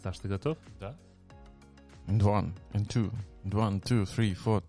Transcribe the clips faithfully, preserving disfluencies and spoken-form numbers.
Саш, ты готов? Да. And one, and two, and one, two, three, four.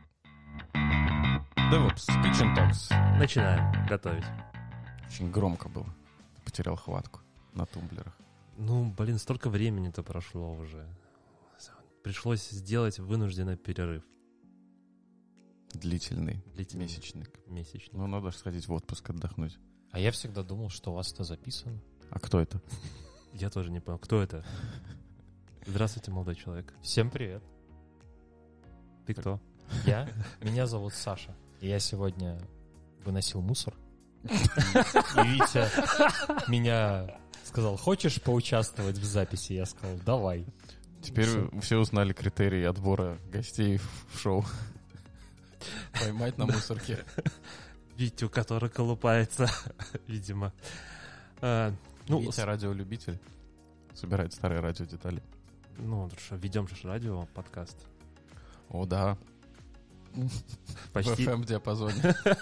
DevOps, Kitchen Talks. Начинаем готовить. Очень громко было. Потерял хватку на тумблерах. Ну, блин, столько времени-то прошло уже. Пришлось сделать вынужденный перерыв. Длительный, Длительный. месячный. Месячный. Ну, надо же сходить в отпуск, отдохнуть. А я всегда думал, что у вас это записано. А кто это? Я тоже не понял, кто это? Здравствуйте, молодой человек. Всем привет. Ты кто? Я? Меня зовут Саша. И я сегодня выносил мусор. И Витя меня сказал, хочешь поучаствовать в записи? Я сказал, давай. Теперь Всё. все узнали критерии отбора гостей в шоу. Поймать на мусорке. Витю, который колупается, видимо. А, ну, Витя с- радиолюбитель. Собирает старые радиодетали. ну, что, ведем же ж радио, подкаст. О, да. Почти В эф эм-диапазоне.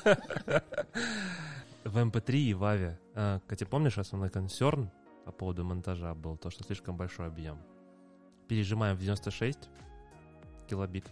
в эм пэ три и в эй ви. А, Катя, помнишь, основной консерн по поводу монтажа был то, что слишком большой объем. Пережимаем в девяносто шесть килобит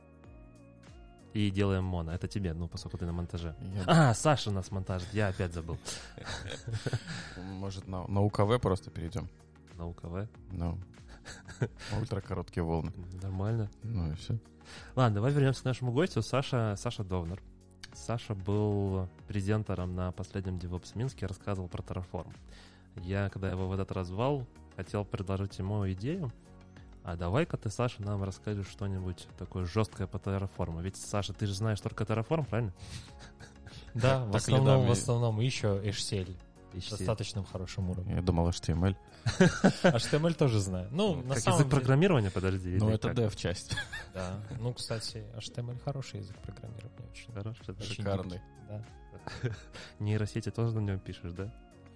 и делаем моно. Это тебе, ну, поскольку ты на монтаже. Я- А, Саша нас монтажит, я опять забыл. Может, на, на у ка вэ просто перейдем? На УКВ. Ну, ультракороткие волны. Нормально. Ну и все. Ладно, давай вернемся к нашему гостю. Саша, Саша Довнер. Саша был презентером на последнем DevOps Минске, рассказывал про Terraform. Я, когда его в этот раз звал, хотел предложить ему идею. А давай-ка ты, Саша, нам расскажешь что-нибудь такое жесткое по Terraform. Ведь, Саша, ты же знаешь только Terraform, правильно? Да, в Так основном, лидами. в основном и еще эйч си эл. Ищи. Достаточно хорошем уровне. Я думал, эйч ти эм эль. эйч ти эм эль тоже знаю. Ну, на Как самом язык деле- программирования, подожди. Ну, или это как? dev-часть. Да. Ну, кстати, эйч ти эм эль хороший язык программирования. Очень, Хорошо, да. очень Шикарный. гибкий, Да. Нейросети тоже на нем пишешь, да?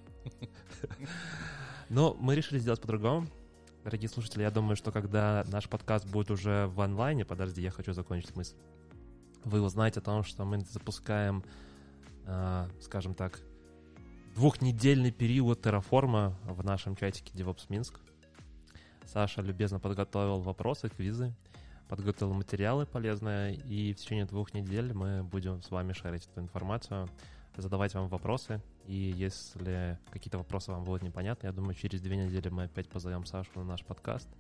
Но мы решили сделать по-другому. Дорогие слушатели, я думаю, что когда наш подкаст будет уже в онлайне, подожди, я хочу закончить мысль. Вы узнаете о том, что мы запускаем, э, скажем так, двухнедельный период терраформа в нашем чатике DevOps Минск. Саша любезно подготовил вопросы, квизы, подготовил материалы полезные, и в течение двух недель мы будем с вами шарить эту информацию, задавать вам вопросы, и если какие-то вопросы вам будут непонятны, я думаю, через две недели мы опять позовем Сашу на наш подкаст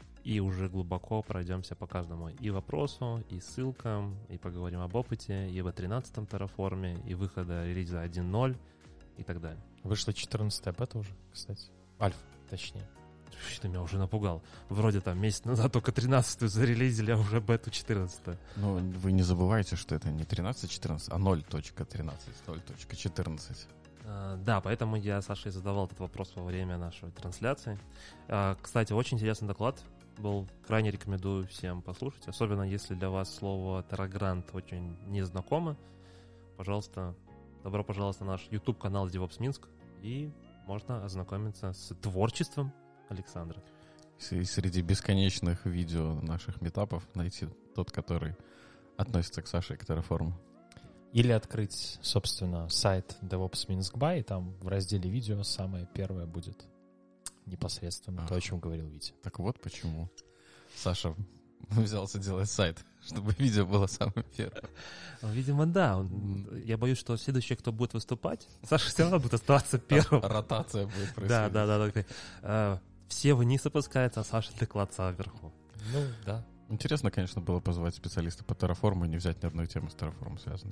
и уже глубоко пройдемся по каждому и вопросу, и ссылкам, и поговорим об опыте, и в тринадцатом терраформе, и выхода релиза один ноль и так далее. Вышла четырнадцатая бета уже, кстати. Альфа, точнее. Ты меня уже напугал. Вроде там месяц назад только тринадцатую зарелизили, а уже бету четырнадцатую. Ну, вы не забывайте, что это не тринадцать четырнадцать, а ноль точка тринадцать, ноль точка четырнадцать. А, Да, поэтому я Саше задавал этот вопрос во время нашей трансляции. А, Кстати, очень интересный доклад был. Крайне рекомендую всем послушать. Особенно если для вас слово «террагрант» очень незнакомо. Пожалуйста, добро пожаловать на наш YouTube-канал DevOps Минск. И можно ознакомиться с творчеством Александра. И среди бесконечных видео наших метапов найти тот, который относится к Саше и к Terraform. Или открыть, собственно, сайт DevOps Minsk By, и там в разделе видео самое первое будет непосредственно то, о чем говорил Витя. Так вот почему Саша взялся делать сайт, чтобы видео было самым первым. Ну, Видимо, да. Он- Я боюсь, что следующий, кто будет выступать, Саша все равно будет оставаться первым. Ротация будет происходить. Да, да, да. такой, э, Все вниз опускаются, а Саша докладцал вверху. Ну, да. Интересно, конечно, было позвать специалиста по Terraform и не взять ни одной темы с Terraform связанной.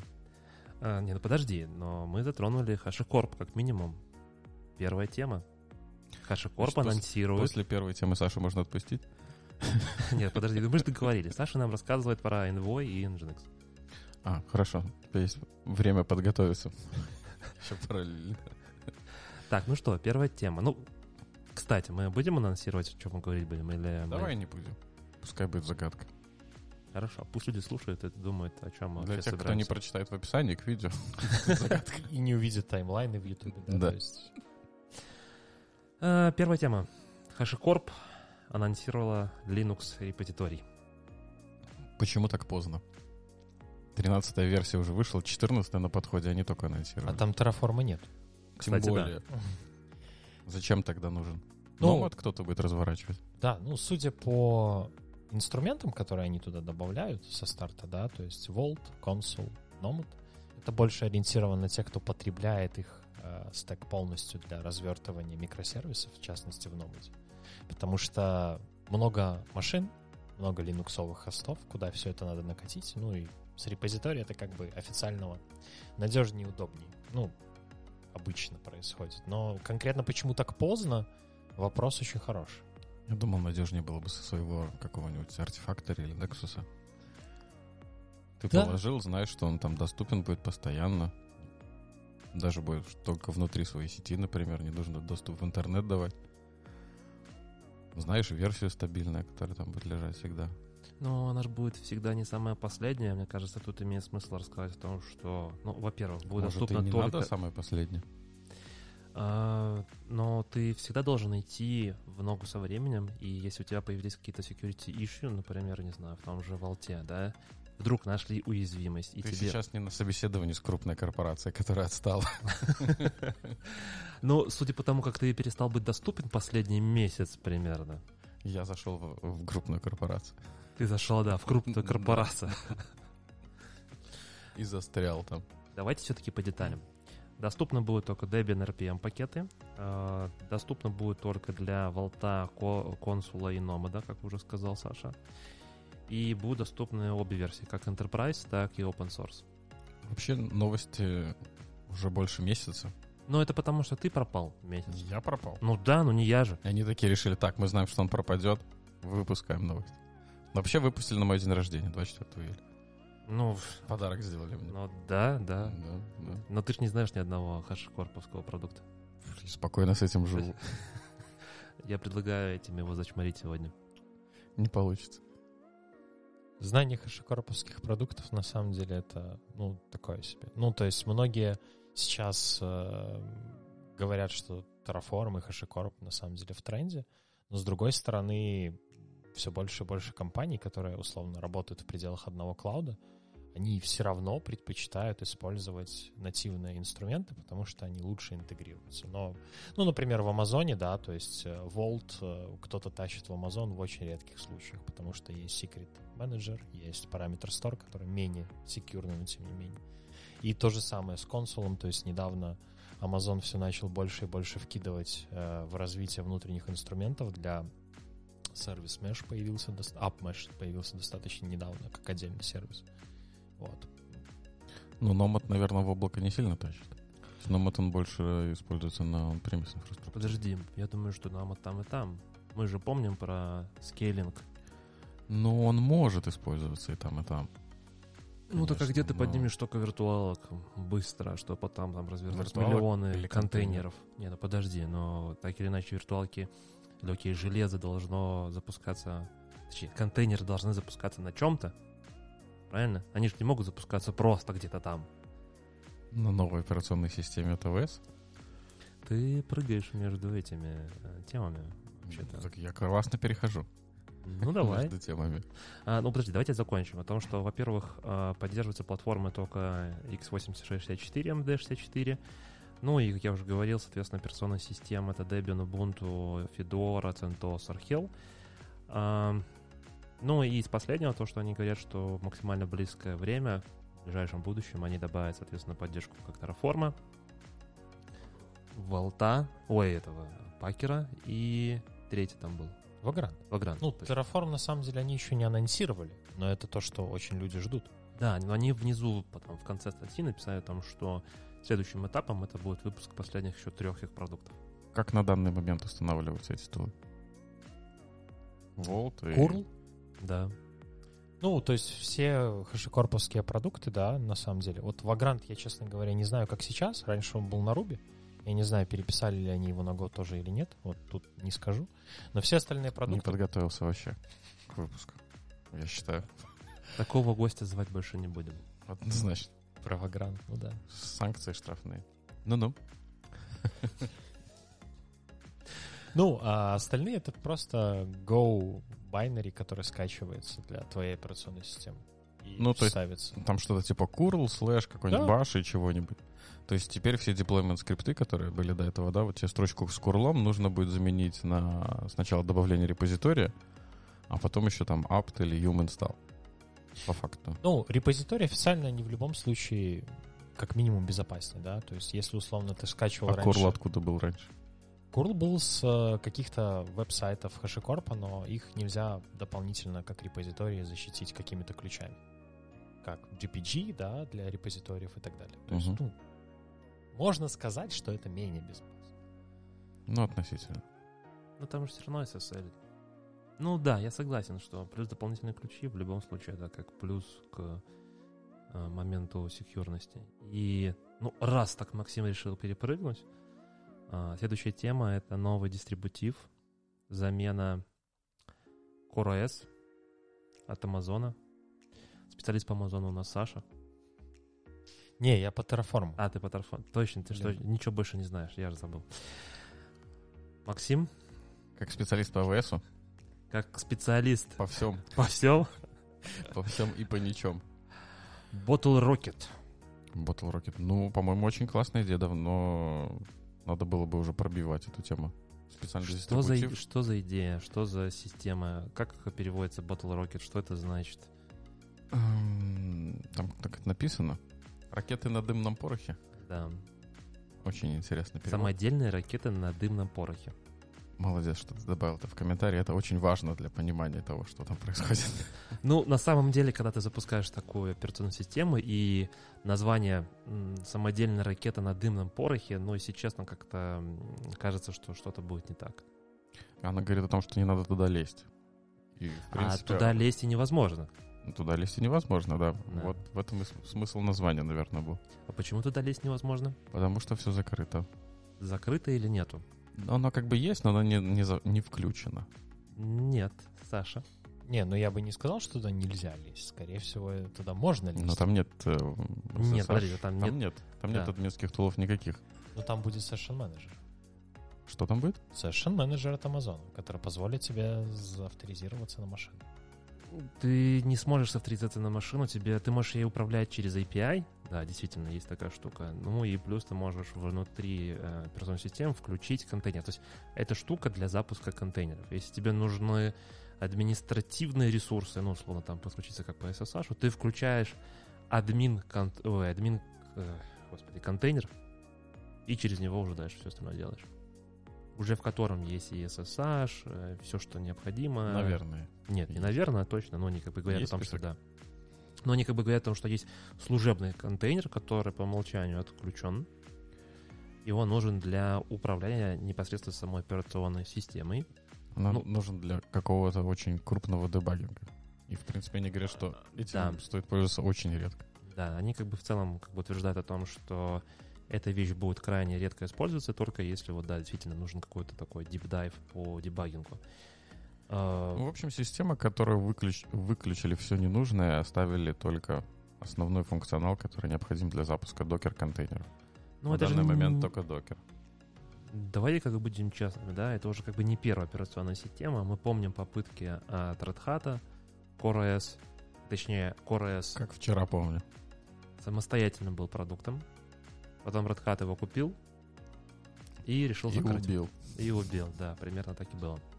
А, не, ну подожди, но мы затронули HashiCorp как минимум. Первая тема. HashiCorp Что с- анонсирует... После первой темы Сашу можно отпустить? Нет, подожди, мы же договорились. Саша нам рассказывает про Envoy и Nginx. А, хорошо. У тебя есть время подготовиться. Еще параллельно. Так, ну что, первая тема. Ну, кстати, мы будем анонсировать, о чем мы говорить будем? Или мы- Давай не будем. Пускай будет загадка. Хорошо, пусть люди слушают и думают, о чем мы Для вообще тех, кто не собираемся. прочитает в описании к видео. И не увидит таймлайны в Ютубе. Да. Да. То есть А, Первая тема. HashiCorp анонсировала Linux репозиторий. Почему так поздно? тринадцатая версия уже вышла, четырнадцатая на подходе, они только анонсировали. А там терраформа нет. Тем Кстати, более. Зачем тогда нужен? Ну, вот кто-то будет разворачивать. Да, ну, судя по инструментам, которые они туда добавляют со старта, да, то есть Vault, Consul, Nomad, это больше ориентировано на тех, кто потребляет их э, стек полностью для развертывания микросервисов, в частности в Nomad. Потому что много машин, много линуксовых хостов, куда все это надо накатить, ну и с репозитория это как бы официального надежнее и удобнее. Ну, обычно происходит. Но конкретно почему так поздно, вопрос очень хороший. Я думал, надежнее было бы со своего какого-нибудь артефактора или Nexus. Ты Да. положил, знаешь, что он там доступен будет постоянно. Даже будет только внутри своей сети, например, не нужно доступ в интернет давать. Знаешь, версию стабильная, которая там будет лежать всегда. Но она же будет всегда не самая последняя. Мне кажется, тут имеет смысл рассказать о том, что, ну, во-первых, будет Может, доступно и не только... надо самое последнее? А, но ты всегда должен идти в ногу со временем, и если у тебя появились какие-то security issue, например, не знаю, в том же Vault, да, вдруг нашли уязвимость, и Ты тебе... сейчас не на собеседовании с крупной корпорацией, которая отстала. Ну, судя по тому, как ты перестал быть доступен последний месяц примерно, Я зашел в, в крупную корпорацию ты зашел, да, в крупную Да. корпорацию. и застрял там. Давайте все-таки по деталям. Доступны будут только Debian эр пи эм пакеты. э, Доступно будет только для Vault, консула и Nomad, как уже сказал Саша. И будут доступны обе версии, как Enterprise, так и Open Source. Вообще новости уже больше месяца. Но это потому, что ты пропал месяц. Я пропал. Ну да, ну не я же. И они такие решили, так, мы знаем, что он пропадет, выпускаем новость. Но вообще выпустили на мой день рождения, двадцать четвёртого июля. Ну, Подарок сделали мне. ну да, да. Да, да. Но ты же не знаешь ни одного хэш-корповского продукта. Я спокойно с этим живу. Я предлагаю этим его зачморить сегодня. Не получится. Знание хэшекорповских продуктов на самом деле это, ну, такое себе. Ну, то есть многие сейчас э, говорят, что Terraform и HashiCorp на самом деле в тренде, но с другой стороны все больше и больше компаний, которые условно работают в пределах одного клауда, они все равно предпочитают использовать нативные инструменты, потому что они лучше интегрируются. Но, ну, например, в Амазоне, да, то есть Vault кто-то тащит в Amazon в очень редких случаях, потому что есть Secret Manager, есть Parameter Store, который менее секьюрный, но тем не менее. И то же самое с консулом, то есть недавно Amazon все начал больше и больше вкидывать э, в развитие внутренних инструментов для сервис Mesh появился, App Mesh появился достаточно недавно, как отдельный сервис. Вот. Ну, Nomad, наверное, в облако не сильно тащит. Nomad, он больше используется на on-premise инфраструктуре. Подожди, я думаю, что нам и там, и там. Мы же помним про скейлинг. Ну, он может использоваться и там, и там. Ну, так а Конечно, где ты но- поднимешь только виртуалок быстро, что потом там развернуть Виртуалок миллионы или контейнеров? Не, ну подожди, но так или иначе виртуалки, или окей, железо должно запускаться, точнее, контейнеры должны запускаться на чем-то, правильно? Они же не могут запускаться просто где-то там. На новой операционной системе от о эс. Ты прыгаешь между этими э, темами. Вообще-то. Так я классно перехожу Ну, давай. между темами. А, ну, подожди, давайте закончим. О том, что, во-первых, а, поддерживается платформа только икс восемьдесят шесть шестьдесят четыре, эм дэ шестьдесят четыре. Ну, и, как я уже говорил, соответственно, операционная система — это Debian, Ubuntu, Fedora, CentOS, Archel. А, ну, и из последнего, то, что они говорят, что в максимально близкое время, в ближайшем будущем, они добавят, соответственно, поддержку как Terraform, Vault, ой, этого, Пакера, и третий там был, Vagrant. Vagrant. Ну, точно. Terraform на самом деле они еще не анонсировали, но это то, что очень люди ждут. Да, но они внизу, потом в конце статьи написали о том, что следующим этапом это будет выпуск последних еще трех их продуктов. Как на данный момент устанавливаются эти тулы? Vault и... Curl? Да. Ну, то есть все хэшекорповские продукты, да, на самом деле. Вот Vagrant, я, честно говоря, не знаю, как сейчас. Раньше он был на Ruby. Я не знаю, переписали ли они его на Go тоже или нет. Вот тут не скажу. Но все остальные Не продукты... подготовился вообще к выпуску, я считаю. Такого гостя звать больше не будем. Однозначно. Про Vagrant, ну да. Санкции штрафные. Ну-ну. Ну, а остальные это просто Go binary, который скачивается для твоей операционной системы. и Ну, то есть ставится. Там что-то типа curl, слэш, какой-нибудь Да. bash и чего-нибудь. То есть теперь все deployment скрипты, которые были до этого, да, вот тебе строчку с курлом нужно будет заменить на сначала добавление репозитория, а потом еще там apt или yum install. По факту. Ну, репозиторий официально не в любом случае как минимум безопаснее, да? То есть если условно ты скачивал А раньше... curl откуда был раньше? Curl был с э, каких-то веб-сайтов HashiCorp, но их нельзя дополнительно как репозитории защитить какими-то ключами. Как джи пи джи, да, для репозиториев и так далее. То есть, Мгм. ну, можно сказать, что это менее безопасно. Ну, относительно. Ну, там же все равно эс эс эл. Ну да, я согласен, что плюс дополнительные ключи в любом случае это как плюс к э, моменту секьюрности. И, ну, раз так Максим решил перепрыгнуть, э, следующая тема — это новый дистрибутив, замена CoreOS от Амазона. Специалист по Амазону у нас Саша. Не, я по Terraform. А, ты по Terraform. Точно, ты что, Блин. ничего больше не знаешь, я же забыл. Максим, Как специалист по эй ви эс, как специалист по всем, по всем, по всем и по ничем. Bottle Rocket. Bottle Rocket. Ну, по-моему, очень классная идея, давно надо было бы уже пробивать эту тему. Специальный Что за, дистрибутив. и- что за идея, что за система, как переводится Bottle Rocket, что это значит? Эм, Там так это написано. Ракеты на дымном порохе. Да. Очень интересный перевод. Самодельные ракеты на дымном порохе. Молодец, что ты добавил это в комментарии. Это очень важно для понимания того, что там происходит. Ну, на самом деле, когда ты запускаешь такую операционную систему и название м, «самодельная ракета на дымном порохе», ну, если честно, как-то м, кажется, что что-то будет не так. Она говорит о том, что не надо туда лезть. И, в принципе, а туда лезть и невозможно. туда лезть и невозможно, да. Да. Вот в этом и с- смысл названия, наверное, был. А почему туда лезть невозможно? Потому что все закрыто. Закрыто или нету? Оно как бы есть, но оно не, не, за- не включено. Нет, Саша. Не, ну я бы не сказал, что туда нельзя лезть. Скорее всего, туда можно лезть. Но там нет... э, Нет, эс эс эс. подожди, там нет. Там нет. Там нет Да. админских тулов никаких. Но там будет Session Manager. Что там будет? Session Manager от Amazon, который позволит тебе заавторизироваться на машину. Ты не сможешь авторизироваться на машину, тебе, ты можешь ей управлять через эй пи ай, да, действительно, есть такая штука. Ну и плюс ты можешь внутри э, операционной системы включить контейнер. То есть это штука для запуска контейнеров. Если тебе нужны административные ресурсы, ну, условно, там подключиться как по эс эс эш, ты включаешь админ, кон, ой, админ э, господи, контейнер, и через него уже дальше все остальное делаешь. Уже в котором есть и эс эс эш, э, все, что необходимо. Наверное. Нет, не Есть. наверное, а точно, но они как бы говорят Есть о том, что список? да. Но они как бы говорят о том, что есть служебный контейнер, который по умолчанию отключен. Его нужен для управления непосредственно самой операционной системой. Он Ну- нужен для какого-то очень крупного дебагинга. И, в принципе, они говорят, что этим Да. стоит пользоваться очень редко. Да, они как бы в целом как бы утверждают о том, что эта вещь будет крайне редко использоваться, только если вот, да, действительно нужен какой-то такой deep dive по дебагингу. А, Ну, в общем, система, которую выключ- выключили все ненужное, оставили только основной функционал, который необходим для запуска докер-контейнеров. ну, На это же данный н- момент только докер. Давайте как бы будем честными, да, это уже как бы не первая операционная система. Мы помним попытки от Red Hat, CoreOS, точнее, CoreOS Как вчера помню. самостоятельным был продуктом. Потом Red Hat его купил и решил И закрыть. убил. И убил, да, примерно так и было.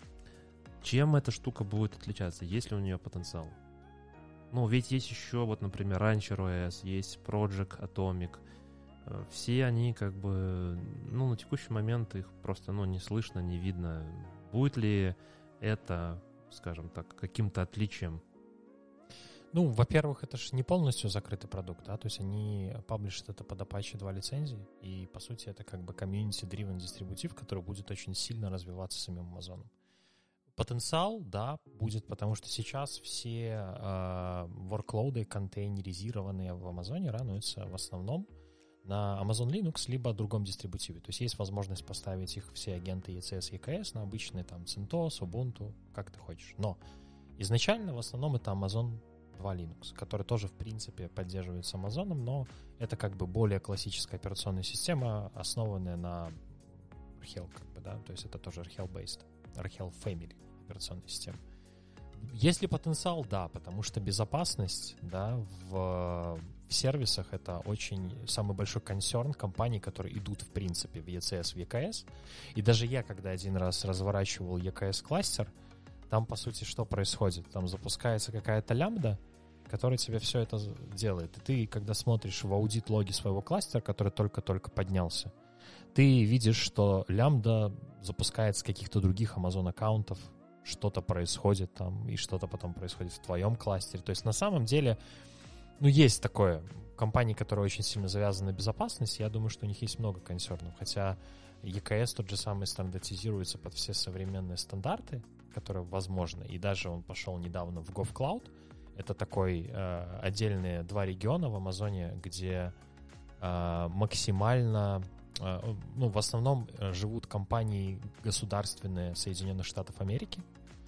Чем эта штука будет отличаться? Есть ли у нее потенциал? Ну, ведь есть еще, вот, например, RancherOS, есть Project Atomic. Э, Все они как бы, ну, на текущий момент их просто, ну, не слышно, не видно. Будет ли это, скажем так, каким-то отличием? Ну, во-первых, это же не полностью закрытый продукт, да, то есть они паблишат это под Apache два лицензии, и, по сути, это как бы community-driven дистрибутив, который будет очень сильно развиваться самим Амазоном. Потенциал, да, будет, потому что сейчас все э, workload контейнеризированные в Амазоне рануются в основном на Amazon Linux либо другом дистрибутиве. То есть есть возможность поставить их все агенты и си эс, и кей эс на обычные там CentOS, Ubuntu, как ты хочешь. Но изначально в основном это Amazon два Linux, который тоже в принципе поддерживается Amazon, но это как бы более классическая операционная система, основанная на Archel, как бы, да, то есть это тоже Archel-based, Archel Family операционная система. Есть ли потенциал? Да, потому что безопасность, да, в, в сервисах — это очень самый большой консерн компаний, которые идут, в принципе, в и си эс, в и кей эс. И даже я, когда один раз разворачивал и кей эс-кластер, там, по сути, что происходит? Там запускается какая-то лямбда, которая тебе все это делает. И ты, когда смотришь в аудит-логи своего кластера, который только-только поднялся, ты видишь, что лямбда запускается с каких-то других Amazon-аккаунтов, что-то происходит там, и что-то потом происходит в твоем кластере. То есть на самом деле, ну, есть такое. Компании, которые очень сильно завязаны на безопасности, я думаю, что у них есть много консернов. Хотя и кей эс тот же самый стандартизируется под все современные стандарты, которые возможны. И даже он пошел недавно в GovCloud. Это такой э, отдельные два региона в Амазоне, где э, максимально... Ну, в основном живут компании государственные Соединенных Штатов Америки,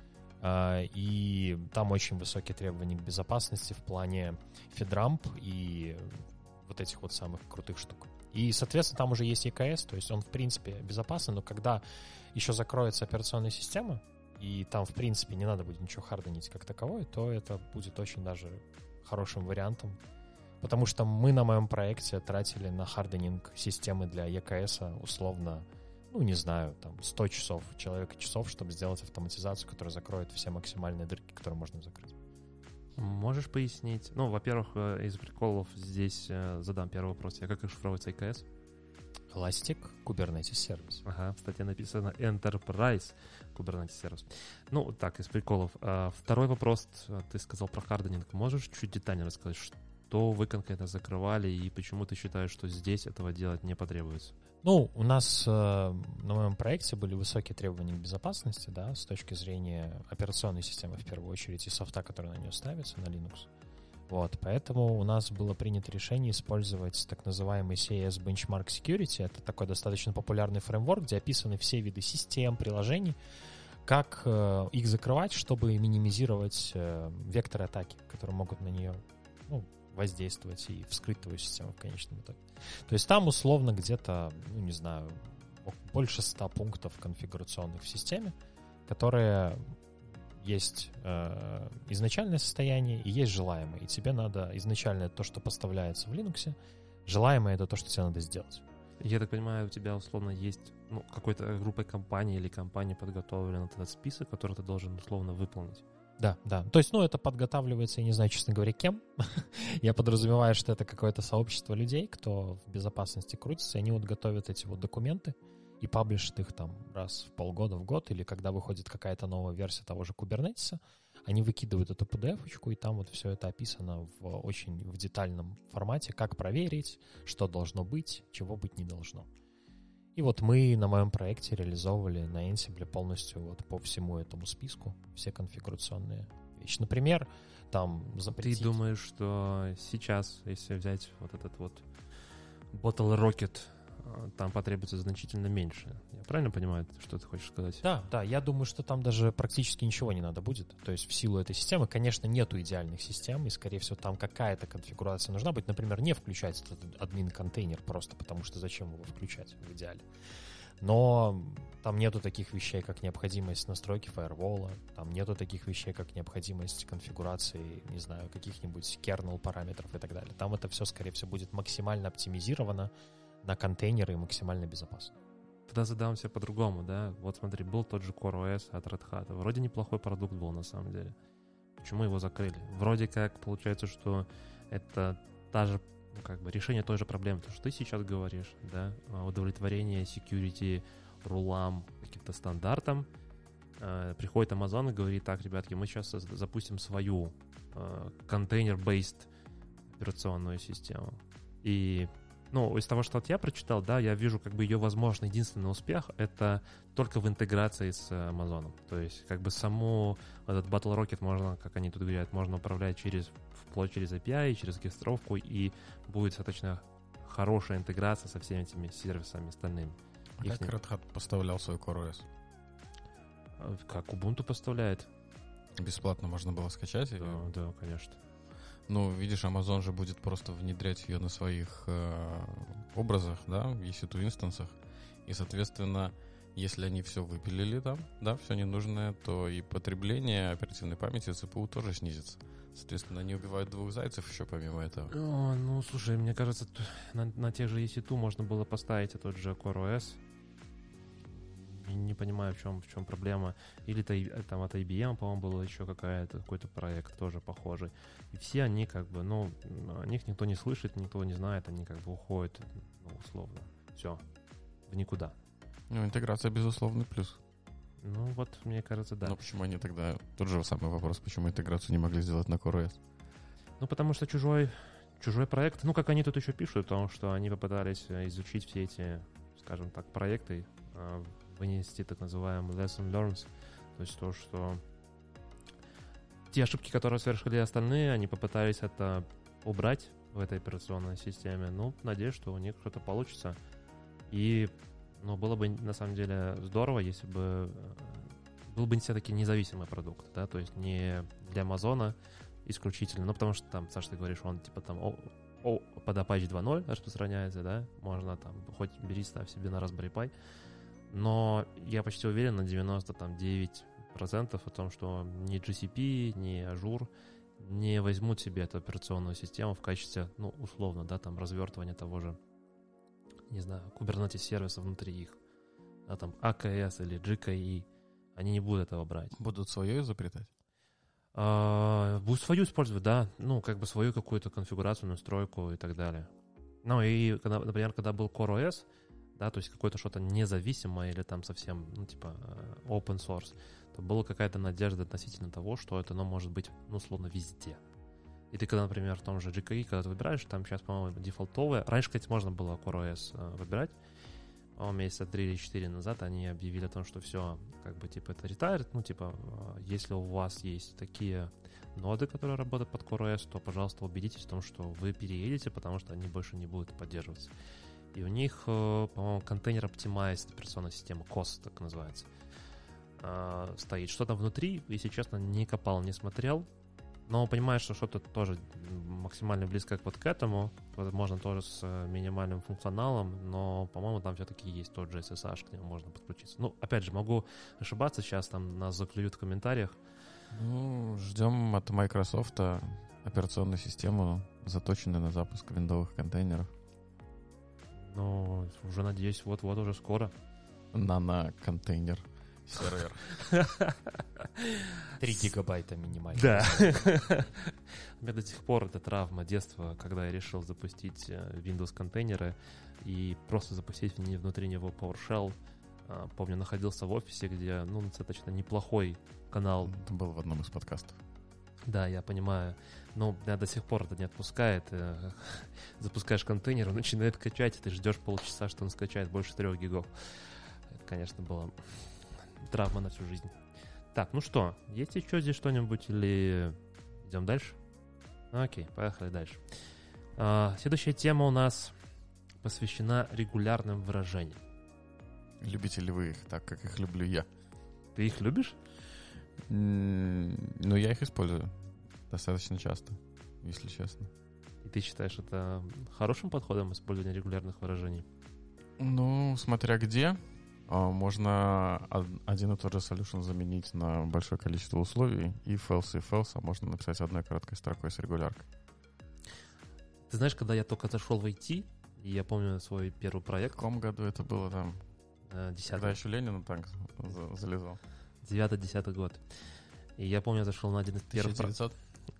и там очень высокие требования к безопасности в плане FedRAMP и вот этих вот самых крутых штук. И, соответственно, там уже есть и кей эс, то есть он, в принципе, безопасен, но когда еще закроется операционная система, и там, в принципе, не надо будет ничего харденить как таковое, то это будет очень даже хорошим вариантом. Потому что мы на моем проекте тратили на харденинг системы для и кей эс условно, ну, не знаю, там, сто часов, человека часов, чтобы сделать автоматизацию, которая закроет все максимальные дырки, которые можно закрыть. Можешь пояснить? Ну, во-первых, из приколов здесь задам первый вопрос. Я как шифровывается и кей эс? Elastic Kubernetes Service. Ага, в статье написано Enterprise Kubernetes Service. Ну, так, из приколов. Второй вопрос. Ты сказал про харденинг. Можешь чуть детальнее рассказать, что что вы конкретно закрывали и почему ты считаешь, что здесь этого делать не потребуется? Ну, у нас э, на моем проекте были высокие требования к безопасности, да, с точки зрения операционной системы, в первую очередь, и софта, который на нее ставится, на Linux. Вот, поэтому у нас было принято решение использовать так называемый си эй эс Benchmark Security. Это такой достаточно популярный фреймворк, где описаны все виды систем, приложений, как э, их закрывать, чтобы минимизировать э, векторы атаки, которые могут на нее, ну, воздействовать и вскрыть твою систему в конечном итоге. То есть там условно где-то, ну не знаю, больше ста пунктов конфигурационных в системе, которые есть э, изначальное состояние и есть желаемое. И тебе надо изначальное то, что поставляется в Linux, желаемое — это то, что тебе надо сделать. Я так понимаю, у тебя условно есть, ну, какой-то группой компаний или компаний подготовлен этот список, который ты должен условно выполнить. Да, да. То есть, ну, это подготавливается, я не знаю, честно говоря, кем. Я подразумеваю, что это какое-то сообщество людей, кто в безопасности крутится, и они вот готовят эти вот документы и паблишат их там раз в полгода, в год, или когда выходит какая-то новая версия того же Kubernetes, они выкидывают эту пи ди эф-очку, и там вот все это описано в очень в детальном формате, как проверить, что должно быть, чего быть не должно. И вот мы на моем проекте реализовывали на Ansible полностью вот по всему этому списку все конфигурационные вещи. Например, там запретить... Ты думаешь, что сейчас, если взять вот этот вот Bottle Rocket, там потребуется значительно меньше? Я правильно понимаю, что ты хочешь сказать? Да, да, я думаю, что там даже практически ничего не надо будет. То есть в силу этой системы, конечно, нету идеальных систем, и, скорее всего, там какая-то конфигурация нужна быть. Например, не включать этот админ-контейнер просто потому, что зачем его включать в идеале. Но там нету таких вещей, как необходимость настройки фаервола, там нету таких вещей, как необходимость конфигурации, не знаю, каких-нибудь kernel параметров и так далее. Там это все, скорее всего, будет максимально оптимизировано на контейнеры и максимально безопасно. Тогда задамся по-другому, да? Вот смотри, был тот же CoreOS от Red Hat. Вроде неплохой продукт был на самом деле. Почему его закрыли? Вроде как получается, что это та же, ну, как бы решение той же проблемы, то, что ты сейчас говоришь, да? Удовлетворение security рулам, каким-то стандартам. Э, приходит Amazon и говорит: так, ребятки, мы сейчас запустим свою э, container-based операционную систему. И ну, из того, что вот я прочитал, да, я вижу, как бы ее возможный единственный успех — это только в интеграции с Amazon. То есть, как бы саму этот Battle Rocket можно, как они тут говорят, можно управлять через, вплоть через эй пи ай, через регистровку, и будет достаточно хорошая интеграция со всеми этими сервисами остальными. А как Red Hat поставлял свой CoreOS? Как Ubuntu поставляет. Бесплатно можно было скачать? Да, или... да, конечно. Ну, видишь, Amazon же будет просто внедрять ее на своих э, образах, да, в и си ту инстансах. И, соответственно, Если они все выпилили там, да, все ненужное, то и потребление оперативной памяти ЦПУ тоже снизится. Соответственно, они убивают двух зайцев еще помимо этого. О, ну, слушай, мне кажется, т- на, на тех же и си два можно было поставить и тот же CoreOS. И не понимаю, в чем, в чем проблема. Или та- там от ай би эм, по-моему, был еще какая-то, какой-то проект тоже похожий. И все они как бы, ну, о них никто не слышит, никто не знает, они как бы уходят, ну, условно. Все, в никуда. Ну, интеграция, безусловный плюс. Ну, вот, мне кажется, да. Но почему они тогда... Тот же самый вопрос, почему интеграцию не могли сделать на CoreOS? Ну, потому что чужой, чужой проект, ну, как они тут еще пишут, потому что они попытались э, изучить все эти, скажем так, проекты, э, вынести так называемый lesson learns, то есть то, что те ошибки, которые совершили остальные, они попытались это убрать в этой операционной системе. Ну, надеюсь, что у них что-то получится. И, ну, было бы, на самом деле, здорово, если бы э, был бы все-таки независимый продукт, да, то есть не для Амазона исключительно, ну, потому что там, Саша, ты говоришь, он типа там о, о, под Apache два ноль распространяется, да, можно там, хоть бери, ставь себе на Raspberry Pi, но я почти уверен на девяносто девять процентов о том, что ни джи си пи, ни Azure не возьмут себе эту операционную систему в качестве, ну, условно, да, там, развертывания того же, не знаю, Kubernetes сервиса внутри их, да, там, эй кей эс или джи кей и, они не будут этого брать. Будут свое изобретать? А, будут свою использовать, да, ну, как бы свою какую-то конфигурацию, настройку и так далее. Ну, и, когда, например, когда был CoreOS, да, то есть какое-то что-то независимое или там совсем, ну, типа, open source, то была какая-то надежда относительно того, что это, ну, может быть, ну, условно, везде. И ты, когда, например, в том же джи кей и, когда ты выбираешь, там сейчас, по-моему, дефолтовое. Раньше, кстати, можно было CoreOS э, выбирать. По-моему, месяца три или четыре назад они объявили о том, что все, как бы, типа, это retired. Ну, типа, э, если у вас есть такие ноды, которые работают под CoreOS, то, пожалуйста, убедитесь в том, что вы переедете, потому что они больше не будут поддерживаться. И у них, э, по-моему, контейнер Optimized операционная система, кос, так называется, э, стоит. Что там внутри, если честно, не копал, не смотрел. Но понимаешь, что что-то тоже максимально близко вот к этому, возможно, тоже с минимальным функционалом, но, по-моему, там все-таки есть тот же эс эс эйч, к нему можно подключиться. Ну, опять же, могу ошибаться, сейчас там нас заклюют в комментариях. Ну, ждем от Microsoft операционную систему, заточенную на запуск виндовых контейнеров. Ну, уже, надеюсь, вот-вот уже скоро. Нано-контейнер. Сервер. три гигабайта минимально. Да. У меня до сих пор это травма детства, когда я решил запустить Windows контейнеры и просто запустить внутри него PowerShell. Помню, находился в офисе, где, ну, достаточно неплохой канал. Это был в одном из подкастов. Да, я понимаю. Но меня до сих пор это не отпускает. Запускаешь контейнер, он начинает качать, и ты ждешь полчаса, что он скачает больше трех гигов. Это, конечно, было травма на всю жизнь. Так, ну что, есть еще здесь что-нибудь или идем дальше? Окей, поехали дальше. А, следующая тема у нас посвящена регулярным выражениям. Любите ли вы их так, как их люблю я? Ты их любишь? М, Ну, я их использую достаточно часто, если честно. И ты считаешь это хорошим подходом использования регулярных выражений? Ну, смотря где. А, Можно од- один и тот же solution заменить на большое количество условий. If, else, if, else, а можно написать одной короткой строкой с регуляркой. Ты знаешь, когда я только зашел в ай ти, и я помню свой первый В проект, каком году это было там? э, Когда десятый, еще Ленин так за- залезал? девятый-десятый год. И я помню, зашел на один из первых... про- тысяча девятьсот?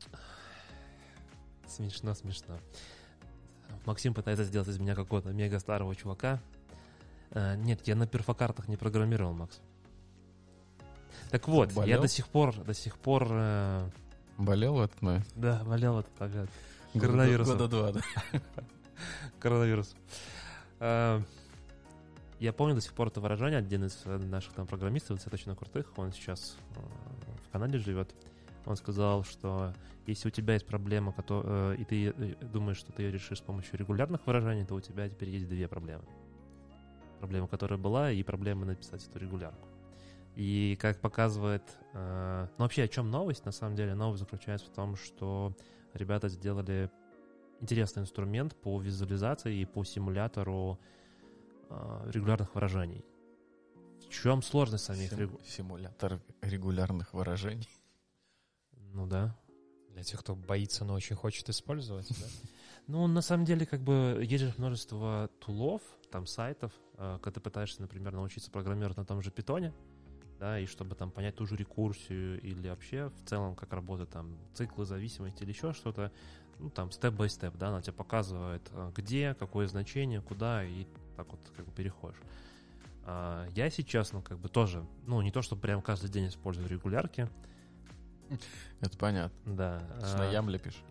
Смешно, смешно. Максим пытается сделать из меня какого-то мега старого чувака. А, нет, я на перфокартах не программировал, Макс. Так вот, я Болел? до сих пор, до сих пор, э, Болел в этот момент? да, болел этот момент. Года- Коронавирусом. Года два, да. Коронавирус. А, я помню до сих пор это выражение, один из э, наших там программистов, достаточно крутых, он сейчас э, в Канаде живет. Он сказал, что если у тебя есть проблема, кото- э, и ты э, думаешь, что ты ее решишь с помощью регулярных выражений, то у тебя теперь есть две проблемы. Проблема, которая была, и проблема написать эту регулярку. И как показывает... Э, ну, вообще, о чем новость? На самом деле, новость заключается в том, что ребята сделали интересный инструмент по визуализации и по симулятору э, регулярных выражений. В чем сложность самих Сим- регу... Симулятор регулярных выражений. Ну да. Для тех, кто боится, но очень хочет использовать, да? Ну, на самом деле, как бы, есть же множество тулов, там, сайтов, э, когда ты пытаешься, например, научиться программировать на том же питоне, да, и чтобы там понять ту же рекурсию или вообще в целом, как работают там циклы зависимости или еще что-то, ну, там, степ-бай-степ, да, она тебе показывает, э, где, какое значение, куда, и так вот, как бы, переходишь. А я сейчас, ну, как бы, тоже, ну, не то, что прям каждый день использую регулярки, Это понятно. да. С а, на ямле пишешь.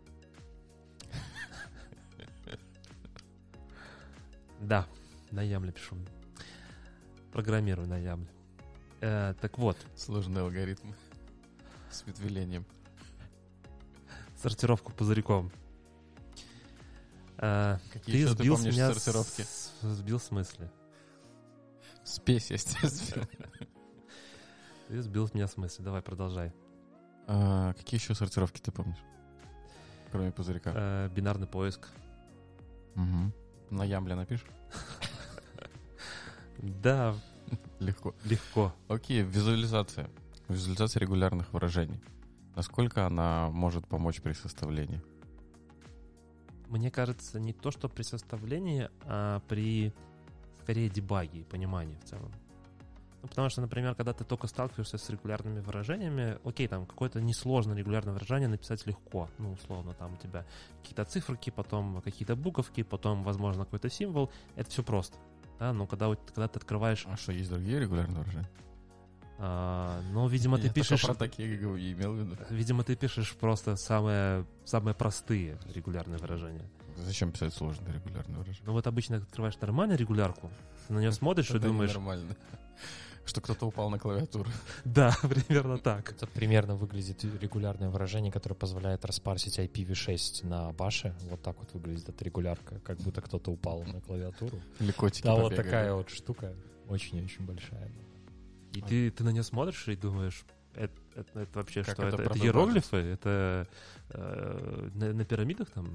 Да, на Ямле пишу. Программирую на Ямле. Э, так вот, Сложные алгоритмы с ветвелением. сортировку пузырьком. Э, Какие ты еще ты сбил помнишь меня сортировки? с- сбил в смысле? Спесь, естественно. Ты сбил меня в смысле. Давай, продолжай. А, какие еще сортировки ты помнишь? Кроме пузырька. Э, бинарный поиск. Мгм. На ямле напишешь? Да, Легко. легко. Окей, визуализация. Визуализация регулярных выражений. Насколько она может помочь при составлении? Мне кажется, не то, что при составлении, а при, скорее, дебаге и понимании в целом. Ну, потому что, например, когда ты только сталкиваешься с регулярными выражениями, окей, там какое-то несложное регулярное выражение написать легко. Ну, условно, там у тебя какие-то циферки, потом какие-то буковки, потом, возможно, какой-то символ. Это все просто. Да? Но когда, у- когда ты открываешь... А что, есть другие регулярные выражения? а, ну, видимо, ты Я только пишешь... про такие говорю, и имел в виду. Видимо, ты пишешь просто самые, самые простые регулярные выражения. Зачем писать сложные регулярные выражения? Ну, вот обычно открываешь нормальную регулярку, ты на нее смотришь и Это думаешь... нормально. Что кто-то упал на клавиатуру. Да, примерно так. Это примерно выглядит регулярное выражение, которое позволяет распарсить ай пи ви шесть на баше. Вот так вот выглядит эта регулярка, как будто кто-то упал на клавиатуру. Или котики Да, вот побегали. такая вот штука, очень-очень большая. И ты, ты на нее смотришь и думаешь, это, это- это вообще Как что? это Это, это продолжается? иероглифы? Это э, на, на пирамидах там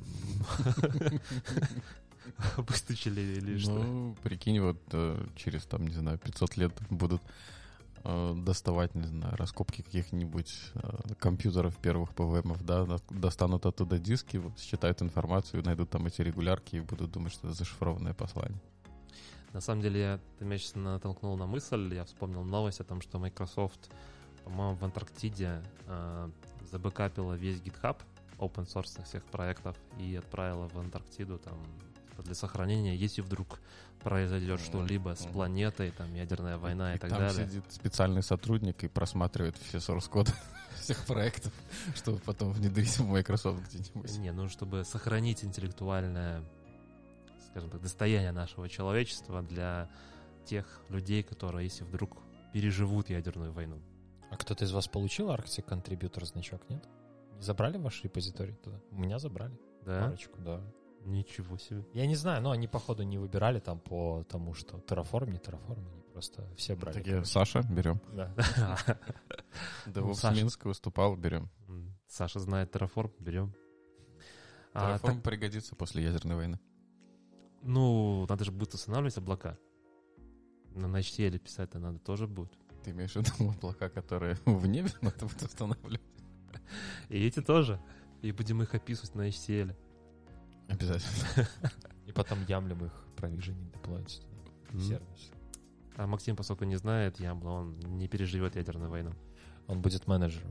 выстучили или что? Ну, прикинь, вот э, через, там, не знаю, пятьсот лет будут э, доставать, не знаю, раскопки каких-нибудь э, компьютеров первых ПВМов, да, на- достанут оттуда диски, вот, считают информацию, найдут там эти регулярки и будут думать, что это зашифрованное послание. На самом деле, я, ты меня сейчас натолкнул на мысль, я вспомнил новость о том, что Microsoft, по-моему, в Антарктиде э, забэкапила весь GitHub open source всех проектов и отправила в Антарктиду там для сохранения, если вдруг произойдет Мгм. что-либо с Мгм. планетой, там ядерная война и, И так там далее. сидит специальный сотрудник и просматривает все source коды всех проектов, чтобы потом внедрить в Microsoft где-нибудь. Не, ну чтобы сохранить интеллектуальное, скажем так, достояние нашего человечества для тех людей, которые, если вдруг переживут ядерную войну. А кто-то из вас получил Arctic Contributor значок, нет? Не забрали ваш репозиторий туда? У меня забрали. Да? Парочку, да. Ничего себе. Я не знаю, но они, походу, не выбирали там по тому, что Terraform, не Terraform, они просто все брали. Такие, Саша, берем. Да. DevOps Саша. Минск выступал, берем. М, Саша знает Terraform, берем. А, Terraform пригодится после ядерной войны. ну, надо же будет устанавливать облака. На на эйч ти эл писать-то надо тоже будет. Ты имеешь в виду облака, которые в небе надо будет устанавливать? И эти тоже. И будем их описывать на эйч ти эл. Обязательно. И потом ямлем их провижение деплоить туда. М. Сервис. А Максим, поскольку не знает Ямбла, он не переживет ядерную войну. Он будет менеджером.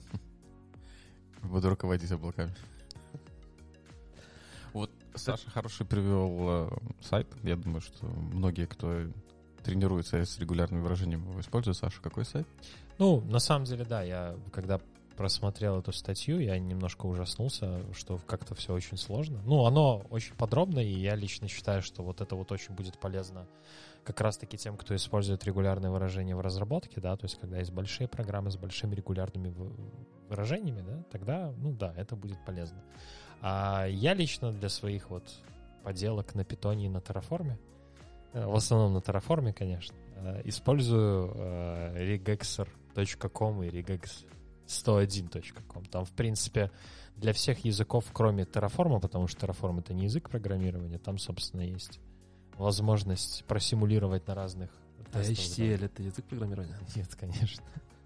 Буду руководить облаками. Вот Саша хороший привел э, сайт. Я думаю, что многие, кто тренируется с регулярными выражениями, его используют. Саша, какой сайт? Ну, на самом деле, да, я когда просмотрел эту статью, я немножко ужаснулся, что как-то все очень сложно. Ну, оно очень подробно, и я лично считаю, что вот это вот очень будет полезно как раз-таки тем, кто использует регулярные выражения в разработке, да, то есть когда есть большие программы с большими регулярными вы- выражениями, да, тогда, ну да, это будет полезно. А я лично для своих вот поделок на питоне и на Terraform, э, в основном на Terraform, конечно, э, использую э, regexer точка ком и regex сто один точка ком. Там, в принципе, для всех языков, кроме Terraform, потому что Terraform — это не язык программирования, там, собственно, есть возможность просимулировать на разных тестовых. эйч ти эл — это язык программирования? Нет, конечно.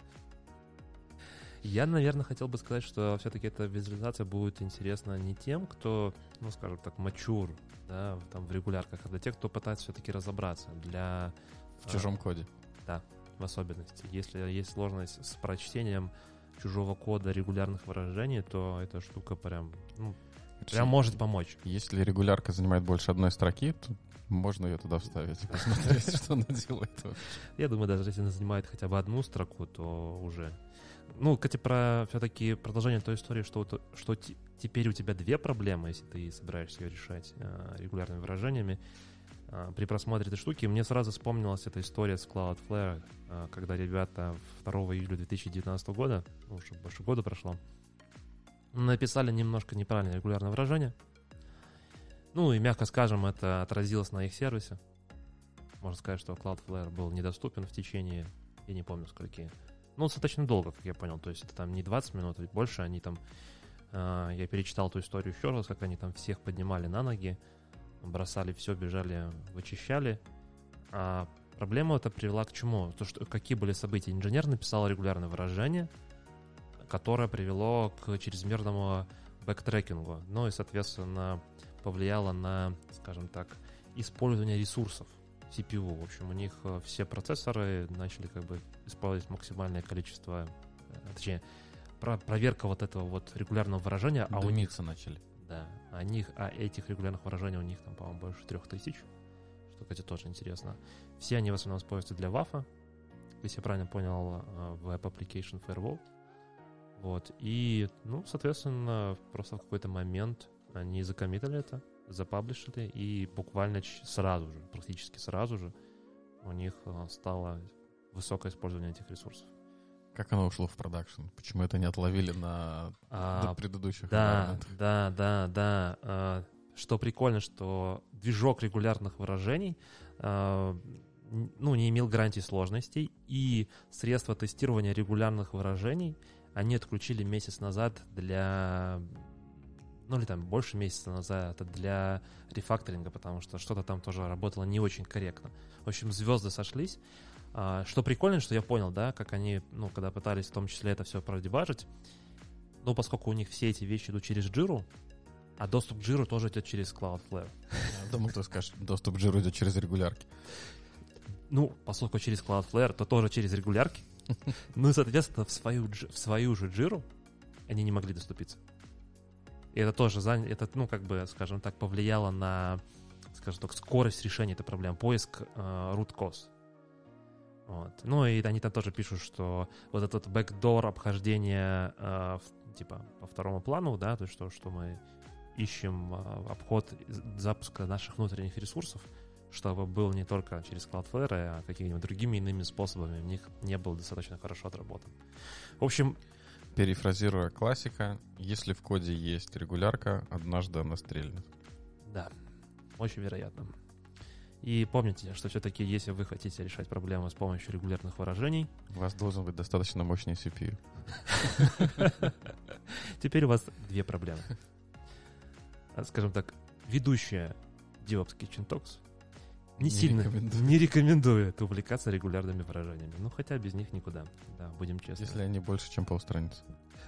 Я, наверное, хотел бы сказать, что все-таки эта визуализация будет интересна не тем, кто, ну, скажем так, мачур, да, в- там, в регулярках, а для тех, кто пытается все-таки разобраться, для... В чужом коде. Да, в особенности. Если есть сложность с прочтением чужого кода регулярных выражений, то эта штука прям, ну, прям может помочь. Если регулярка занимает больше одной строки, то можно ее туда вставить и посмотреть, что она делает. Я думаю, даже если она занимает хотя бы одну строку, то уже... Ну, кстати, про все-таки продолжение той истории, что, вот- что те- теперь у тебя две проблемы, если ты собираешься ее решать э, регулярными выражениями. Э, при просмотре этой штуки мне сразу вспомнилась эта история с Cloudflare, э, когда ребята второго июля две тысячи девятнадцатого года, ну, уже больше года прошло, написали немножко неправильное регулярное выражение. Ну, и, мягко скажем, это отразилось на их сервисе. Можно сказать, что Cloudflare был недоступен в течение, я не помню, скольки. Ну, достаточно долго, как я понял. То есть это там не двадцать минут, а больше. Они там... э, я перечитал эту историю еще раз, как они там всех поднимали на ноги, бросали все, бежали, вычищали. А проблема это привела к чему? То, что какие были события? Инженер написал регулярное выражение, которое привело к чрезмерному бэктрекингу. Ну и, соответственно, повлияло на, скажем так, использование ресурсов си пи ю. В общем, у них э, все процессоры начали как бы использовать максимальное количество, э, точнее, про- проверка вот этого вот регулярного выражения, а у них, Дымиться начали. да, а, них, а этих регулярных выражений у них там, по-моему, больше трех тысяч, что, кстати, тоже интересно. Все они в основном используются для вафа, если я правильно понял, э, Web Application Firewall. Вот, и, ну, соответственно, просто в какой-то момент они закоммитили это, запаблишили, и буквально ч- сразу же, практически сразу же у них э, стало высокое использование этих ресурсов. Как оно ушло в продакшн? Почему это не отловили на А, до предыдущих да, environment? да, да, да. А, что прикольно, что движок регулярных выражений а, н- ну, не имел гарантии сложностей, и средства тестирования регулярных выражений они отключили месяц назад для... Ну, или там больше месяца назад для рефакторинга, потому что что-то там тоже работало не очень корректно. В общем, звезды сошлись. А, что прикольно, что я понял, да, как они, ну, когда пытались в том числе это все продебажить, ну, поскольку у них все эти вещи идут через Jira, а доступ к Jira тоже идет через Cloudflare. Я думал, ты скажешь, доступ к Jira идет через регулярки. Ну, поскольку через Cloudflare, то тоже через регулярки. Ну и, соответственно, в свою, дж- в свою же Jira они не могли доступиться. И это тоже, зан... это, ну, как бы, скажем так, повлияло на, скажем так, скорость решения этой проблемы, поиск э, root cause. Вот. Ну и они там тоже пишут, что вот этот backdoor обхождение э, в- типа по второму плану, да, то есть что, что мы ищем э, обход запуска наших внутренних ресурсов, чтобы был не только через Cloudflare, а какими-нибудь другими иными способами, у них не был достаточно хорошо отработан. В общем, Перефразируя классика, если в коде есть регулярка, однажды она стрельнет. да, очень вероятно. И помните, что все-таки, если вы хотите решать проблемы с помощью регулярных выражений, У вас должен быть достаточно мощный си пи ю. теперь у вас две проблемы. А, Скажем так, ведущая DevOps Kitchen Talks не, Не сильно рекомендует. не рекомендует увлекаться регулярными выражениями. Ну, хотя без них никуда. Да, будем честны. Если они больше, чем полстраницы.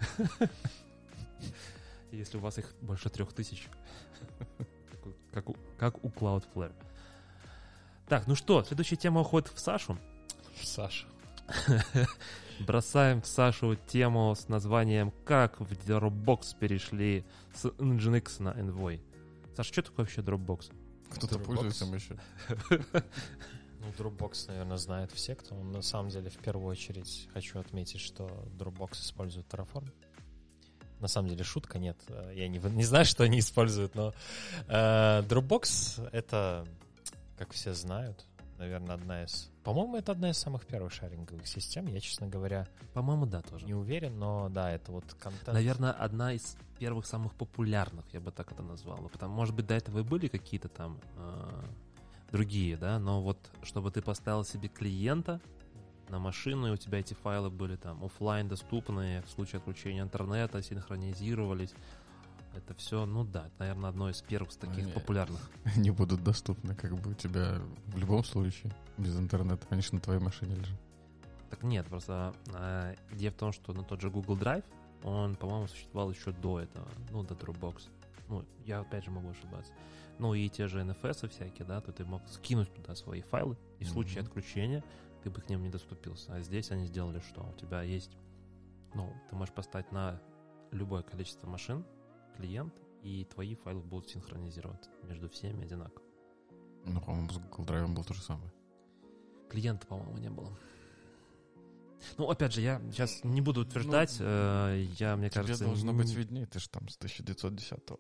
Если у вас их больше трех тысяч. Как у- Как у, как у Cloudflare. Так, ну что, следующая тема уходит в Сашу. Саша. Бросаем в Сашу тему с названием «Как в Dropbox перешли с Nginx на Envoy». Саша, что такое вообще Dropbox? Кто-то Dropbox? пользуется им еще. Ну, Dropbox, наверное, знает все, кто. На самом деле, в первую очередь, хочу отметить, что Dropbox использует Terraform. На самом деле, шутка, нет. Я не, не знаю, что они используют, но э, Dropbox — это, как все знают, наверное, одна из... По-моему, это одна из самых первых шаринговых систем. Я, честно говоря, По-моему, да, тоже. не уверен, но да, это вот контент. Наверное, одна из первых самых популярных, я бы так это назвал. Потому, может быть, до этого и были какие-то там э, другие, да, но вот чтобы ты поставил себе клиента на машину, и у тебя эти файлы были там оффлайн доступны, в случае отключения интернета синхронизировались. Это все, ну да, наверное, одно из первых таких Не. популярных. Они будут доступны как бы у тебя в любом случае без интернета. Они же на твоей машине лежат. Так нет, просто э, идея в том, что на тот же Google Drive, он, по-моему, существовал еще до этого, ну, до Dropbox. Ну, я опять же могу ошибаться. Ну, и те же эн эф эс всякие, да, то ты мог скинуть туда свои файлы, и в случае Мгм. отключения ты бы к ним не доступился. А здесь они сделали что? У тебя есть, ну, ты можешь поставить на любое количество машин клиент, и твои файлы будут синхронизироваться между всеми одинаково. Ну, по-моему, с Google Drive был то же самое. Клиента, по-моему, не было. Ну, опять же, я сейчас не буду утверждать, э, я, мне Тебе кажется... должно н- быть виднее, ты же там с тысяча девятьсот десятого.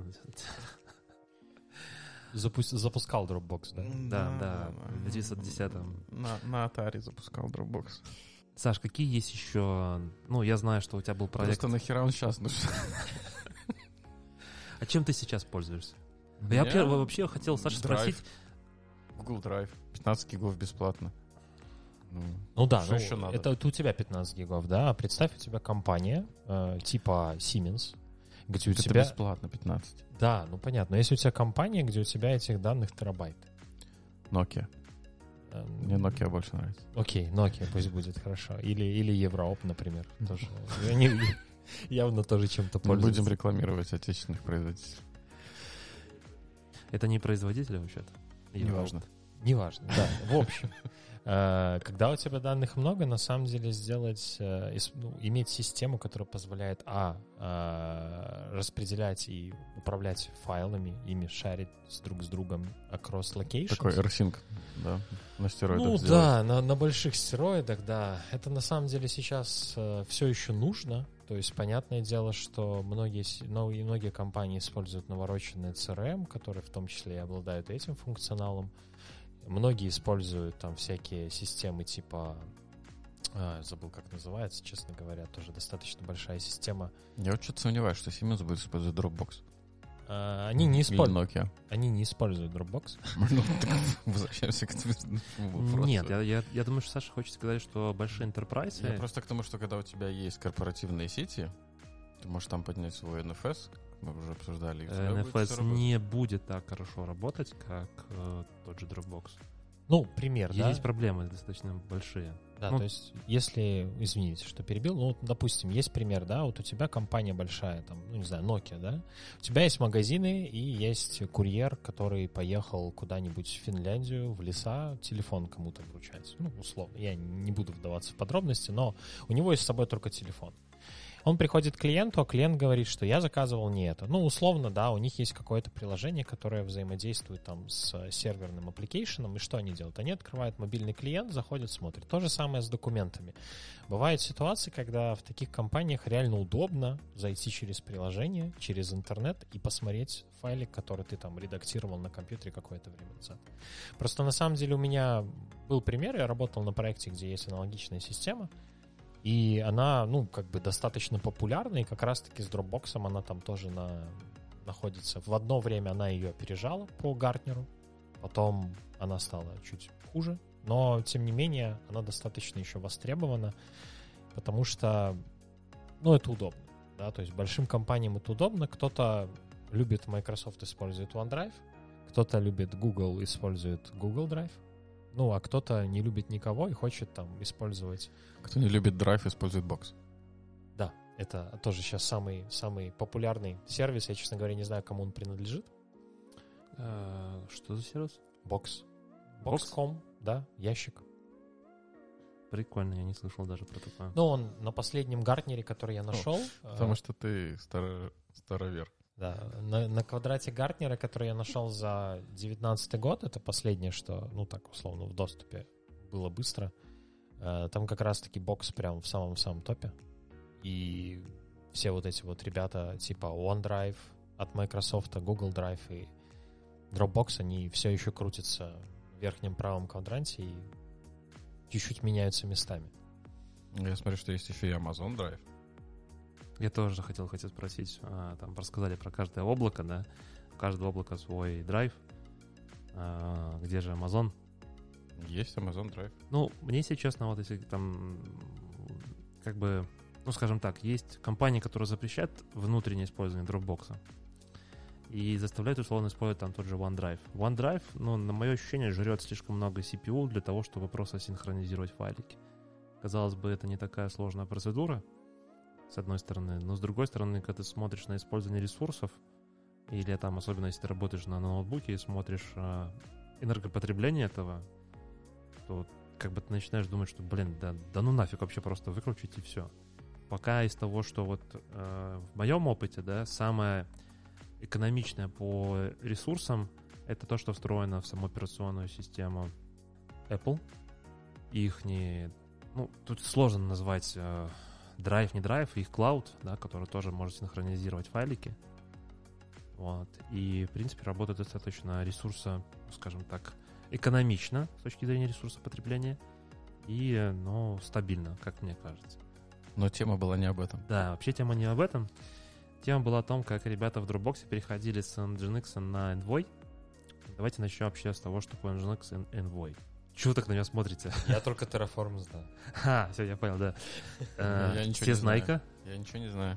Запу- запускал Dropbox, да? Да, да, в две тысячи десятом. На, на Atari запускал Dropbox. Саш, какие есть еще... Ну, я знаю, что у тебя был проект. Просто нахера он сейчас нужен? А чем ты сейчас пользуешься? Я вообще, вообще хотел Сашу спросить... Google Drive. пятнадцать гигов бесплатно. Ну, Ну да, что ну, еще надо? это у тебя пятнадцать гигов, да? А представь, у тебя компания э, типа Siemens, где у это тебя... бесплатно пятнадцать. Да, ну понятно. Но если у тебя компания, где у тебя этих данных терабайт. Nokia. Эм, Мне Nokia больше нравится. Окей, Nokia пусть будет, хорошо. Или, или Еврооп, например. Тоже. Они явно тоже чем-то Мы будем пользуются. рекламировать отечественных производителей. Это не производитель вообще-то? Неважно. Неважно, да. В общем, э, когда у тебя данных много, на самом деле сделать, э, ис- ну, иметь систему, которая позволяет, а, э, распределять и управлять файлами, ими шарить с друг с другом across locations. Такой AirSync, да, на стероидах Ну сделать. да, на, на больших стероидах, да. Это на самом деле сейчас э, все еще нужно. То есть, понятное дело, что многие, с- но и многие компании используют навороченные си эр эм, которые в том числе и обладают этим функционалом. Многие используют там всякие системы типа... а, забыл, как называется, честно говоря. Тоже достаточно большая система. Я вот что-то сомневаюсь, что Siemens будет использовать Dropbox. А, они, не Или используют, Nokia. они не используют Dropbox. Ну, так возвращаемся к этому вопросу. Нет, я, я, я думаю, что Саша хочет сказать, что большие enterprise... Я просто к тому, что когда у тебя есть корпоративные сети, ты можешь там поднять свой эн эф эс, мы уже обсуждали. и у тебя эн будет эф эс всё работать. не будет так хорошо работать, как э, тот же Dropbox. Ну, пример, да? Здесь проблемы достаточно большие. Да, Ну, то есть, если, извините, что перебил, ну, вот, допустим, есть пример, да, вот у тебя компания большая, там, ну, не знаю, Nokia, да, у тебя есть магазины и есть курьер, который поехал куда-нибудь в Финляндию, в леса, телефон кому-то вручать, ну, условно, я не буду вдаваться в подробности, но у него есть с собой только телефон. Он приходит к клиенту, а клиент говорит, что я заказывал не это. Ну, условно, да, у них есть какое-то приложение, которое взаимодействует там с серверным аппликейшеном, и что они делают? Они открывают мобильный клиент, заходят, смотрят. То же самое с документами. Бывают ситуации, когда в таких компаниях реально удобно зайти через приложение, через интернет и посмотреть файлик, который ты там редактировал на компьютере какое-то время назад. Просто на самом деле у меня был пример, я работал на проекте, где есть аналогичная система, и она, ну, как бы достаточно популярна, и как раз-таки с Dropbox она там тоже на, находится. В одно время она ее опережала по Гартнеру, потом она стала чуть хуже, но, тем не менее, она достаточно еще востребована, потому что, ну, это удобно, да, то есть большим компаниям это удобно, кто-то любит Microsoft, использует OneDrive, кто-то любит Google, использует Google Drive, ну, а кто-то не любит никого и хочет там использовать. Кто не любит Drive, использует Box. Да, это тоже сейчас самый, самый популярный сервис. Я, честно говоря, не знаю, кому он принадлежит. э, что за сервис? Box. Box? Box точка ком, да, ящик. Прикольно, я не слышал даже про такое. Ну, он на последнем Гартнере, который я нашел. Потому что ты старо- старовер. Да, на, на квадрате Гартнера, который я нашел за девятнадцатый год, это последнее, что, ну так, условно, в доступе было быстро. Э, Там как раз-таки бокс прям в самом-самом топе. И все вот эти вот ребята типа OneDrive от Microsoft, Google Drive и Dropbox, они все еще крутятся в верхнем правом квадранте и чуть-чуть меняются местами. Я смотрю, что есть еще и Amazon Drive. Я тоже хотел, хотел спросить, а, там рассказали про каждое облако, да? У каждого облака свой драйв. А, где же Amazon? Есть Amazon Drive. Ну, мне, если честно, вот если там как бы ну, скажем так, есть компании, которые запрещают внутреннее использование Dropbox и заставляют условно использовать там тот же OneDrive. OneDrive, ну, на мое ощущение, жрет слишком много си пи ю для того, чтобы просто синхронизировать файлики. Казалось бы, это не такая сложная процедура, с одной стороны, но с другой стороны, когда ты смотришь на использование ресурсов, или там, особенно если ты работаешь на ноутбуке и смотришь э, энергопотребление этого, то как бы ты начинаешь думать, что, блин, да, да ну нафиг вообще просто выключить и все. Пока из того, что вот э, в моем опыте, да, самое экономичное по ресурсам это то, что встроено в саму операционную систему Apple. Их не... Ну, тут сложно назвать э, драйв, не драйв, их cloud, да, который тоже может синхронизировать файлики. Вот. И, в принципе, работает достаточно ресурса, скажем так, экономично с точки зрения ресурса потребления и, ну, стабильно, как мне кажется. Но тема была не об этом. Да, вообще тема не об этом. Тема была о том, как ребята в Dropbox переходили с Nginx на Envoy. Давайте начнем вообще с того, что такое Nginx и Envoy. Чего вы так на меня смотрите? Я только Terraform знаю. Ха, все, я понял, да. Я ничего Все не знайка? знаю. Я ничего не знаю.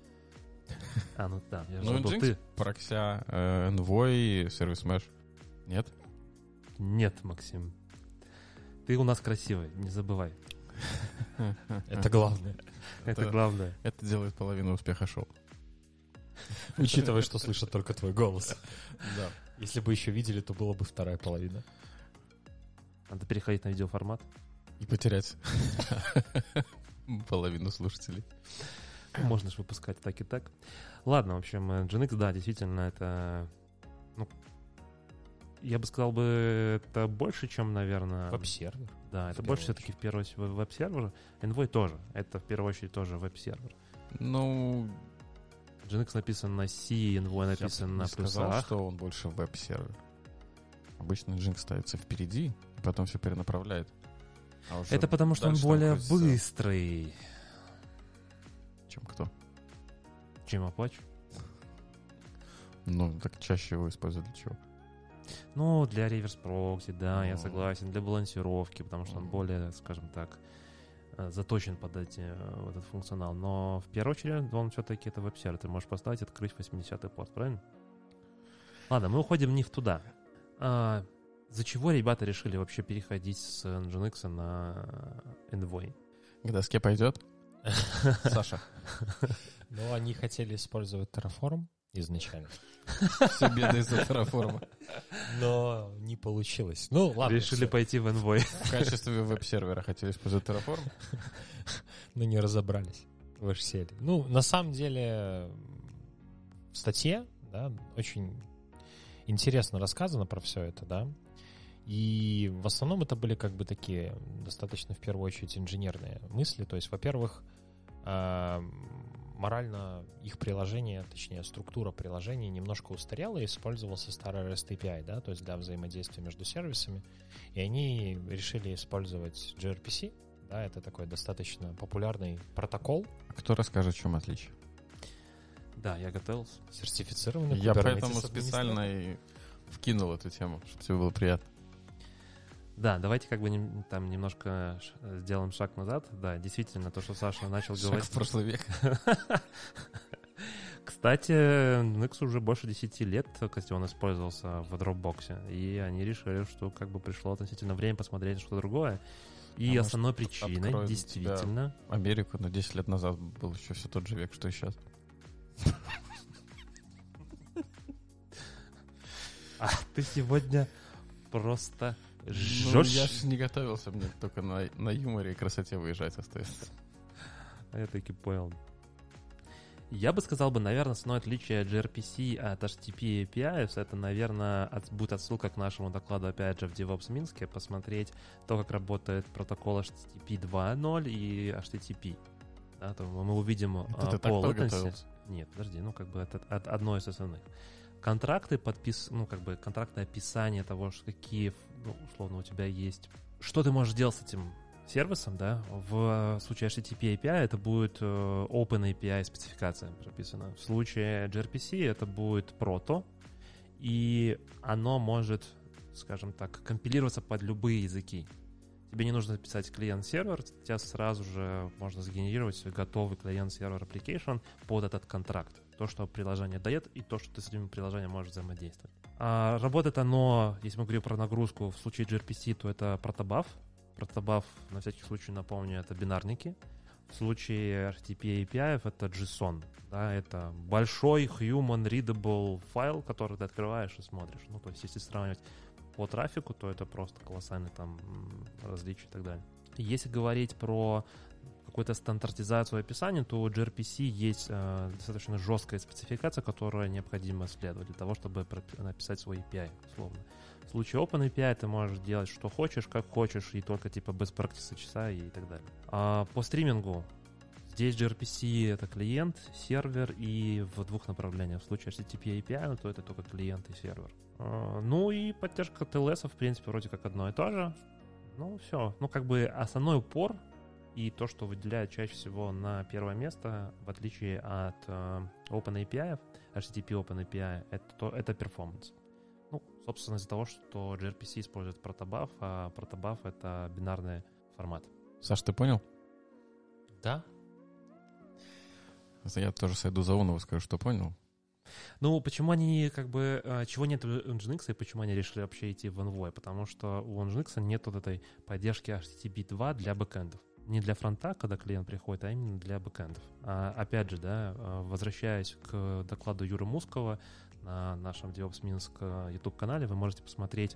А, ну да, я же Ну, забыл. Nginx, Ты... прокся, э, Envoy, сервис Mesh. Нет? Нет, Максим. Ты у нас красивый, не забывай. Это главное. Это Это- главное. Это делает половину успеха шоу. Учитывая, что слышат только твой голос. Да. Если бы еще видели, то была бы вторая половина. Надо переходить на видеоформат. И потерять половину слушателей. Ну, можно же выпускать так и так. Ладно, в общем, Nginx, да, действительно, это... Ну, я бы сказал бы, это больше, чем, наверное... Веб-сервер. Да, это в больше первую все-таки в первую очередь веб- веб-сервер. Envoy тоже. Это в первую очередь тоже веб-сервер. Ну, Nginx написан на C, Envoy я написан бы на не сказал, плюсах. что он больше веб-сервер. Обычно Nginx ставится впереди, и потом все перенаправляет. А уже Это потому, что он дальше там более крутится, быстрый, чем кто. чем Apache. Ну, так чаще его используют для чего? Ну, для реверс-прокси, да, я Ну. согласен. Для балансировки, потому что он Ну. более, скажем так, э, заточен под эти, э, в этот функционал. Но в первую очередь он все-таки это веб-сервер. Ты можешь поставить, открыть восьмидесятый порт, правильно? Ладно, мы уходим не в туда. А, за чего ребята решили вообще переходить с Nginx на Envoy? Когда скеп пойдет? Саша. Ну, они хотели использовать Terraform изначально. Все беды из-за Terraform. Но не получилось. Ну, ладно. Решили всё. пойти в Envoy. В качестве веб-сервера хотели использовать Terraform. Но не разобрались. Вы же сели. Ну, на самом деле, в статье, да, очень интересно рассказано про все это, да. И в основном это были как бы такие достаточно, в первую очередь, инженерные мысли. То есть, во-первых, э, морально их приложение, точнее, структура приложения немножко устарела, и использовался старый REST эй пи ай, да, то есть для взаимодействия между сервисами. И они решили использовать джей ар пи си, да, это такой достаточно популярный протокол, А кто расскажет, в чем отличие? Да, я готовился. сертифицированный Я Kubernetes поэтому администратор. специально и вкинул эту тему, чтобы тебе было приятно. Да, давайте как бы нем- там немножко ш- сделаем шаг назад. Да, действительно, то, что Саша начал Шаг говорить. в прошлый век. Кстати, Nginx уже больше десяти лет, кстати, он использовался в Dropbox, и они решили, что как бы пришло относительно время посмотреть что-то другое. И А может, основной причиной откроет для действительно... Америку, но десять лет назад был еще все тот же век, что и сейчас. А ты сегодня просто Ну, жжешь. я ж не готовился, мне только на, на юморе и красоте выезжать остается. Я таки понял. Я бы сказал бы, наверное, основное отличие джей ар пи си от эйч ти ти пи эй пи ай это, наверное, от- будет отсылка к нашему докладу, опять же, в DevOps Минске, посмотреть то, как работает протокол эйч ти ти пи два ноль и эйч ти ти пи. Да, то мы увидим Это а, ты так по latency. подготовился? Нет, подожди, ну как бы это от- одно из основных. Контракты подпис, ну как бы контракты описания того, что какие, ну, условно, у тебя есть. Что ты можешь делать с этим сервисом, да? В случае эйч ти ти пи эй пи ай это будет э, Open эй пи ай спецификация прописана. В случае джей ар пи си это будет Proto, и оно может, скажем так, компилироваться под любые языки. Тебе не нужно писать клиент-сервер, у тебя сразу же можно сгенерировать свой готовый клиент-сервер application под этот контракт. То, что приложение дает, и то, что ты с этим приложением можешь взаимодействовать. А работает оно, если мы говорим про нагрузку, в случае джей ар пи си, то это протобаф. Протобаф, на всякий случай напомню, это бинарники. В случае эйч ти ти пи эй пи ай это JSON. Да, это большой human readable файл, который ты открываешь и смотришь. Ну, то есть, если сравнивать по трафику, то это просто колоссальные там различия и так далее. Если говорить про какую-то стандартизацию описания, то у джей ар пи си есть э, достаточно жесткая спецификация, которая необходимо следовать для того, чтобы написать свой эй пи ай, условно. В случае OpenAPI ты можешь делать что хочешь, как хочешь, и только типа без practice часа и так далее. А по стримингу здесь джей ар пи си это клиент, сервер и в двух направлениях. В случае эйч ти ти пи эй пи ай, то это только клиент и сервер. А, ну и поддержка ти эл эс, в принципе, вроде как одно и то же. Ну все. Ну как бы основной упор и то, что выделяет чаще всего на первое место, в отличие от э, OpenAPI, эйч ти ти пи OpenAPI, это, то, это performance. Ну, собственно, из-за того, что джей ар пи си использует протобаф, а протобаф — это бинарный формат. Саш, ты понял? Да. Я тоже сойду за умного, скажу, что понял. Ну, почему они, как бы, чего нет у Nginx, и почему они решили вообще идти в Envoy? Потому что у Nginx нет вот этой поддержки эйч ти ти пи два для бэкэндов. Не для фронта, когда клиент приходит, а именно для бэкэндов. А, опять же, да, возвращаясь к докладу Юры Мускова на нашем DevOps Минск YouTube-канале, вы можете посмотреть,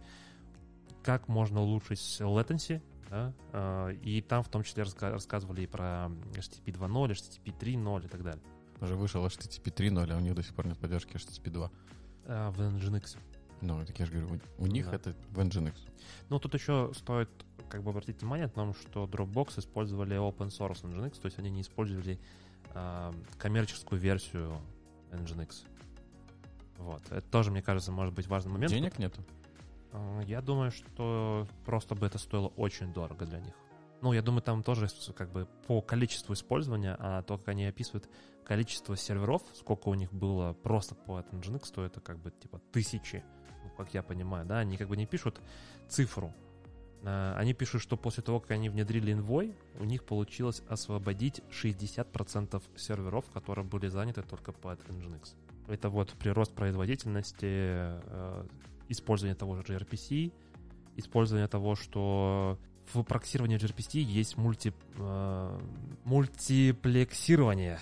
как можно улучшить latency, да, и там в том числе раска- рассказывали и про эйч ти ти пи два ноль, эйч ти ти пи три ноль и так далее. Уже вышел эйч ти ти пи три ноль, а у них до сих пор нет поддержки эйч ти ти пи два. А, в Nginx. Ну, так я же говорю, у, у них Да. это в Nginx. Ну, тут еще стоит как бы обратить внимание на том, что Dropbox использовали open source Nginx, то есть они не использовали э, коммерческую версию Nginx. Вот. Это тоже, мне кажется, может быть важный момент. Денег нету? Э, я думаю, что просто бы это стоило очень дорого для них. Ну, я думаю, там тоже как бы по количеству использования, а то, как они описывают количество серверов, сколько у них было просто по Nginx, то это как бы типа тысячи, ну, как я понимаю, да, они как бы не пишут цифру. Они пишут, что после того, как они внедрили Envoy, у них получилось освободить шестьдесят процентов серверов, которые были заняты только под Nginx. Это вот прирост производительности, э, использование того же джей ар пи си, использование того, что в проксировании джей ар пи си есть мульти, э, мультиплексирование.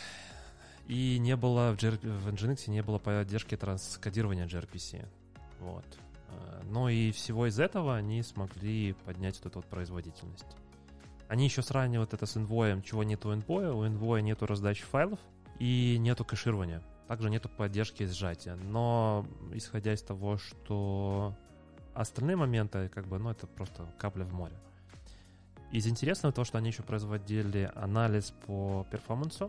И не было в, G R, в Nginx не было поддержки транскодирования джей ар пи си. Вот. Но и всего из этого они смогли поднять вот эту вот производительность. Они еще сравнивают это с Envoy, чего нет у Envoy. У Envoy нету раздачи файлов и нету кэширования. Также нету поддержки сжатия. Но исходя из того, что остальные моменты, как бы, ну, это просто капля в море. Из интересного то, что они еще производили анализ по перформансу.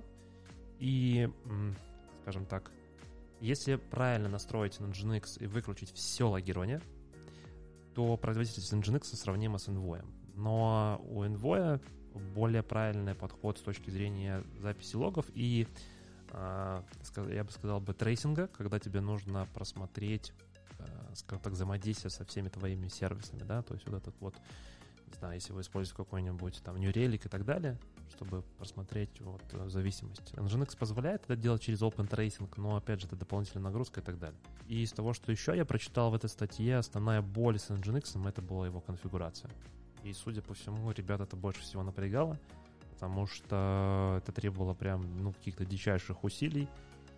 И, скажем так, если правильно настроить Nginx и выключить все логирование, то производительность Nginx сравнима с Envoy. Но у Envoy более правильный подход с точки зрения записи логов и, я бы сказал бы, трейсинга, когда тебе нужно просмотреть, скажем так, взаимодействие со всеми твоими сервисами, да, то есть вот этот вот, не знаю, если вы используете какой-нибудь там New Relic и так далее, чтобы просмотреть вот зависимость. Nginx позволяет это делать через Open Tracing, но, опять же, это дополнительная нагрузка и так далее. И из того, что еще я прочитал в этой статье, основная боль с Nginx — это была его конфигурация. И, судя по всему, ребят это больше всего напрягало, потому что это требовало прям, ну, каких-то дичайших усилий.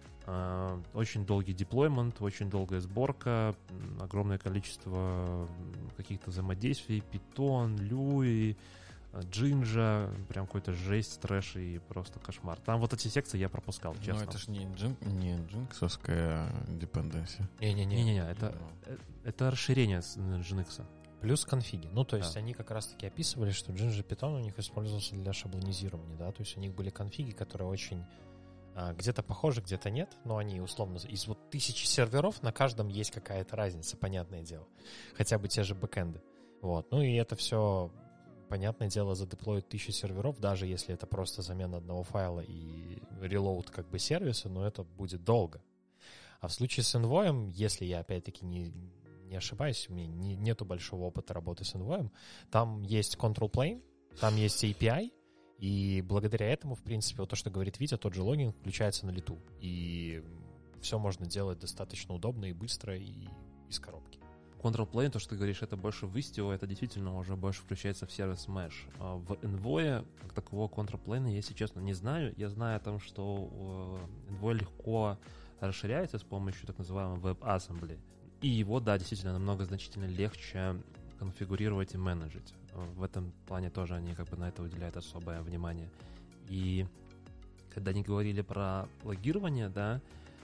Очень долгий деплоймент, очень долгая сборка, огромное количество каких-то взаимодействий, Python, Lua, Jinja, прям какой-то жесть, трэш и просто кошмар. Там вот эти секции я пропускал, честно. Ну, это же не, джин, не джинксовская dependency. Не-не-не. Не-не-не, это, это расширение Nginx. Плюс конфиги. Ну, то есть Да. они как раз-таки описывали, что Jinja Python у них использовался для шаблонизирования, да, то есть у них были конфиги, которые очень а, где-то похожи, где-то нет, но они условно из вот тысячи серверов на каждом есть какая-то разница, понятное дело. Хотя бы те же бэкэнды. Вот. Ну и это все, понятное дело, задеплоит тысячу серверов, даже если это просто замена одного файла и релоуд как бы сервиса, но это будет долго. А в случае с Envoy, если я опять-таки не не ошибаюсь, у меня не, нету большого опыта работы с Envoy, там есть Control Plane, там есть эй пи ай, и благодаря этому, в принципе, вот то, что говорит Витя, тот же логин включается на лету. И все можно делать достаточно удобно и быстро, и из коробки. Control Plane, то, что ты говоришь, это больше в Istio, это действительно уже больше включается в сервис Mesh. А в Envoy, как такового Control Plane, я, если честно, не знаю. Я знаю о том, что Envoy легко расширяется с помощью так называемого WebAssembly. И его, да, действительно намного значительно легче конфигурировать и менеджить. В этом плане тоже они как бы на это уделяют особое внимание. И когда они говорили про логирование, да,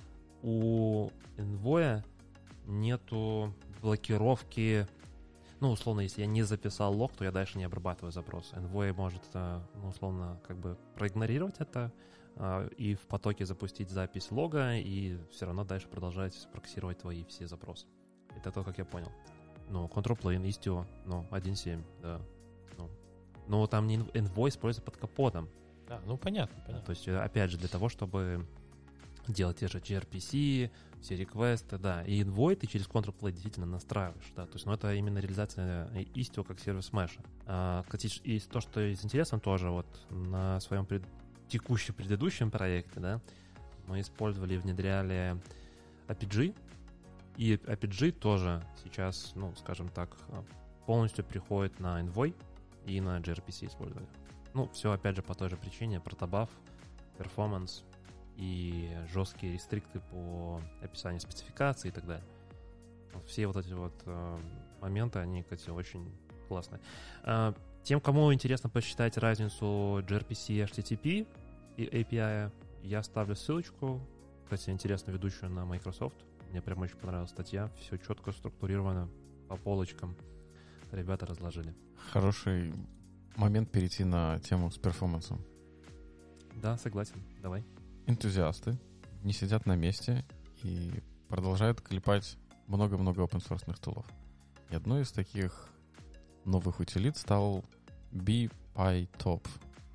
у Envoy нету блокировки. Ну, условно, если я не записал лог, то я дальше не обрабатываю запрос. Envoy может, ну, условно, как бы проигнорировать это и в потоке запустить запись лога, и все равно дальше продолжать проксировать твои все запросы. Это то, как я понял. Ну, Control Plane, Istio, ну, один точка семь, да. Ну, но там не Envoy используется под капотом. Да, ну, понятно, понятно. То есть, опять же, для того, чтобы делать те же джи ар пи си, все реквесты, да. И Envoy ты через Control Plane действительно настраиваешь, да. То есть, ну, это именно реализация Istio как сервис Mesh. А, кстати, и то, что из интересного тоже, вот на своем пред... текущем предыдущем проекте, да, мы использовали и внедряли эй пи джи, и эй пи джи тоже сейчас, ну, скажем так, полностью приходит на Envoy и на джи ар пи си использовали. Ну, все, опять же, по той же причине, протобаф, перформанс и жесткие рестрикты по описанию спецификации и так далее. Вот все вот эти вот э, моменты, они, кстати, очень классные. Э, тем, кому интересно посчитать разницу джи ар пи си и эйч ти ти пи и эй пи ай, я ставлю ссылочку, кстати, интересно ведущую на Microsoft. Мне прям очень понравилась статья. Все четко структурировано по полочкам. Ребята разложили. Хороший момент перейти на тему с перформансом. Да, согласен. Давай. Энтузиасты не сидят на месте и продолжают клепать много-много open-source тулов. И одной из таких новых утилит стал BPyTop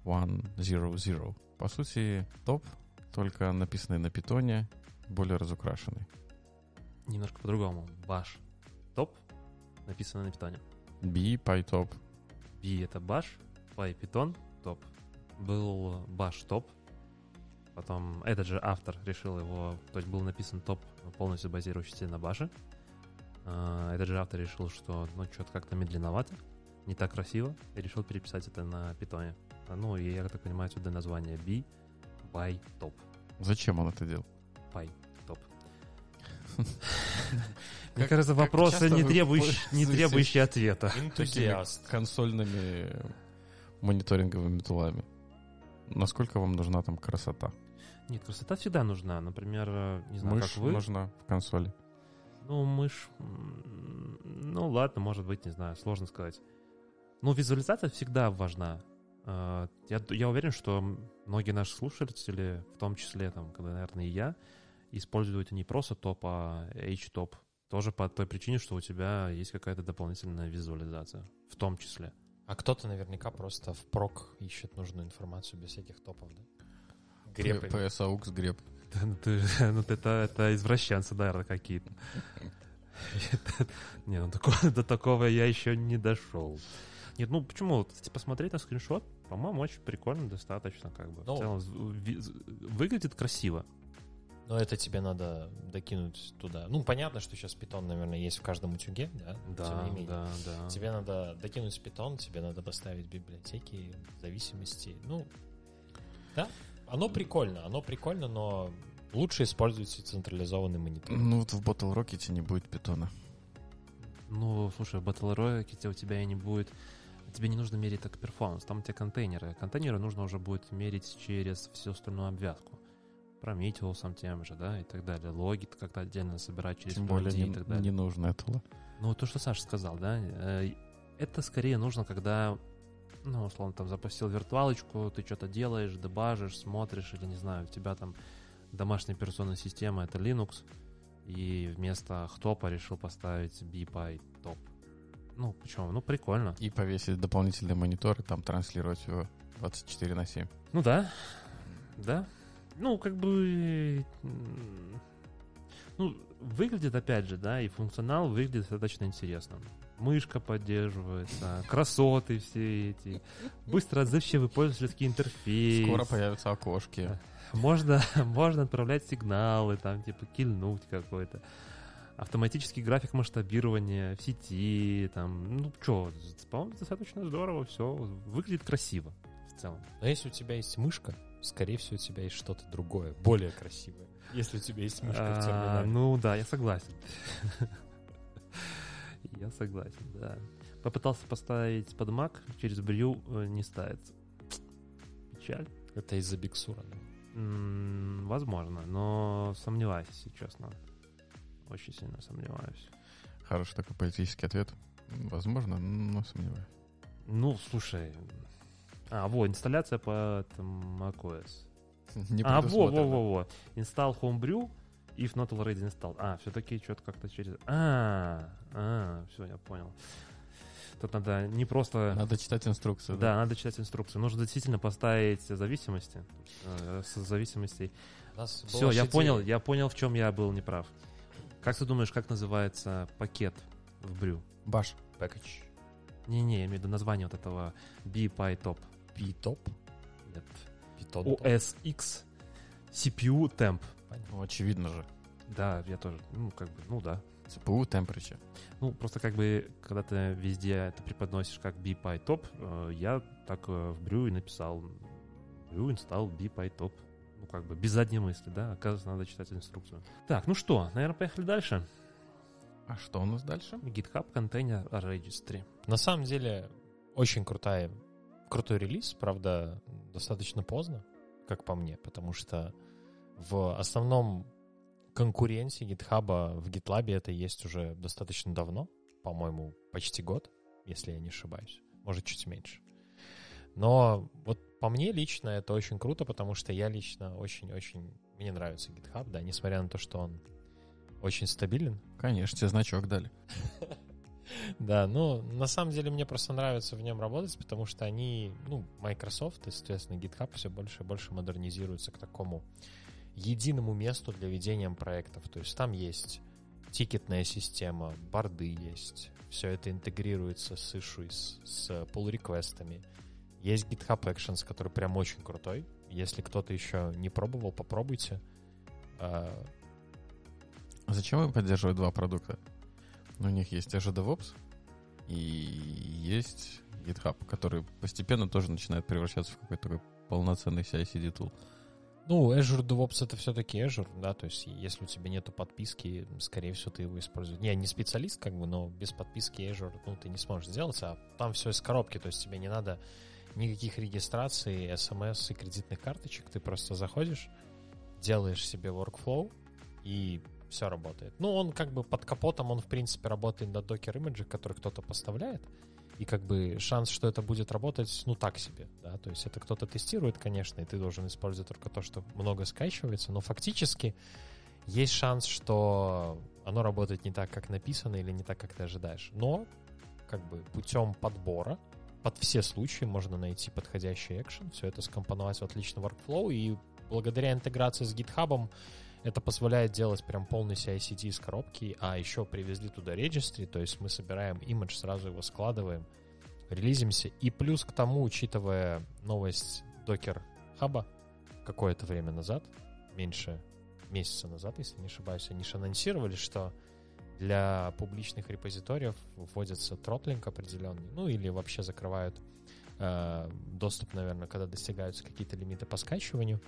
сто. По сути, топ, только написанный на питоне, более разукрашенный. Немножко по-другому. Bash топ написано на питоне. BPyTop. B — это bash, Py — Python, топ. Был bash топ. Потом этот же автор решил его... То есть был написан топ, полностью базирующийся на баше. Этот же автор решил, что ну что-то как-то медленновато, не так красиво, и решил переписать это на питоне. Ну, и я так понимаю, отсюда название B, Py, Top. Зачем он это делал? Py, Top. Мне кажется, вопросы, не требующие ответа. Энтузиаст. Консольными мониторинговыми тулами. Насколько вам нужна там красота? Нет, красота всегда нужна. Например, не знаю, мышь как вы. нужна в консоли. Ну, мышь... Ну, ладно, может быть, не знаю, сложно сказать. Ну, визуализация всегда важна. Я, я уверен, что многие наши слушатели, в том числе, там, когда, наверное, и я, используют не просто топ, а H-топ. Тоже по той причине, что у тебя есть какая-то дополнительная визуализация. В том числе. А кто-то наверняка просто впрок ищет нужную информацию без всяких топов, да? Грепы. пи эс эй ю экс греп. Ну, ты, ну это, это извращенцы, наверное, какие-то. Не, ну до такого я еще не дошел. Нет, ну почему? Кстати, посмотреть на скриншот, по-моему, очень прикольно, достаточно, как бы. В целом выглядит красиво. Но это тебе надо докинуть туда. Ну, понятно, что сейчас Python, наверное, есть в каждом утюге, да? Да, да, да. Тебе надо докинуть Python, тебе надо поставить библиотеки, зависимости. Ну, да, оно прикольно, оно прикольно, но лучше используйте централизованный монитор. Ну, вот в Battle Rocket не будет питона. Ну, слушай, в Battle Rocket у тебя и не будет... Тебе не нужно мерить так перформанс, там у тебя контейнеры. Контейнеры нужно уже будет мерить через всю остальную обвязку. Prometheus тем же, да, и так далее. Логи как-то отдельно собирать через Тем более не, и так далее. не нужно этого. Ну, то, что Саша сказал, да, это скорее нужно, когда, ну, условно, там запустил виртуалочку, ты что-то делаешь, дебажишь, смотришь, или, не знаю, у тебя там домашняя операционная система — это Linux, и вместо хтопа решил поставить BPyTop. Ну, почему? Ну, прикольно. И повесить дополнительные мониторы, там транслировать его двадцать четыре на семь. Ну да, да. Ну, как бы... Ну, выглядит, опять же, да, и функционал выглядит достаточно интересно. Мышка поддерживается, красоты все эти, быстро отзывчивый пользовательский интерфейс. Скоро появятся окошки. Можно, можно отправлять сигналы, там, типа, кильнуть какой-то. Автоматический график масштабирования в сети, там, ну, что, по-моему, достаточно здорово, все, выглядит красиво в целом. Но если у тебя есть мышка, скорее всего, у тебя есть что-то другое, более красивое. Если у тебя есть мышка в терминале. Ну, да, я согласен. Я согласен, да. Попытался поставить под Mac, через Брю не ставится. Печаль. Это из-за Биксура, да? М, возможно, но сомневаюсь, если честно. Очень сильно сомневаюсь. Хороший такой политический ответ. Возможно, но сомневаюсь. Ну, слушай. А, вот, инсталляция по там, macOS. Не А, во, во, предусмотрено. во, во. Install Homebrew, if not already installed. А, все-таки что-то как-то через... А, а, все, я понял. Тут надо не просто... Надо читать инструкцию. Да, надо читать инструкцию. Нужно действительно поставить зависимости. Э, С зависимостей. Все, я понял, я понял, в чем я был неправ. Как ты думаешь, как называется пакет в Брю? Баш. Package. Не-не, я имею в виду название вот этого BPyTop. P-Top? Нет. Python о эс икс си пи ю Temp. Ну, очевидно же. Да, я тоже. Ну, как бы, ну да. си пи ю temperature. Ну, просто как бы, когда ты везде это преподносишь как BPyTop, э, я так э, в Брю и написал. Брю install BPyTop. Ну, как бы, без задней мысли, да? Оказывается, надо читать инструкцию. Так, ну что, наверное, поехали дальше. А что у нас дальше? GitHub Container Registry. На самом деле, очень крутая, крутой релиз, правда, достаточно поздно, как по мне, потому что в основном конкуренции GitHub в GitLab это есть уже достаточно давно, по-моему, почти год, если я не ошибаюсь, может, чуть меньше. Но вот по мне лично это очень круто, потому что я лично очень-очень... Мне нравится GitHub, да, несмотря на то, что он очень стабилен. Конечно, тебе значок дали. Да, ну, на самом деле мне просто нравится в нем работать, потому что они, ну, Microsoft и, соответственно, GitHub все больше и больше модернизируются к такому единому месту для ведения проектов. То есть там есть тикетная система, борды есть, все это интегрируется с issues, с pull-реквестами. Есть GitHub Actions, который прям очень крутой. Если кто-то еще не пробовал, попробуйте. А зачем им поддерживать два продукта? У них есть Azure DevOps и есть GitHub, который постепенно тоже начинает превращаться в какой-то такой полноценный си ай си ди тул. Ну, Azure DevOps — это все-таки Azure, да, то есть если у тебя нету подписки, скорее всего, ты его используешь. Я не специалист, как бы, но без подписки Azure, ну, ты не сможешь сделать, а там все из коробки, то есть тебе не надо никаких регистраций, эс эм эс и кредитных карточек, ты просто заходишь, делаешь себе workflow, и все работает. Ну, он как бы под капотом, он, в принципе, работает на докер-имиджах, которые кто-то поставляет, и как бы шанс, что это будет работать, ну, так себе, да, то есть это кто-то тестирует, конечно, и ты должен использовать только то, что много скачивается, но фактически есть шанс, что оно работает не так, как написано, или не так, как ты ожидаешь. Но как бы путем подбора под все случаи можно найти подходящий экшен, все это скомпоновать в отличный workflow, и благодаря интеграции с GitHub это позволяет делать прям полный си ай си ди из коробки, а еще привезли туда registry, то есть мы собираем имидж, сразу его складываем, релизимся, и плюс к тому, учитывая новость Docker Hub какое-то время назад, меньше месяца назад, если не ошибаюсь, они же анонсировали, что для публичных репозиториев вводится тротлинг определенный, ну или вообще закрывают э, доступ, наверное, когда достигаются какие-то лимиты по скачиванию.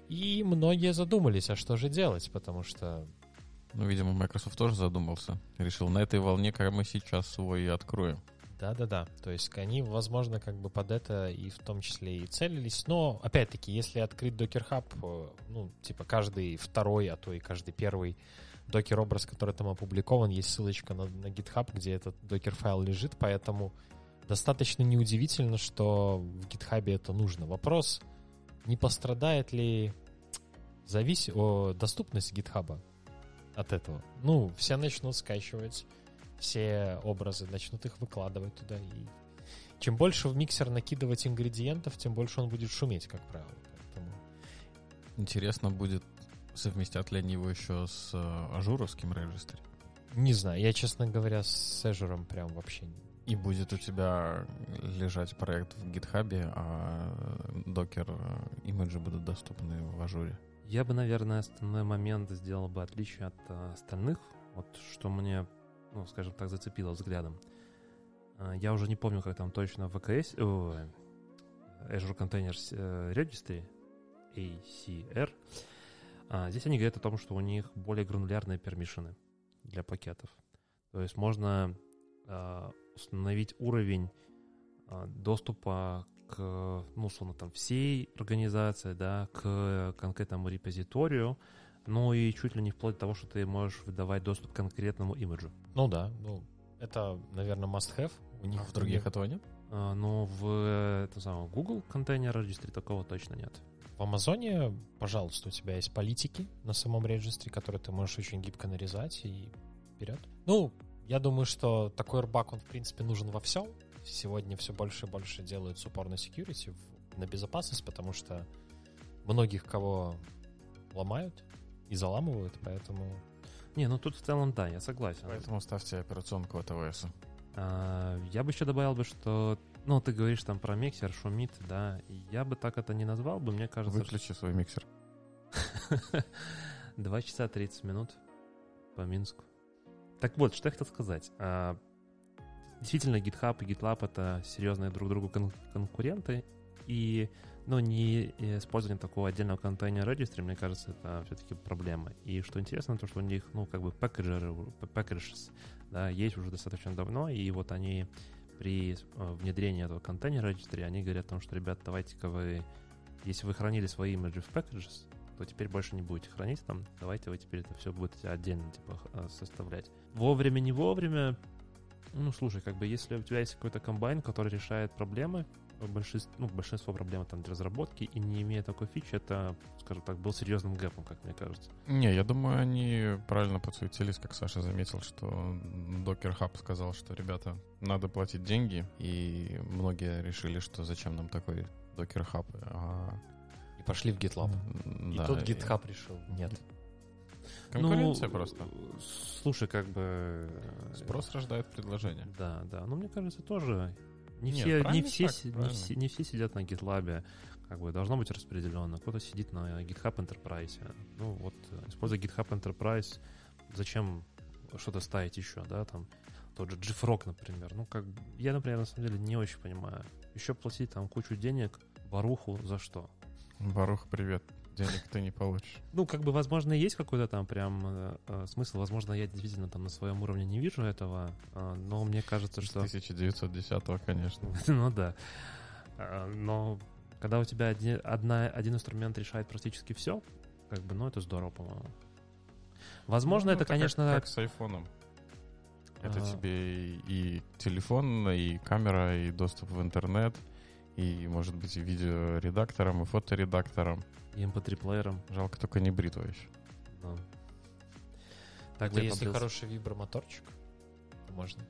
И многие задумались, а что же делать, потому что... Ну, видимо, Microsoft тоже задумался. Решил, на этой волне, как мы сейчас свой и откроем. Да-да-да, то есть они, возможно, как бы под это и в том числе и целились, но, опять-таки, если открыть Docker Hub, ну, типа каждый второй, а то и каждый первый докер-образ, который там опубликован, есть ссылочка на, на GitHub, где этот докер-файл лежит, поэтому достаточно неудивительно, что в GitHub это нужно. Вопрос, не пострадает ли завис... О, доступность GitHub от этого? Ну, все начнут скачивать все образы, начнут их выкладывать туда. И чем больше в миксер накидывать ингредиентов, тем больше он будет шуметь, как правило. Поэтому... Интересно будет Совместят ли они его еще с э, ажуровским регистри? Не знаю, я, честно говоря, с Azure прям вообще не... И будет у тебя лежать проект в гитхабе, а докер имиджи будут доступны в ажуре. Я бы, наверное, основной момент сделал бы отличие от а, остальных, вот что мне, ну, скажем так, зацепило взглядом. А, я уже не помню, как там точно в ви кей эс, о, Azure Container Registry, эй си ар. А, здесь они говорят о том, что у них более гранулярные пермишины для пакетов. То есть можно а, установить уровень а, доступа к, ну, условно, там, всей организации, да, к конкретному репозиторию, ну и чуть ли не вплоть до того, что ты можешь выдавать доступ к конкретному имиджу. Ну да, ну это, наверное, must-have. У них А в других этого нет? А, но в этом самом Google Container Registry такого точно нет. В Амазоне, пожалуйста, у тебя есть политики на самом регистре, которые ты можешь очень гибко нарезать и вперед. Ну, я думаю, что такой рбак, он, в принципе, нужен во всем. Сегодня все больше и больше делают упор на security, на безопасность, потому что многих кого ломают и заламывают, поэтому... Не, ну тут в целом да, я согласен. Поэтому ставьте операционку от эй ви эс. А, я бы еще добавил бы, что, ну, ты говоришь там про миксер, шумит, да, я бы так это не назвал бы, мне кажется... Выключи свой миксер. два часа тридцать минут по Минску. Так вот, что я хотел сказать. А, действительно, GitHub и GitLab — это серьезные друг другу кон- конкуренты, и, ну, не использование такого отдельного контейнера registry, мне кажется, это все-таки проблема. И что интересно, то, что у них, ну, как бы пакеджеры, packages, да, есть уже достаточно давно, и вот они при внедрении этого контейнера registry, они говорят о том, что, ребят, давайте-ка вы, если вы хранили свои имиджи в packages, то теперь больше не будете хранить там, давайте вы теперь это все будете отдельно, типа, составлять. Вовремя, не вовремя, ну, слушай, как бы, если у тебя есть какой-то комбайн, который решает проблемы, большинство, ну, большинство проблем там для разработки, и не имея такой фичи, это, скажем так, был серьезным гэпом, как мне кажется. Не, я думаю, они правильно подсуетились, как Саша заметил, что Docker Hub сказал, что, ребята, надо платить деньги, и многие решили, что зачем нам такой Docker Hub, а... И пошли в GitLab. Да, и тут GitHub решил, нет. Конкуренция ну, просто. Слушай, как бы... Спрос рождает предложение. Да, да. Но мне кажется, тоже не, Нет, все, не, правильный все, шаг, си- не, правильно. все, не все сидят на GitLab. Как бы должно быть распределенно. Кто-то сидит на GitHub Enterprise. Ну вот, используя GitHub Enterprise, зачем что-то ставить еще, да, там тот же JFrog, например. Ну, как бы, я, например, на самом деле не очень понимаю. Еще платить там кучу денег Баруху за что? Барух, привет. Денег ты не получишь. Ну, как бы, возможно, есть какой-то там прям э, э, смысл. Возможно, я действительно там на своем уровне не вижу этого, э, но мне кажется, С что... тысяча девятьсот десятого, конечно. Ну да. Э, Но когда у тебя один, одна, один инструмент решает практически все, как бы, ну, это здорово, по-моему. Возможно, Ну, это, как- конечно... Как с айфоном. Это А. тебе и, и телефон, и камера, и доступ в интернет, и, может быть, и видеоредактором, и фоторедактором. И эм пи три плеером. Жалко, только не бритва еще. Ну. Так, я если побрился. хороший вибромоторчик, то можно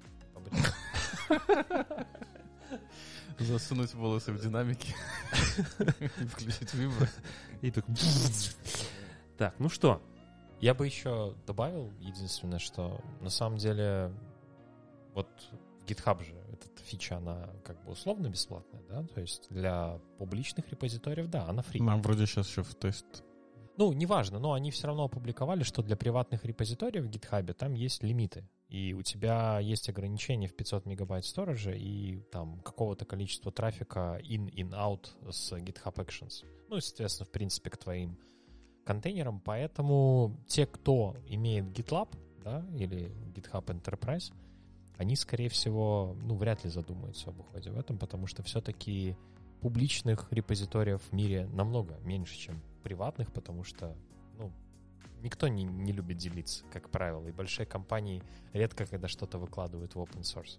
побриться. Засунуть волосы в динамики. Включить вибро. И так... Так, ну что? Я бы еще добавил, единственное, что на самом деле вот GitHub же, эта фича, она как бы условно бесплатная, да, то есть для публичных репозиториев, да, она фри. Нам вроде сейчас еще в тест. Ну, неважно, но они все равно опубликовали, что для приватных репозиториев в GitHub там есть лимиты, и у тебя есть ограничение в пятьсот мегабайт сториджа и там какого-то количества трафика in-in-out с GitHub Actions. Ну и, соответственно, в принципе, к твоим контейнерам, поэтому те, кто имеет GitLab, да, или GitHub Enterprise, они, скорее всего, ну, вряд ли задумаются об уходе в этом, потому что все-таки публичных репозиториев в мире намного меньше, чем приватных, потому что, ну, никто не, не любит делиться, как правило, и большие компании редко когда что-то выкладывают в open source.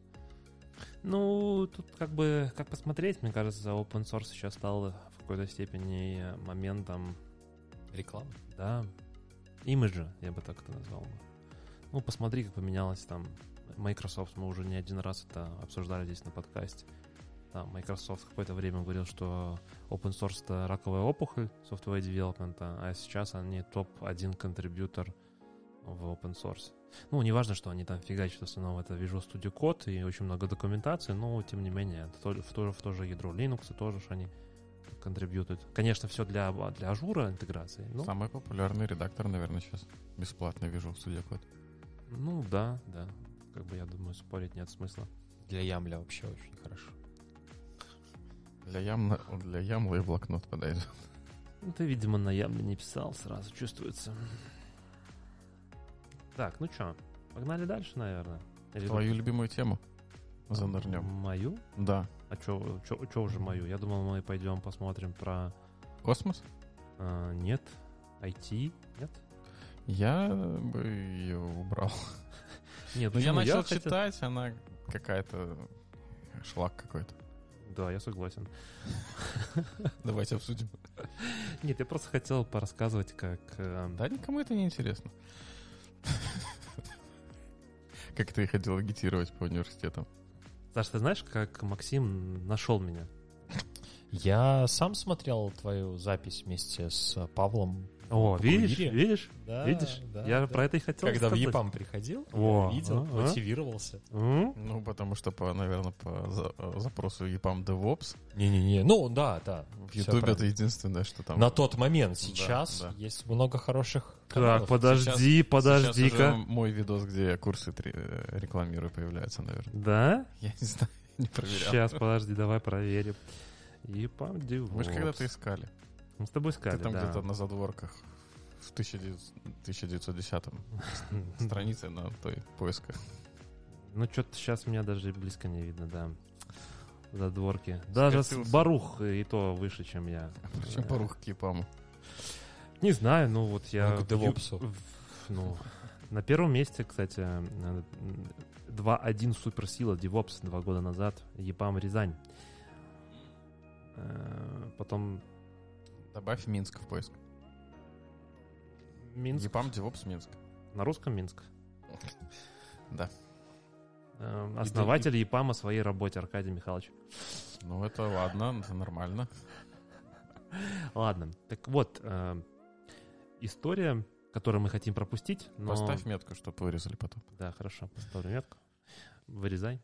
Ну, тут как бы, как посмотреть, мне кажется, open source сейчас стал в какой-то степени моментом, Реклама. да, имиджа, я бы так это назвал бы. Ну, посмотри, как поменялось там Microsoft, мы уже не один раз это обсуждали здесь на подкасте. там Microsoft какое-то время говорил, что open source — это раковая опухоль software development, а сейчас они топ один контрибьютор в open source. Ну, не важно, что они там фигачат в основном это Visual Studio Code и очень много документации, но, тем не менее, в то, в то, в то же ядро Linux тоже ж они контрибьютят. Конечно, все для, для ажура интеграции. Ну, Самый популярный редактор, наверное, сейчас. Бесплатный Visual Studio Code. ну, да, да. Как бы, я думаю, спорить нет смысла. Для Ямля вообще очень хорошо. Для Ямла, для Ямла и блокнот подойдет. Ну, ты, видимо, на Ямле не писал, сразу чувствуется. Так, ну что, погнали дальше, наверное? Или Твою любимую тему занырнем. Мою? Да. А что уже мою? Я думал, мы пойдем посмотрим про... Космос? А, нет. ай ти? Нет? Я бы ее убрал. Нет, Но я почему? начал хотел- читать, она какая-то... Шлак какой-то. Да, я согласен. Давайте обсудим. Нет, я просто хотел порассказывать, как... э, Да, никому это не интересно. Как ты ходил агитировать по университетам? Саш, ты знаешь, как Максим нашел меня? Я сам смотрел твою запись вместе с Павлом. О, в видишь, Букуире. видишь, Да, видишь? да, я да. про это и хотел Когда в сказать. ЕПАМ приходил, О, я видел, ага. мотивировался. М? Ну, потому что, по, наверное, по за- запросу ЕПАМ DevOps Не-не-не, ну да, да. в всё Ютубе это правильно. единственное, что там... На тот момент, сейчас да. есть много хороших Так, каналов. подожди, Сейчас- Сейчас подожди-ка. уже мой видос, где я курсы три- э, рекламирую, появляется, наверное. Да? Я не знаю, не проверял. Сейчас, подожди, давай проверим. И пам Мы же когда-то искали. Мы с тобой искали, Ты там да. где-то на задворках в тысяча девятьсот десятом странице на той поиска. Ну, что-то сейчас меня даже близко не видно, да. Задворки. Даже с Скатился. Барух и то выше, чем я. Причем порух к ЕПАМу. Не знаю, ну вот я... Ну, к DevOps'у. в- Ну, на первом месте, кстати, э, два один суперсила DevOps два года назад. ЕПАМ Рязань. Э, Потом Добавь Минск в поиск. Минск. ЕПАМ DevOps Минск. На русском Минск. Да. Э, Основатель ЕПАМа своей работе Аркадий Михайлович. Ну, это ладно, это нормально. Ладно, так вот, э, история, которую мы хотим пропустить, но... Поставь метку, чтобы вырезали потом. Да, хорошо, поставлю метку. Вырезай.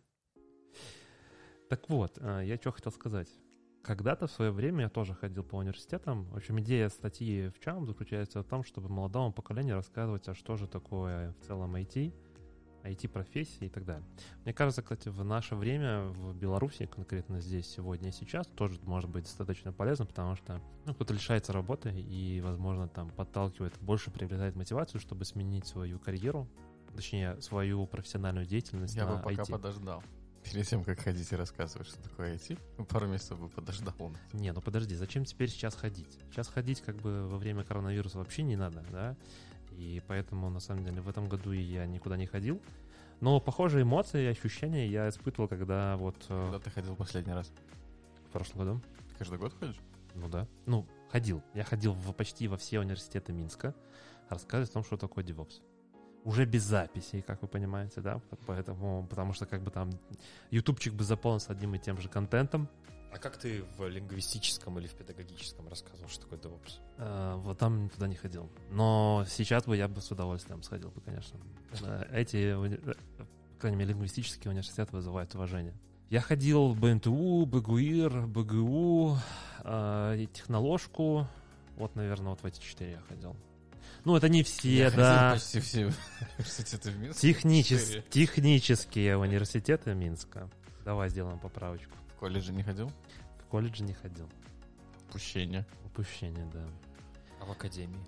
Так вот, э, я что хотел сказать. Когда-то в свое время я тоже ходил по университетам. В общем, идея статьи в чем заключается в том, чтобы молодому поколению рассказывать, а что же такое в целом ай ти, ай ти-профессии и так далее. Мне кажется, кстати, в наше время в Беларуси, конкретно здесь, сегодня и сейчас, тоже может быть достаточно полезно, потому что ну, кто-то лишается работы и, возможно, там подталкивает, больше приобретает мотивацию, чтобы сменить свою карьеру, точнее, свою профессиональную деятельность Я на бы пока ай ти. подождал. Перед тем, как ходить и рассказывать, что такое ай ти, пару месяцев бы подождал. Не, ну подожди, зачем теперь сейчас ходить? Сейчас ходить как бы во время коронавируса вообще не надо, да? И поэтому, на самом деле, в этом году и я никуда не ходил. Но похожие эмоции и ощущения я испытывал, когда вот э, Когда ты ходил последний раз? в прошлом году. Каждый год ходишь? Ну да. Ну, ходил. Я ходил в, почти во все университеты Минска рассказывать о том, что такое DevOps. Уже без записей, как вы понимаете, да? Поэтому, потому что как бы там ютубчик бы заполнился одним и тем же контентом. А как ты в лингвистическом или в педагогическом рассказывал, что такое DevOps? Э, Вот там туда не ходил. Но сейчас бы я бы с удовольствием сходил бы, конечно. Э, Эти, уни- э, по крайней мере, лингвистические университеты вызывают уважение. Я ходил в БНТУ, БГУИР, БГУ, э, и Техноложку. Вот, наверное, вот в эти четыре я ходил. Ну, это не все, Я ходил да. почти все университеты в Минске. Техничес- Четыре. Технические университеты Минска. Давай сделаем поправочку. В колледже не ходил? В колледже не ходил. Упущение. Упущение, да. А в академии?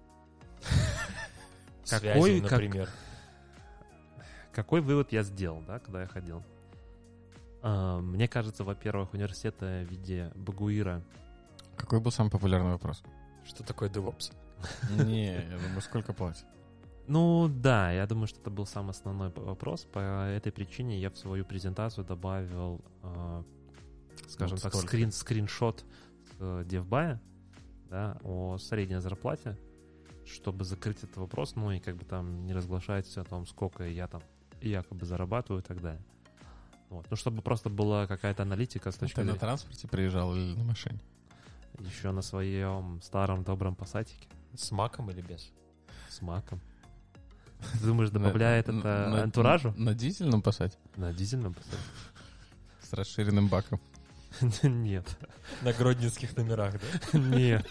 Какой- Связи, как- например. Какой вывод я сделал, да, когда я ходил? А, Мне кажется, во-первых, университеты в виде БГУИРа. Какой был самый популярный вопрос? Что такое DevOps? Не, я думаю, сколько платят? Ну да, я думаю, что это был самый основной п- вопрос. По этой причине я в свою презентацию добавил, а, скажем Вот так, столько. скрин, скриншот с девбая, да, о средней зарплате, чтобы закрыть этот вопрос, ну и как бы там не разглашать о том, сколько я там якобы зарабатываю и так далее. Вот. Ну, чтобы просто была какая-то аналитика с точки Ты на зрения... транспорте приезжал или на машине? Еще на своем старом добром пассатике С маком или без? с маком. Ты думаешь, добавляет На- это на- антуражу? На дизельном Passat? На дизельном пассатике? С расширенным баком. Нет. На гродненских номерах, да? Нет.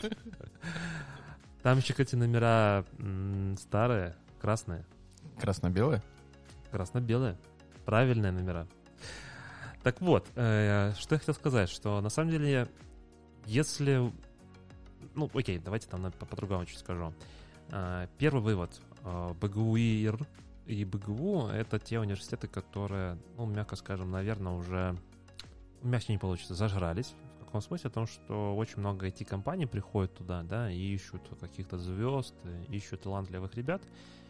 Там еще, кстати, номера м, старые, красные. Красно-белое? Красно-белые. Правильные номера. Так вот, э, что я хотел сказать, что на самом деле, если... Ну, окей, давайте там на- по- по-другому чуть скажу. Э, Первый вывод. Э, БГУИР и БГУ — это те университеты, которые, ну, мягко скажем, наверное, уже... Мягче не получится, зажрались. В каком смысле? В том, что очень много ай ти-компаний приходят туда, да, и ищут каких-то звезд, ищут талантливых ребят.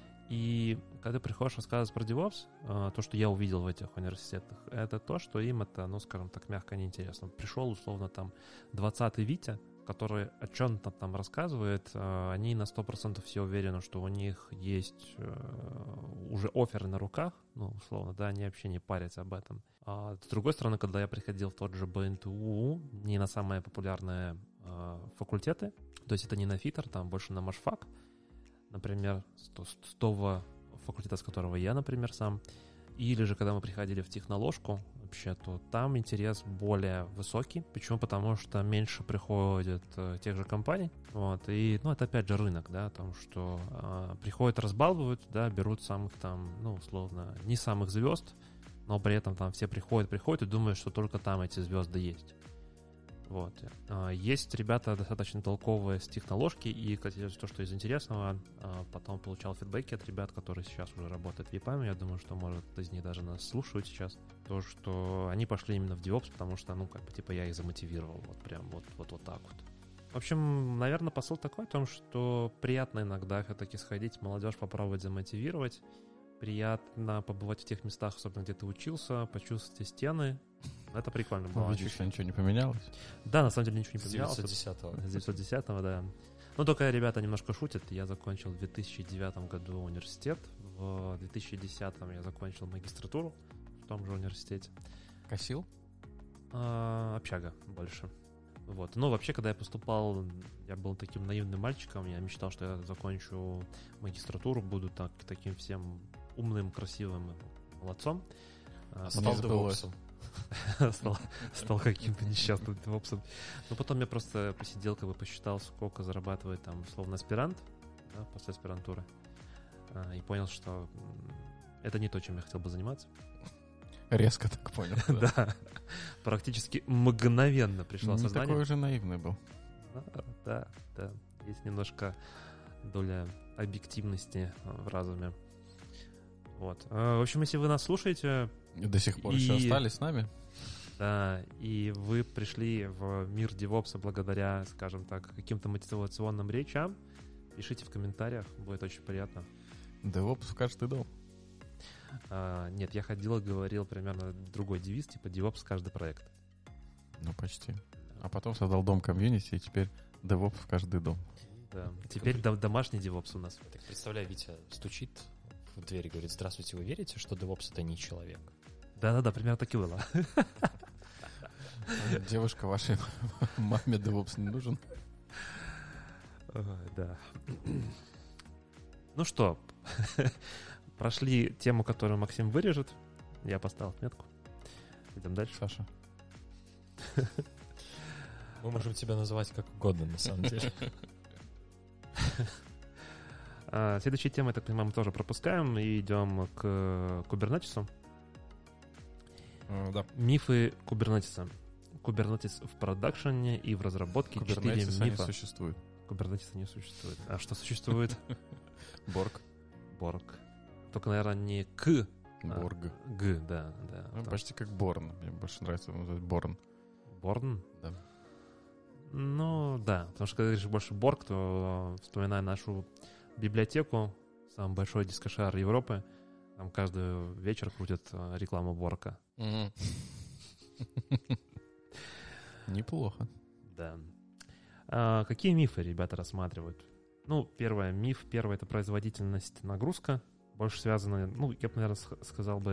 И когда ты приходишь рассказывать про DevOps, э, то, что я увидел в этих университетах, это то, что им это, ну, скажем так, мягко неинтересно. Пришел, условно, там, двадцатый Витя, который о чем-то там рассказывает, э, они на сто процентов все уверены, что у них есть э, уже офферы на руках, ну, условно, да, они вообще не парятся об этом. А с другой стороны, когда я приходил в тот же бэ эн тэ у, не на самые популярные э, факультеты, то есть это не на ФИТР, там больше на Машфак, например, с того факультета, с которого я, например, сам, или же когда мы приходили в техноложку, вообще, то там интерес более высокий. Почему? Потому что меньше приходит э, тех же компаний, вот, и, ну, это опять же рынок, да, потому что э, приходят, разбалбывают, да, берут самых там, ну, условно, не самых звезд, но при этом там все приходят, приходят и думают, что только там эти звезды есть. Вот. Есть ребята достаточно толковые с техноложки, и, кстати, то, что из интересного, потом получал фидбэки от ребят, которые сейчас уже работают в ЕПАМе, я думаю, что, может, из них даже нас слушают сейчас, то, что они пошли именно в DevOps, потому что, ну, как бы, типа, я их замотивировал, вот прям вот, вот, вот так вот. В общем, наверное, посыл такой о том, что приятно иногда все-таки сходить, молодежь попробовать замотивировать, приятно побывать в тех местах, особенно где ты учился, почувствовать эти стены. Это прикольно было. Ну, еще ничего не поменялось? Да, на самом деле ничего не С поменялось. девятьсот десятого. С девятьсот десятого, да. Ну, только ребята немножко шутят. Я закончил в две тысячи девятом году университет. В две тысячи десятом я закончил магистратуру в том же университете. Косил? А, общага больше. Вот. Ну, вообще, когда я поступал, я был таким наивным мальчиком. Я мечтал, что я закончу магистратуру, буду так, таким всем умным, красивым молодцом. А А, стал Не сбылось. девопсом. стал, стал каким-то несчастным девопсом. Но потом я просто посидел, как бы посчитал, сколько зарабатывает там, условно, аспирант, да, после аспирантуры, а, и понял, что м, это не то, чем я хотел бы заниматься. Резко так понял. да. Да, практически мгновенно пришло Не осознание. такой уже наивный был. А, Да, да, есть немножко доля объективности в разуме. Вот. А, В общем, если вы нас слушаете, И до сих пор И- еще остались с нами. да, и вы пришли в мир девопса благодаря, скажем так, каким-то мотивационным речам, пишите в комментариях, будет очень приятно. DevOps в каждый дом. А, нет, я ходил и говорил примерно другой девиз, типа DevOps в каждый проект. Ну, почти. А потом создал дом комьюнити, и теперь DevOps в каждый дом. Да. Теперь дом- домашний девопс у нас. Так представляю, Витя стучит в дверь и говорит: здравствуйте, вы верите, что DevOps — это не человек? Да-да-да, примерно так и было. Девушка, вашей маме DevOps не нужен? Ой, Да. Ну что, прошли тему, которую Максим вырежет. Я поставил отметку. Идем дальше. Саша. Мы можем тебя называть как угодно, на самом деле. А, Следующая тема, я так понимаю, мы тоже пропускаем и идем к кубернетису. Э, Да. Мифы кубернетиса. Кубернетис в продакшене и в разработке. Четыре Кубернетиса не мифа. существует. Кубернетиса не существует. А что существует? Борг. Борг. Только, наверное, не к, а Борг. г, да, да. Ну, Там почти как Борн. Мне больше нравится его называть Борн. Борн? Да. Ну, да. Потому что, когда говоришь больше Борг, то вспоминая нашу библиотеку, самый большой дискошар Европы, там каждый вечер крутят э, рекламу Борка. Неплохо. Да. А какие мифы ребята рассматривают? Ну, первое, миф, первое — это производительность, нагрузка. Больше связано, ну, я бы, наверное, сказал бы,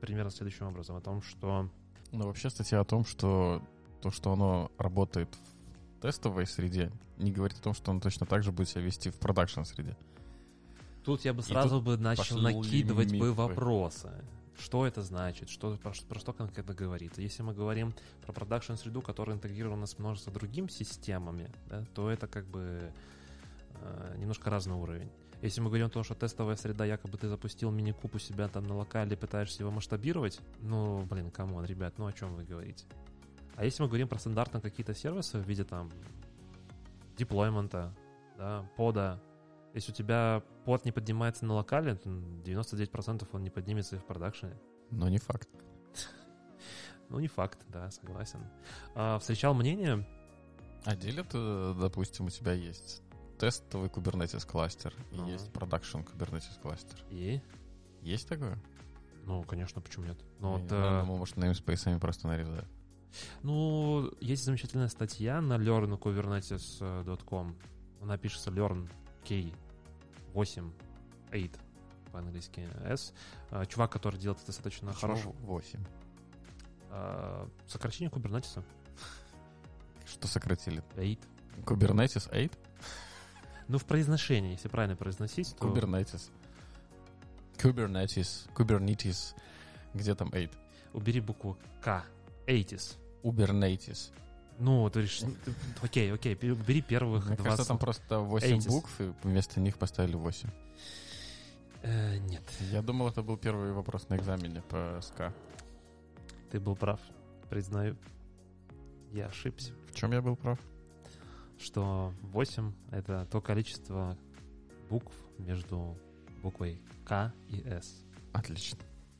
примерно следующим образом, о том, что... Ну, вообще статья о том, что то, что оно работает в тестовой среде, не говорит о том, что оно точно так же будет себя вести в продакшн-среде. Тут я бы сразу бы начал пошли накидывать бы мифы. вопросы. Что это значит? Что, про, про что конкретно говорится? Если мы говорим про продакшн-среду, которая интегрирована с множеством другими системами, да, то это как бы э, немножко разный уровень. Если мы говорим о том, что тестовая среда, якобы ты запустил мини-куб у себя там на локале, пытаешься его масштабировать, ну, блин, камон, ребят, ну о чем вы говорите? А если мы говорим про стандартные какие-то сервисы в виде там деплоймента, да, пода, если у тебя под не поднимается на локале, девяносто девять процентов он не поднимется и в продакшене. Но не факт. Ну, не факт, да, согласен. А, встречал мнение... А делят, э, допустим, у тебя есть тестовый Kubernetes кластер и Ну. есть продакшн Kubernetes кластер. И? Есть такое? Ну, конечно, почему нет? Ну, Я вот, не знаю, э, думал, может, namespace'ами просто нарезают. ну, есть замечательная статья на learn kubernetes точка ком. Она пишется learn k восемь восемь по-английски S. А, чувак, который делает это достаточно хорошо. восемь. А, сокращение Kubernetes. Что сократили? восемь. Kubernetes восемь? Ну, в произношении, если правильно произносить, то... Kubernetes. Kubernetes. Kubernetes. Где там восемь? Убери букву К. восемьдесят. Kubernetes. Ну, то есть... Окей, окей, убери первых Мне двадцать. кажется, там просто восемь восемьдесят. букв, и вместо них поставили восемь. Э, нет, Я думал, это был первый вопрос на экзамене по СК. ты был прав. Признаю. Я ошибся. В чем я был прав? Что восемь — это то количество букв между буквой К и С. Отлично.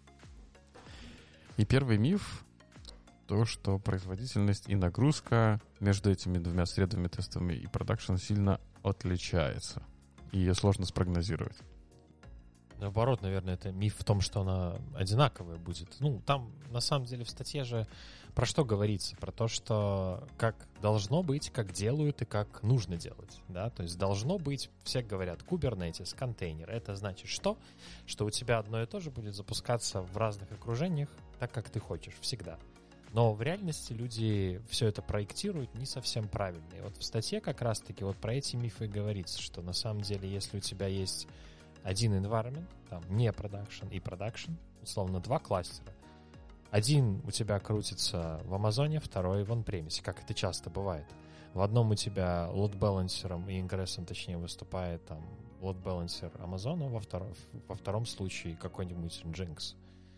И первый миф — то, что производительность и нагрузка между этими двумя средами тестовыми и продакшн сильно отличается. И ее сложно спрогнозировать. Наоборот, наверное, это миф в том, что она одинаковая будет. Ну, там, на самом деле, в статье же про что говорится? Про то, что как должно быть, как делают и как нужно делать, да? То есть должно быть, все говорят, Kubernetes, контейнер. Это значит что? Что у тебя одно и то же будет запускаться в разных окружениях так, как ты хочешь, всегда. Но в реальности люди все это проектируют не совсем правильно. И вот в статье как раз-таки вот про эти мифы и говорится, что на самом деле, если у тебя есть один environment, там не продакшн и продакшн, условно два кластера, один у тебя крутится в Амазоне, второй в он-премисе, как это часто бывает. В одном у тебя лот-балансером и ингрессом, точнее, выступает там лот-балансер Амазона, во, втор- во втором случае какой-нибудь Jinx.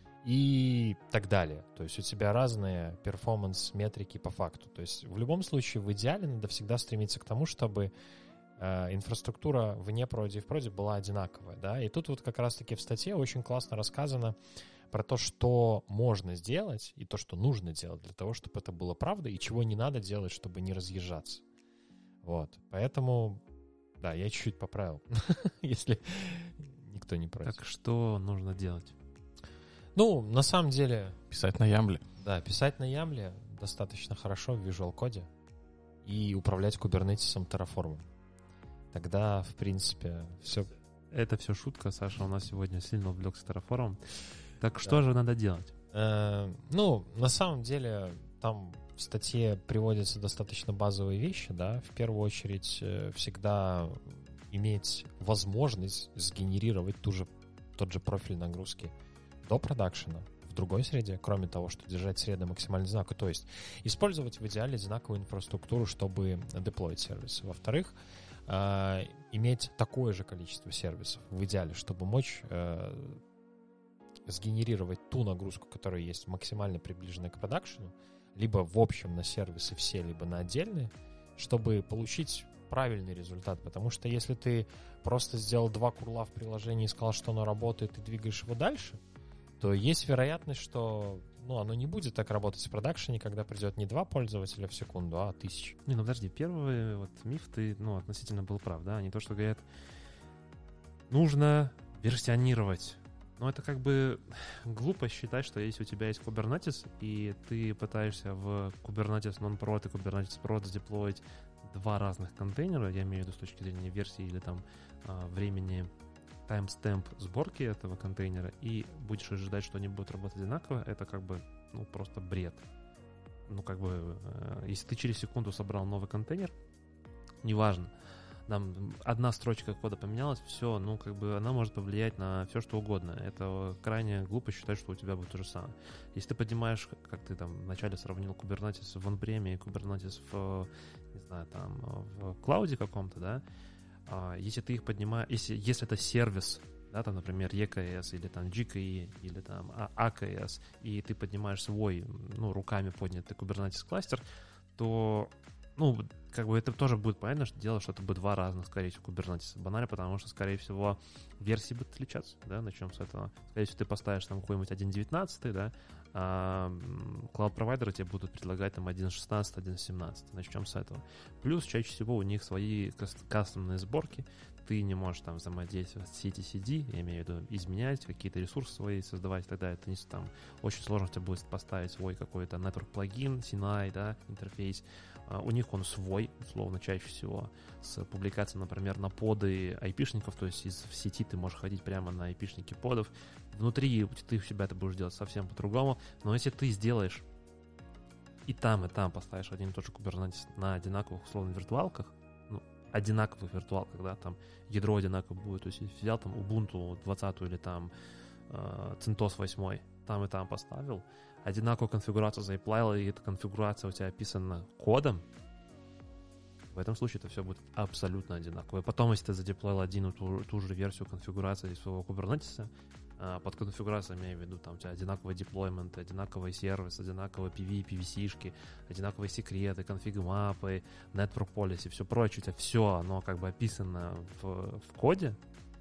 И так далее. То есть у тебя разные перформанс-метрики по факту. То есть в любом случае в идеале надо всегда стремиться к тому, чтобы э, инфраструктура вне проде и в проде была одинаковая. Да? И тут вот как раз-таки в статье очень классно рассказано про то, что можно сделать и то, что нужно делать для того, чтобы это было правдой, и чего не надо делать, чтобы не разъезжаться. Вот. Поэтому, да, я чуть-чуть поправил, если никто не против. Так что нужно делать? Ну, на самом деле, Писать на Ямле. да, писать на Ямле достаточно хорошо в Visual Code и управлять кубернетисом Terraform. Тогда, в принципе, все... Это все шутка, Саша у нас сегодня сильно увлекся Terraform. Так что Да. же надо делать? Э, ну, на самом деле, там в статье приводятся достаточно базовые вещи, да. В первую очередь, э, всегда иметь возможность сгенерировать ту же, тот же профиль нагрузки до продакшена в другой среде, кроме того, что держать среды максимально одинаково. То есть использовать в идеале одинаковую инфраструктуру, чтобы деплоить сервисы. Во-вторых, э, иметь такое же количество сервисов в идеале, чтобы мочь э, сгенерировать ту нагрузку, которая есть максимально приближенная к продакшену, либо в общем на сервисы все, либо на отдельные, чтобы получить правильный результат. Потому что если ты просто сделал два курла в приложении и сказал, что оно работает, и двигаешь его дальше, то есть вероятность, что ну, оно не будет так работать в продакшене, когда придет не два пользователя в секунду, а тысяча. Не, ну подожди, первый вот миф ты, ну, относительно был прав, да? Не то, что говорят, нужно версионировать. Но это как бы глупо считать, что если у тебя есть Kubernetes, и ты пытаешься в Kubernetes non-prod и Kubernetes prod задеплоить два разных контейнера, я имею в виду с точки зрения версии или там времени таймстемп сборки этого контейнера и будешь ожидать, что они будут работать одинаково, это как бы, ну, просто бред. Ну, как бы, э, если ты через секунду собрал новый контейнер, неважно, там одна строчка кода поменялась, все, ну, как бы она может повлиять на все, что угодно. Это крайне глупо считать, что у тебя будет то же самое. Если ты поднимаешь, как ты там вначале сравнил Kubernetes в on-prem и Kubernetes в, не знаю, там, в клауде каком-то, да, а, если ты их поднимаешь, если, если это сервис, да, там, например, и кей эс или там джи кей и или там эй кей эс, и ты поднимаешь свой, ну, руками поднятый Kubernetes кластер, то, ну, как бы это тоже будет понятно, что дело, что это будет два разных, скорее всего, Kubernetes. Банально, потому что, скорее всего, версии будут отличаться, да, начнем с этого. Скорее всего, ты поставишь там какой-нибудь один девятнадцать, да, а клауд-провайдеры тебе будут предлагать там один шестнадцать, один семнадцать. Начнем с этого. Плюс, чаще всего, у них свои кастомные сборки. Ты не можешь там взаимодействовать с си ти си ди, я имею в виду изменять, какие-то ресурсы свои создавать и так далее. Это не, там, очень сложно тебе будет поставить свой какой-то network плагин, си эн ай, да, интерфейс. Uh, у них он свой, условно, чаще всего, с публикацией, например, на поды айпишников, то есть из в сети ты можешь ходить прямо на айпишники подов. Внутри ты у себя это будешь делать совсем по-другому, но если ты сделаешь и там, и там поставишь один и тот же Kubernetes на одинаковых, условно, виртуалках, ну, одинаковых виртуалках, да, там ядро одинаково будет, то есть если взял там Ubuntu двадцать или там uh, CentOS восемь, там и там поставил, одинаковую конфигурацию заиплавил, и эта конфигурация у тебя описана кодом, в этом случае это все будет абсолютно одинаково. И потом, если ты задеплоил один ту, ту же версию конфигурации своего Kubernetes, под конфигурацией, имею в виду, там у тебя одинаковый деплоймент, одинаковый сервис, одинаковые пи ви, пи ви си-шки, одинаковые секреты, конфиг-мапы, network policy, все прочее, у тебя все, оно как бы описано в, в коде,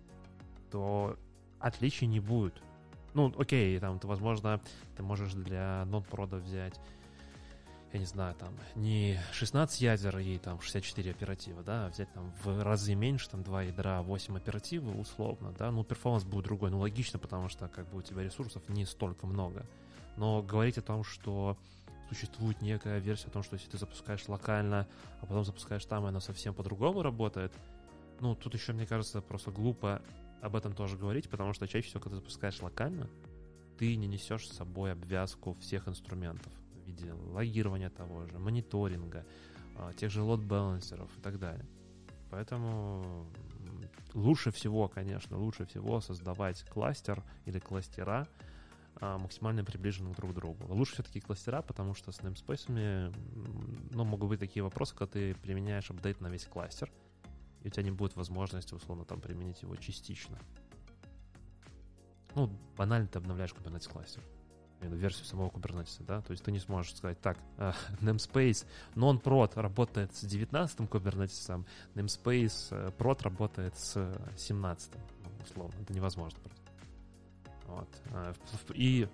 то отличий не будет. Ну, окей, там, ты, возможно, ты можешь для нон-прода взять, я не знаю, там, не шестнадцать ядер и там шестьдесят четыре оператива, да, а взять там в разы меньше, там, два ядра, восемь оператива, условно, да, ну, перформанс будет другой, ну, логично, потому что, как бы, у тебя ресурсов не столько много. Но говорить о том, что существует некая версия о том, что если ты запускаешь локально, а потом запускаешь там, и она совсем по-другому работает, ну, тут еще, мне кажется, просто глупо об этом тоже говорить, потому что чаще всего, когда ты запускаешь локально, ты не несешь с собой обвязку всех инструментов в виде логирования того же, мониторинга, тех же лот-балансеров и так далее. Поэтому лучше всего, конечно, лучше всего создавать кластер или кластера максимально приближенных друг к другу. Лучше все-таки кластера, потому что с namespace'ами, ну, могут быть такие вопросы, когда ты применяешь апдейт на весь кластер, и у тебя не будет возможности, условно, там применить его частично. Ну, банально ты обновляешь Kubernetes кластер, версию самого Kubernetes, да, то есть ты не сможешь сказать, так, uh, namespace non-prod работает с девятнадцатым Kubernetes, namespace uh, prod работает с семнадцатым, ну, условно, это невозможно просто. Вот. Uh, и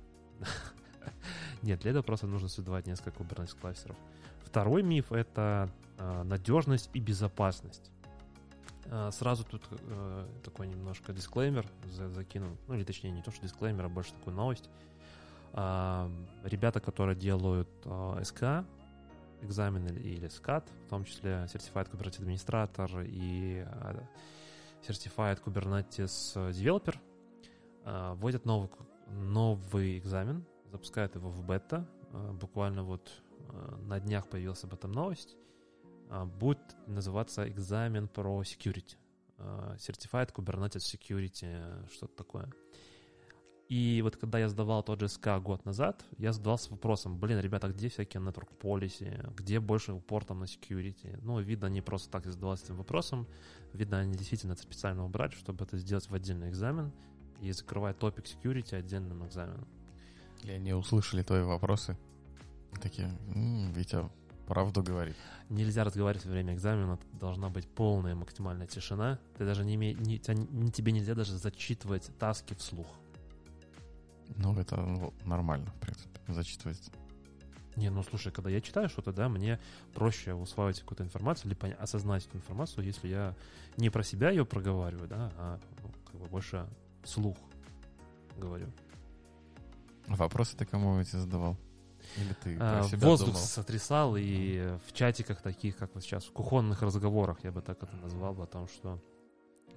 нет, для этого просто нужно создавать несколько Kubernetes кластеров. Второй миф — это uh, надежность и безопасность. Сразу тут э, такой немножко дисклеймер за, закинул, ну или точнее не то, что дисклеймер, а больше такую новость. А, ребята, которые делают а, эс кей эй, экзамен или, или скат, в том числе Certified Kubernetes Administrator и а, Certified Kubernetes Developer, а, вводят новый, новый экзамен, запускают его в бета. А, буквально вот а, на днях появилась об этом новость. Будет называться экзамен про security. Certified Kubernetes Security, что-то такое. И вот когда я сдавал тот же эс кей эй год назад, я задавался вопросом, блин, ребята, где всякие network policy, где больше упор там на security? Ну, видно, они просто так задавались этим вопросом. Видно, они действительно это специально убрать, чтобы это сделать в отдельный экзамен и закрывать топик security отдельным экзаменом. И они услышали твои вопросы. Такие, м-м, Витя правду говорит. Нельзя разговаривать во время экзамена, должна быть полная максимальная тишина. Ты даже не име... не... тебе нельзя даже зачитывать таски вслух. Ну, это ну, нормально, в принципе, зачитывать. Не, ну слушай, когда я читаю что-то, да, мне проще усваивать какую-то информацию или поня- осознать эту информацию, если я не про себя ее проговариваю, да, а ну, как бы больше вслух говорю. Вопросы ты кому эти задавал? Или ты про а, себя воздух думал? сотрясал, и mm. в чатиках таких, как вот сейчас, в кухонных разговорах, я бы так это назвал, о том, что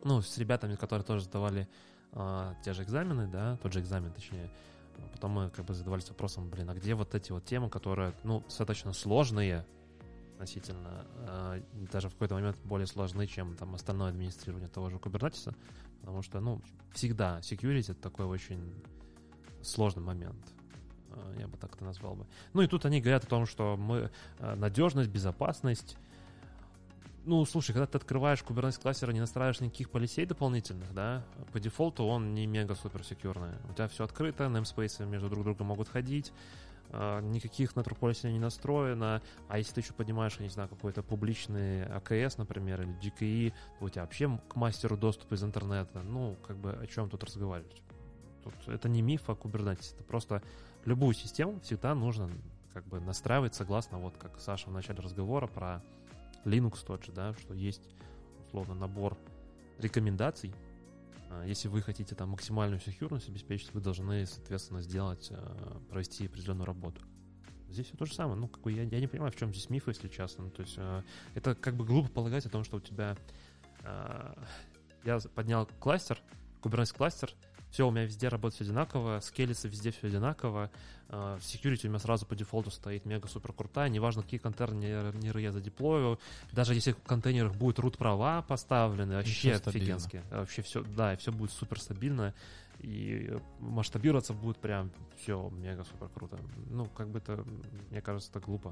ну, с ребятами, которые тоже сдавали а, те же экзамены, да, тот же экзамен, точнее. Потом мы как бы задавались вопросом, блин, а где вот эти вот темы, которые, ну, достаточно сложные относительно, а, даже в какой-то момент более сложны, чем там остальное администрирование того же Kubernetes, потому что, ну, всегда security — это такой очень сложный момент. Я бы так это назвал бы. Ну и тут они говорят о том, что мы надежность, безопасность. Ну, слушай, когда ты открываешь Kubernetes кластер и не настраиваешь никаких полисей дополнительных, да, по дефолту он не мега-супер секьюрный. У тебя все открыто, namespace между друг другом могут ходить, никаких network policy не настроено, а если ты еще поднимаешь, я не знаю, какой-то публичный эй кей эс, например, или джи кей и, то у тебя вообще к мастеру доступ из интернета. Ну, как бы о чем тут разговаривать? Тут это не миф о Kubernetes, это просто любую систему всегда нужно как бы настраивать согласно, вот как Саша в начале разговора про Linux тот же, да, что есть условно набор рекомендаций. Если вы хотите там максимальную секьюрность обеспечить, вы должны, соответственно, сделать, провести определенную работу. Здесь все то же самое. Ну, как бы я, я не понимаю, в чем здесь миф, если честно. Ну, то есть это как бы глупо полагать о том, что у тебя... Я поднял кластер, Kubernetes кластер, все, у меня везде работает все одинаково, скейлится везде все одинаково, в security у меня сразу по дефолту стоит мега-супер крутая, неважно, какие контейнеры я задеплою, даже если в контейнерах будет root права поставлены, вообще офигенски, вообще все, да, и все будет супер стабильно, и масштабироваться будет прям все мега-супер круто. Ну, как бы это, мне кажется, это глупо.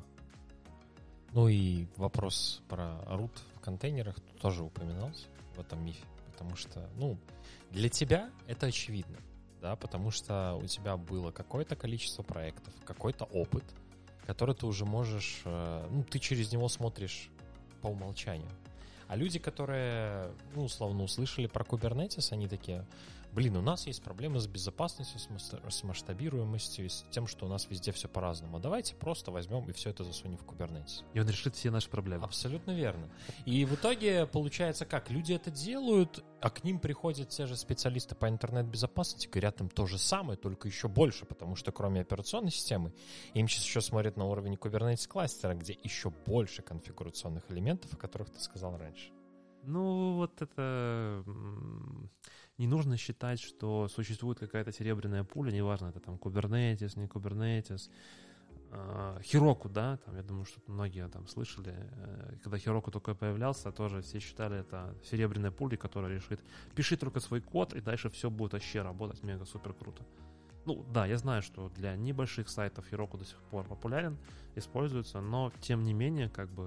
Ну и вопрос про root в контейнерах тоже упоминался в этом мифе. Потому что, ну, для тебя это очевидно, да, потому что у тебя было какое-то количество проектов, какой-то опыт, который ты уже можешь, ну, ты через него смотришь по умолчанию. А люди, которые, ну, условно, услышали про Kubernetes, они такие, блин, у нас есть проблемы с безопасностью, с масштабируемостью, с тем, что у нас везде все по-разному. Давайте просто возьмем и все это засунем в Kubernetes. И он решит все наши проблемы. Абсолютно верно. И в итоге получается как? Люди это делают, а к ним приходят те же специалисты по интернет-безопасности, говорят им то же самое, только еще больше, потому что кроме операционной системы, им сейчас еще смотрят на уровень Kubernetes кластера, где еще больше конфигурационных элементов, о которых ты сказал раньше. Ну, вот это... Не нужно считать, что существует какая-то серебряная пуля, неважно, это там Kubernetes, не Kubernetes. Heroku, да, там, я думаю, что многие там слышали. Когда Heroku только появлялся, тоже все считали это серебряной пулей, которая решит, пиши только свой код, и дальше все будет вообще работать мега-супер круто. Ну, да, я знаю, что для небольших сайтов Heroku до сих пор популярен, используется, но тем не менее, как бы...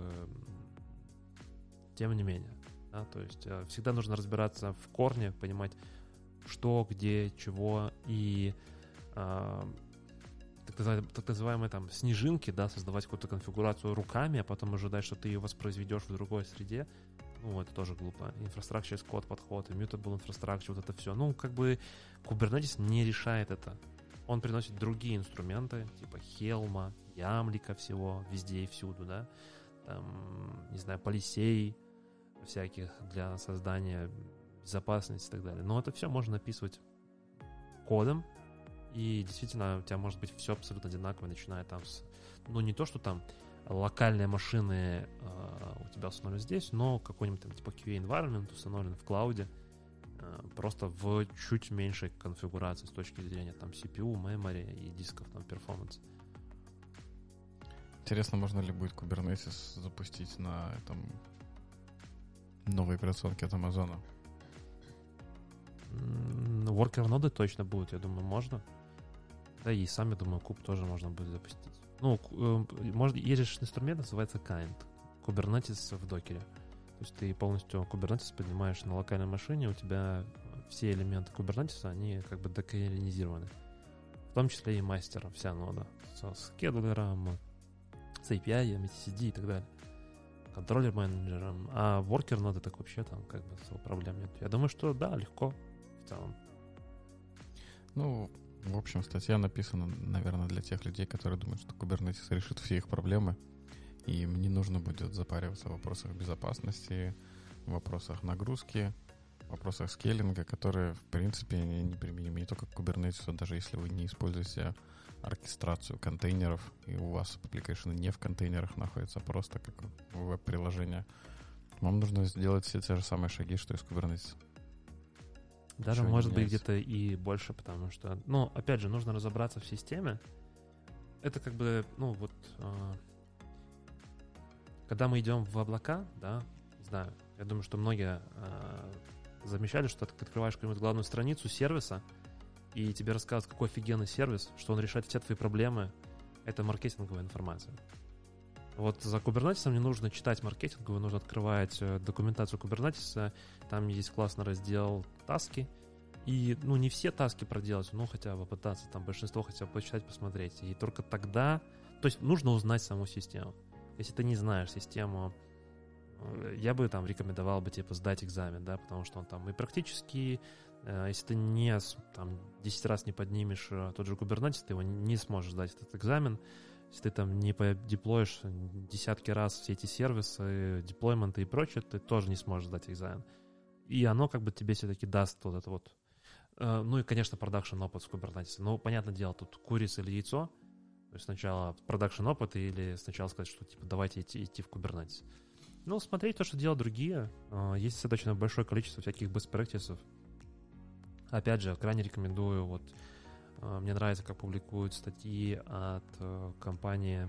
Тем не менее. Да, то есть э, всегда нужно разбираться в корне, понимать, что, где, чего, и э, так, называемые, так называемые там снежинки, да, создавать какую-то конфигурацию руками, а потом ожидать, что ты ее воспроизведешь в другой среде, ну, это тоже глупо. Infrastructure as code подход, immutable infrastructure, вот это все. Ну, как бы Kubernetes не решает это. Он приносит другие инструменты, типа Helm, Ямлика всего, везде и всюду, да, там, не знаю, полисей, всяких для создания безопасности и так далее. Но это все можно написывать кодом, и действительно у тебя может быть все абсолютно одинаково, начиная там с... Ну, не то, что там локальные машины э, у тебя установлены здесь, но какой-нибудь там типа кью эй-environment установлен в клауде, э, просто в чуть меньшей конфигурации с точки зрения там си пи ю, memory и дисков там performance. Интересно, можно ли будет Kubernetes запустить на этом новой операционке от Амазона? Worker ноды точно будут, я думаю, можно. Да и сам, я думаю, куб тоже можно будет запустить. Ну, может, есть же инструмент, называется kind. Kubernetes в докере. То есть ты полностью Kubernetes поднимаешь на локальной машине, у тебя все элементы Kubernetes, они как бы докеринизированы. В том числе и мастер, вся нода. Со скедлером, с эй пи ай, эм ти си ди и так далее. Контроллер-менеджером. А worker ноды так вообще там как бы особо проблем нет. Я думаю, что да, легко в целом. Ну, в общем, статья написана, наверное, для тех людей, которые думают, что Kubernetes решит все их проблемы, и им не нужно будет запариваться в вопросах безопасности, в вопросах нагрузки, в вопросах скейлинга, которые, в принципе, неприменимы не только к Kubernetes, даже если вы не используете оркестрацию контейнеров, и у вас application не в контейнерах находится, а просто как веб-приложение. Вам нужно сделать все те же самые шаги, что и с Kubernetes. Даже, Ничего не может быть, меняется. где-то и больше, потому что, ну, опять же, нужно разобраться в системе. Это как бы, ну, вот, э, когда мы идем в облака, да, не знаю, я думаю, что многие э, замечали, что ты открываешь какую-нибудь главную страницу сервиса, и тебе рассказывают, какой офигенный сервис, что он решает все твои проблемы. Это маркетинговая информация. Вот за Kubernetes не нужно читать маркетинговую, нужно открывать э, документацию Kubernetes, там есть классный раздел таски, и, ну, не все таски проделать, ну, хотя бы пытаться, там, большинство хотя бы почитать, посмотреть, и только тогда, то есть нужно узнать саму систему. Если ты не знаешь систему, э, я бы там рекомендовал бы, типа, сдать экзамен, да, потому что он там и практически, э, если ты не, там, десять раз не поднимешь э, тот же Kubernetes, ты его не сможешь сдать этот экзамен. Если ты там не подеплоишь десятки раз все эти сервисы, деплойменты и прочее, ты тоже не сможешь сдать экзамен. И оно как бы тебе все-таки даст вот это вот. Ну и, конечно, продакшн опыт с Kubernetes. Ну, понятное дело, тут курица или яйцо. То есть сначала продакшн опыт или сначала сказать, что типа давайте идти, идти в Kubernetes. Ну, смотреть то, что делают другие. Есть достаточно большое количество всяких best practices. Опять же, крайне рекомендую вот. Мне нравится, как публикуют статьи от э, компании,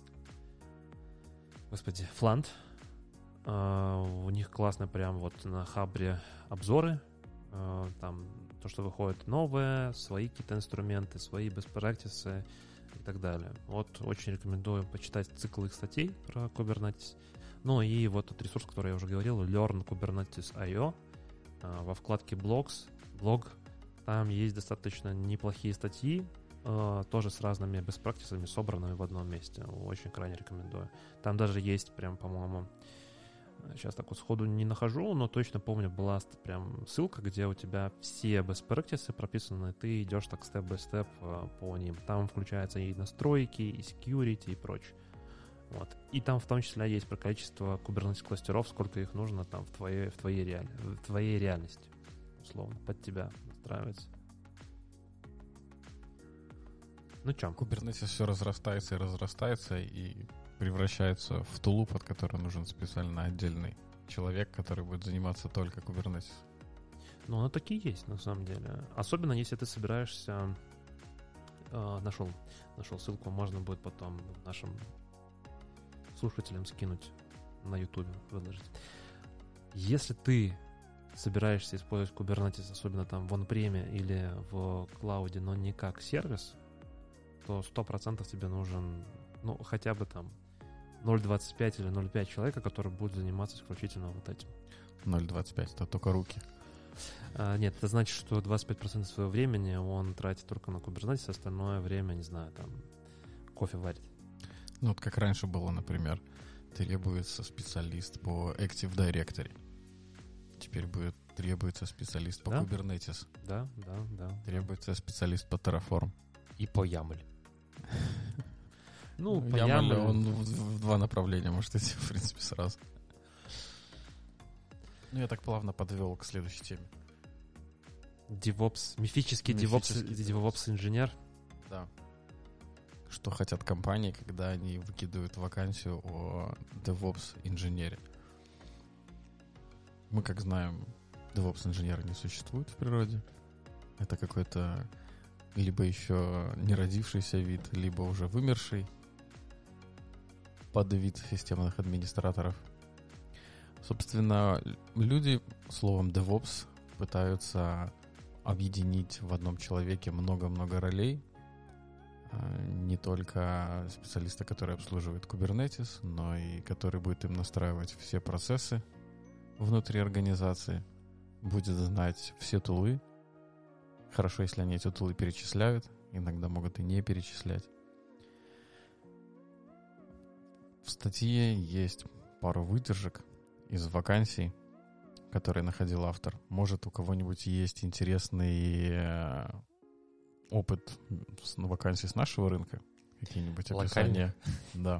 господи, Flant. Э, у них классно прям вот на хабре обзоры. Э, там то, что выходит новое, свои какие-то инструменты, свои best practices и так далее. Вот очень рекомендую почитать цикл их статей про Kubernetes. Ну и вот тот ресурс, который я уже говорил, learn kubernetes точка ай о. Э, во вкладке blogs, блог. Там есть достаточно неплохие статьи, э, тоже с разными best practices, собранными в одном месте. Очень крайне рекомендую. Там даже есть прям, по-моему, сейчас так вот сходу не нахожу, но точно помню, была прям ссылка, где у тебя все best practices прописаны, ты идешь так степ-бай-степ э, по ним. Там включаются и настройки, и security, и прочее. Вот. И там в том числе есть про количество Kubernetes кластеров, сколько их нужно там в твоей, в твоей, реаль... в твоей реальности. Условно, под тебя настраивается. Ну чё? Kubernetes все разрастается и разрастается, и превращается в тулу, под который нужен специально отдельный человек, который будет заниматься только Kubernetes. Ну, оно таки есть, на самом деле. Особенно, если ты собираешься... Э, нашел, нашел ссылку, можно будет потом нашим слушателям скинуть на YouTube, выложить. Если ты собираешься использовать Kubernetes, особенно там в он-преме или в клауде, но не как сервис, то сто процентов тебе нужен, ну, хотя бы там ноль целых двадцать пять или ноль целых пять человека, который будет заниматься исключительно вот этим. ноль целых двадцать пять, это только руки. А, нет, это значит, что двадцать пять процентов своего времени он тратит только на Kubernetes, остальное время, не знаю, там, кофе варит. Ну, вот как раньше было, например, требуется специалист по Active Directory. Теперь будет требуется специалист по Да? Kubernetes. Да, да, да. Требуется специалист по Terraform. И по YAML. Ну, по YAML, YAML, он в, в два направления может идти, в принципе, сразу. Ну, я так плавно подвел к следующей теме. DevOps, мифический, Мифический DevOps, DevOps-инженер. Да. Что хотят компании, когда они выкидывают вакансию о DevOps-инженере. Мы, как знаем, DevOps-инженера не существует в природе. Это какой-то либо еще не родившийся вид, либо уже вымерший подвид системных администраторов. Собственно, люди словом DevOps пытаются объединить в одном человеке много-много ролей. Не только специалиста, который обслуживает Kubernetes, но и который будет им настраивать все процессы внутри организации, будет знать все тулы. Хорошо, если они эти тулы перечисляют, иногда могут и не перечислять. В статье есть пару выдержек из вакансий, которые находил автор. Может, у кого-нибудь есть интересный опыт вакансий с нашего рынка? Какие-нибудь описания? Да.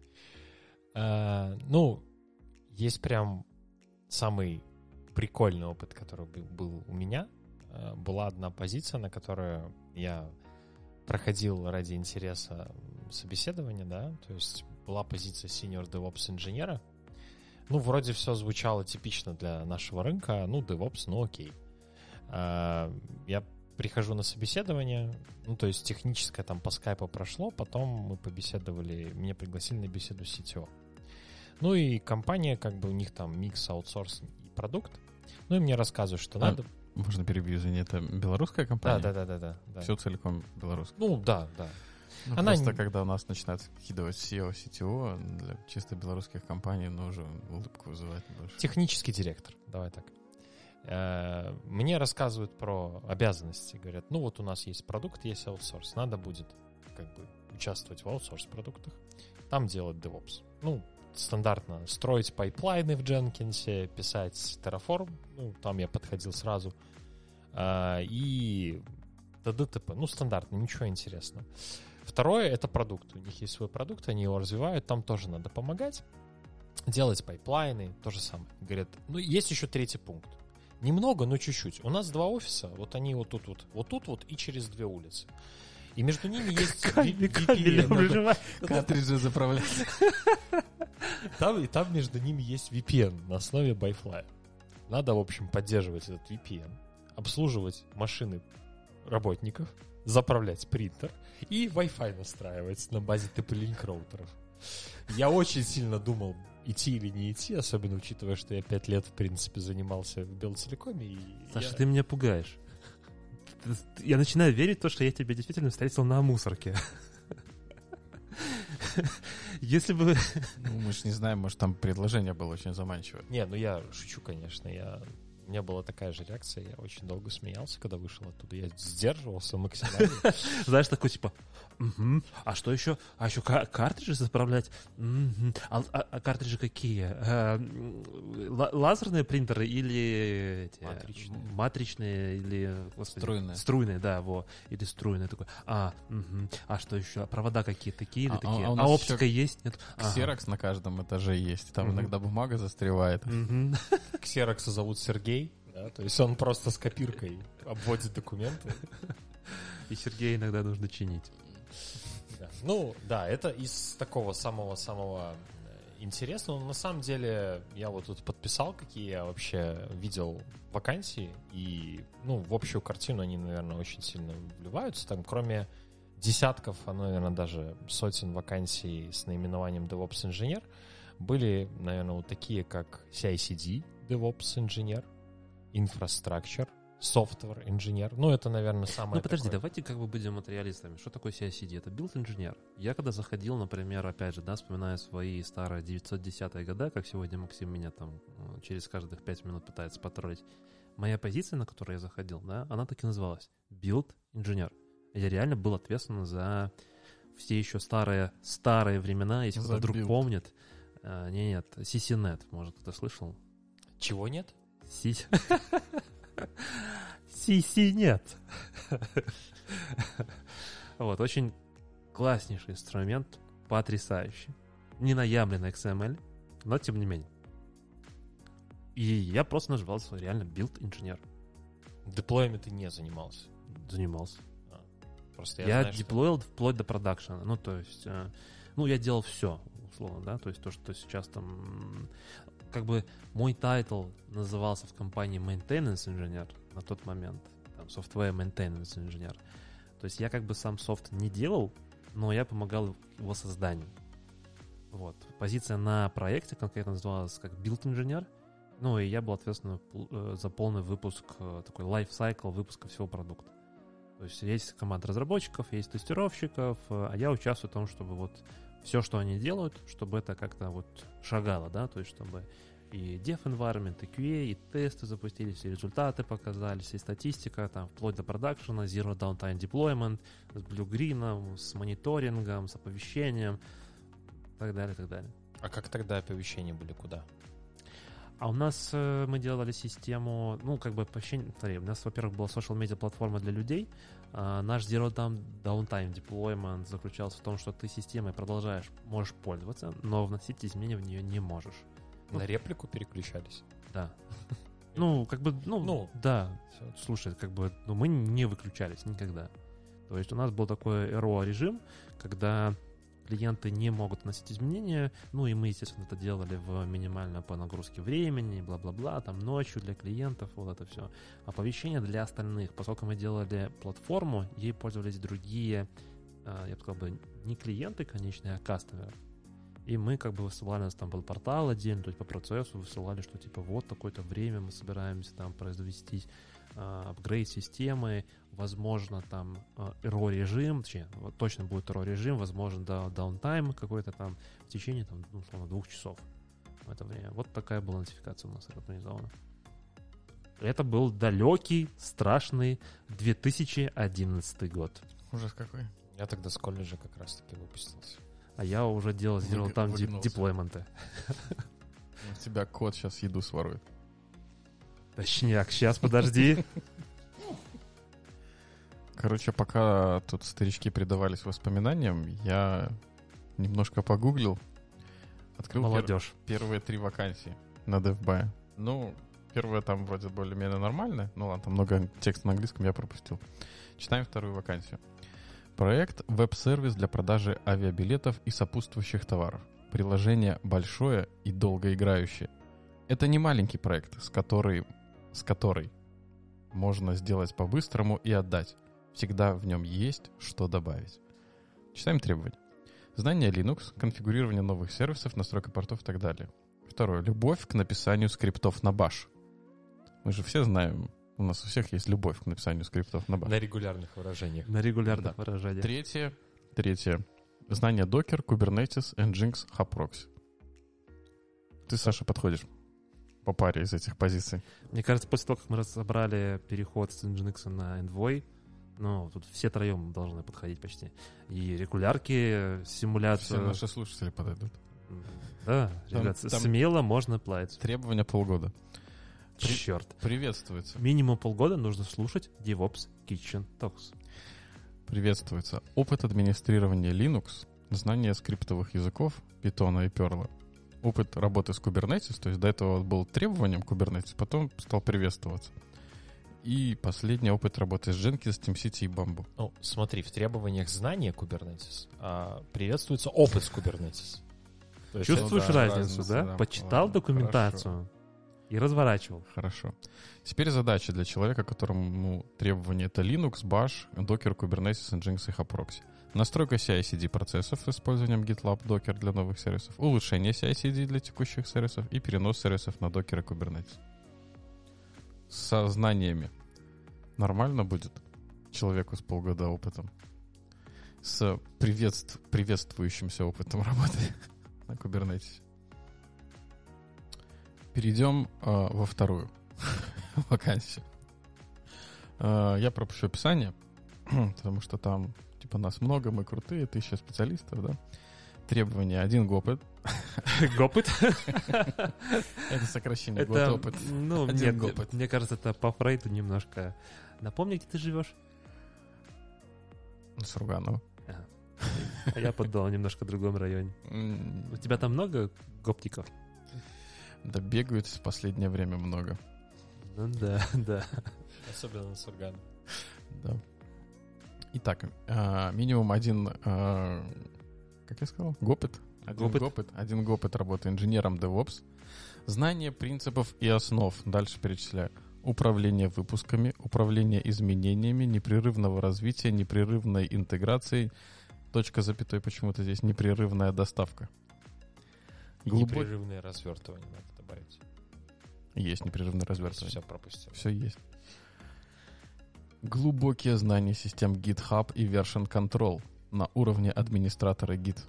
А, ну, есть прям самый прикольный опыт, который был у меня. Была одна позиция, на которую я проходил ради интереса собеседования, да, то есть была позиция Senior DevOps инженера. Ну, вроде все звучало типично для нашего рынка, ну, DevOps, ну, окей. А, я прихожу на собеседование, ну, то есть техническое там по скайпу прошло, потом мы побеседовали, меня пригласили на беседу с си ти о. Ну и компания, как бы у них там микс, аутсорс и продукт. Ну и мне рассказывают, что А, надо... Можно перебью, извини, это белорусская компания? Да, да, да, да, да. Все целиком белорусское. Ну, да, да. Ну, Она просто не- когда у нас начинают кидывать си и о, си ти о, для чисто белорусских компаний, ну, уже улыбку вызывает больше. Технический директор, давай так. Э, Мне рассказывают про обязанности. Говорят, ну вот у нас есть продукт, есть аутсорс. Надо будет как бы участвовать в аутсорс-продуктах. Там делать DevOps. Ну, стандартно строить пайплайны в Jenkins, писать Terraform. Ну, там я подходил сразу. А, И т.д. т.п. Ну, стандартно, ничего интересного. Второе — это продукт. У них есть свой продукт, они его развивают. Там тоже надо помогать. Делать пайплайны, то же самое. Говорят, ну, есть еще третий пункт. Немного, но чуть-чуть. У нас два офиса, вот они вот тут вот, вот тут вот и через две улицы. И между ними есть ви- ви пи эн. Картриджи заправлять. Там, и там между ними есть ви пи эн на основе Byfly. Надо, в общем, поддерживать этот ви пи эн, обслуживать машины работников, заправлять принтер и Wi-Fi настраивать на базе ти пи-Link роутеров. Я очень сильно думал, идти или не идти, особенно учитывая, что я пять лет, в принципе, занимался в Белтелекоме. И Саша, я- ты меня пугаешь. Я начинаю верить в то, что я тебя действительно встретил на мусорке. Если бы... Ну, мы же не знаем, может, там предложение было очень заманчивое. Не, ну я шучу, конечно. Я... У меня была такая же реакция. Я очень долго смеялся, когда вышел оттуда. Я сдерживался максимально. Знаешь, такой типа, «Мгм, а что еще? А еще ка- картриджи заправлять? Мгм, а, а- а картриджи какие? Э, м, ла- лазерные принтеры или эти, Матричные. матричные или господи, Струйные. Струйные, да, во. Или струйные. Такой, а, мгм, а что еще? Провода какие? Такие или А- а- такие? а у А, нас оптика еще есть? Нет? Ага. Ксерокс на каждом этаже есть. Там Мгм. иногда бумага застревает. Мгм. Ксерокса зовут Сергей. Да? То есть он просто с копиркой обводит документы. И Сергея иногда нужно чинить. Да. Ну, да, это из такого самого-самого э, интересного. Но на самом деле я вот тут подписал, какие я вообще видел вакансии. И, ну, в общую картину они, наверное, очень сильно вливаются. Там, кроме десятков, а, наверное, даже сотен вакансий с наименованием DevOps-инженер, были, наверное, вот такие, как си ай си ди DevOps-инженер, Infrastructure, Software инженер. Ну, это, наверное, самое Ну, подожди, такое. давайте как бы будем материалистами. Что такое си ай си ди? Это билд-инженер. Я когда заходил, например, опять же, да, вспоминая свои старые девятьсот десятые годы, как сегодня Максим меня там э, через каждых пять минут пытается потроллить, моя позиция, на которую я заходил, да, она так и называлась. Билд-инженер. Я реально был ответственен за все еще старые, старые времена, если За кто-то вдруг билд. помнит. помнит. Не, нет, си си нет, может, кто-то слышал? Чего нет? Си... Си-си нет. Вот, очень класснейший инструмент, потрясающий. Не наявленный икс эм эль, но тем не менее. И я просто назывался реально билд-инженер. Деплоями ты не занимался. Занимался. Просто Я, я, знаю, что- деплоил вплоть до продакшена. Ну, то есть, э, ну, я делал все, условно, да, то есть то, что сейчас там, м, как бы мой тайтл назывался в компании Maintenance инженер на тот момент, там, Software Maintenance инженер. То есть я как бы сам софт не делал, но я помогал в его созданию. Вот. Позиция на проекте конкретно называлась как билд-инженер. Ну, и я был ответственен пл- э, за полный выпуск, э, такой лайфсайкл выпуска всего продукта. То есть есть команда разработчиков, есть тестировщиков, э, а я участвую в том, чтобы вот все, что они делают, чтобы это как-то вот шагало, да, то есть чтобы и dev environment, и кью эй, и тесты запустились, и результаты показались, и статистика, там, вплоть до продакшена, zero downtime deployment, с блюгрином, с мониторингом, с оповещением, и так далее, и так далее. А как тогда оповещения были? Куда? А у нас э, мы делали систему, ну, как бы оповещение, смотри, у нас, во-первых, была social media платформа для людей. А наш Zero Down- Downtime Deployment заключался в том, что ты системой продолжаешь, можешь пользоваться, но вносить изменения в нее не можешь. На реплику переключались? Да. Ну, как бы, ну, Ну. да. Слушай, как бы, ну, мы не выключались никогда. То есть у нас был такой эр о режим, когда клиенты не могут вносить изменения. Ну и мы, естественно, это делали в минимально по нагрузке времени, бла-бла-бла, там ночью для клиентов, вот это все. Оповещения для остальных. Поскольку мы делали платформу, ей пользовались другие, я бы сказал бы, не клиенты конечные, а кастомеры. И мы как бы высылали, у нас там был портал отдельно, то есть по процессу высылали, что типа вот такое-то время мы собираемся там произвести апгрейд системы, возможно, там эр о режим, точнее, вот точно будет эр о режим, возможно, да, даунтайм какой-то там в течение, там, ну, условно, двух часов в это время. Вот такая была нотификация у нас организована. Это был далекий, страшный две тысячи одиннадцатый год. Ужас какой. Я тогда с колледжа как раз-таки выпустился. А я уже делал, сделал Вы- там дип- выгнулся. деплойменты. У тебя кот сейчас еду сворует. Точняк, сейчас, подожди. Короче, пока тут старички предавались воспоминаниям, я немножко погуглил. Открыл пер- Молодежь. первые три вакансии на DevBuy. Ну, первая там вроде более-менее нормальная. Ну ладно, там много текста на английском я пропустил. Читаем вторую вакансию. Проект «Веб-сервис для продажи авиабилетов и сопутствующих товаров». Приложение большое и долгоиграющее. Это не маленький проект, с которой, с которой можно сделать по-быстрому и отдать. Всегда в нем есть что добавить. Читаем требования. Знание Linux, конфигурирование новых сервисов, настройка портов и так далее. Второе. Любовь к написанию скриптов на Bash. Мы же все знаем, у нас у всех есть любовь к написанию скриптов на Bash. На регулярных выражениях. На регулярных Да. выражениях. Третье. Третье. Знание Docker, Kubernetes, Nginx, HubProxy. Ты, Саша, подходишь по паре из этих позиций. Мне кажется, после того, как мы разобрали переход с Nginx на Envoy, ну, тут все троем должны подходить почти. И регулярки, Все симуляцию. наши слушатели подойдут. Да, Там- ребят, там- смело можно плавать. Требования полгода. При- Черт. Приветствуется. Минимум полгода нужно слушать DevOps Kitchen Talks. Приветствуется опыт администрирования Linux, знание скриптовых языков, Python и Perl, опыт работы с Kubernetes, то есть до этого был требованием Kubernetes, потом стал приветствоваться. И последний опыт работы с Jenkins, TeamCity и Bamboo. Ну, смотри, в требованиях знания Kubernetes а, приветствуется опыт с Kubernetes. То есть Чувствуешь да, разницу, разница, да? да. Почитал Ладно, документацию и разворачивал. Хорошо. Теперь задача для человека, которому требования это Linux, Bash, Docker, Kubernetes, Nginx и HubProxy. Настройка си ай си ди процессов с использованием GitLab, Docker для новых сервисов, улучшение си ай си ди для текущих сервисов и перенос сервисов на Docker и Kubernetes. Со знаниями нормально будет человеку с полгода опытом? С приветств... приветствующимся опытом работы на Kubernetes. Перейдем э, во вторую вакансию. Э, я пропущу описание, потому что там типа нас много, мы крутые, тысяча специалистов, да? Требования один гопыт. Гопыт? Это сокращение год Это, опыт. ну, Один нет, гопыт. мне кажется, это по Фрейду немножко. Напомни, где ты живешь? С Руганова. А я поддал немножко в другом районе. М, У тебя там много гоптиков? Да бегают в последнее время много. Ну да, да. Особенно на Сургане. Да. Итак, а, минимум один, а, как я сказал, гопыт. Один Гопыт. гопыт. Один гопыт работы инженером DevOps. Знание принципов и основ. Дальше перечисляю. Управление выпусками, управление изменениями, непрерывного развития, непрерывной интеграцией. Точка запятой почему-то здесь непрерывная доставка. И Глубокий- непрерывное развертывание надо добавить. Есть непрерывное развертывание. Все пропустил. Все есть. Глубокие знания систем GitHub и Version Control на уровне администратора Git.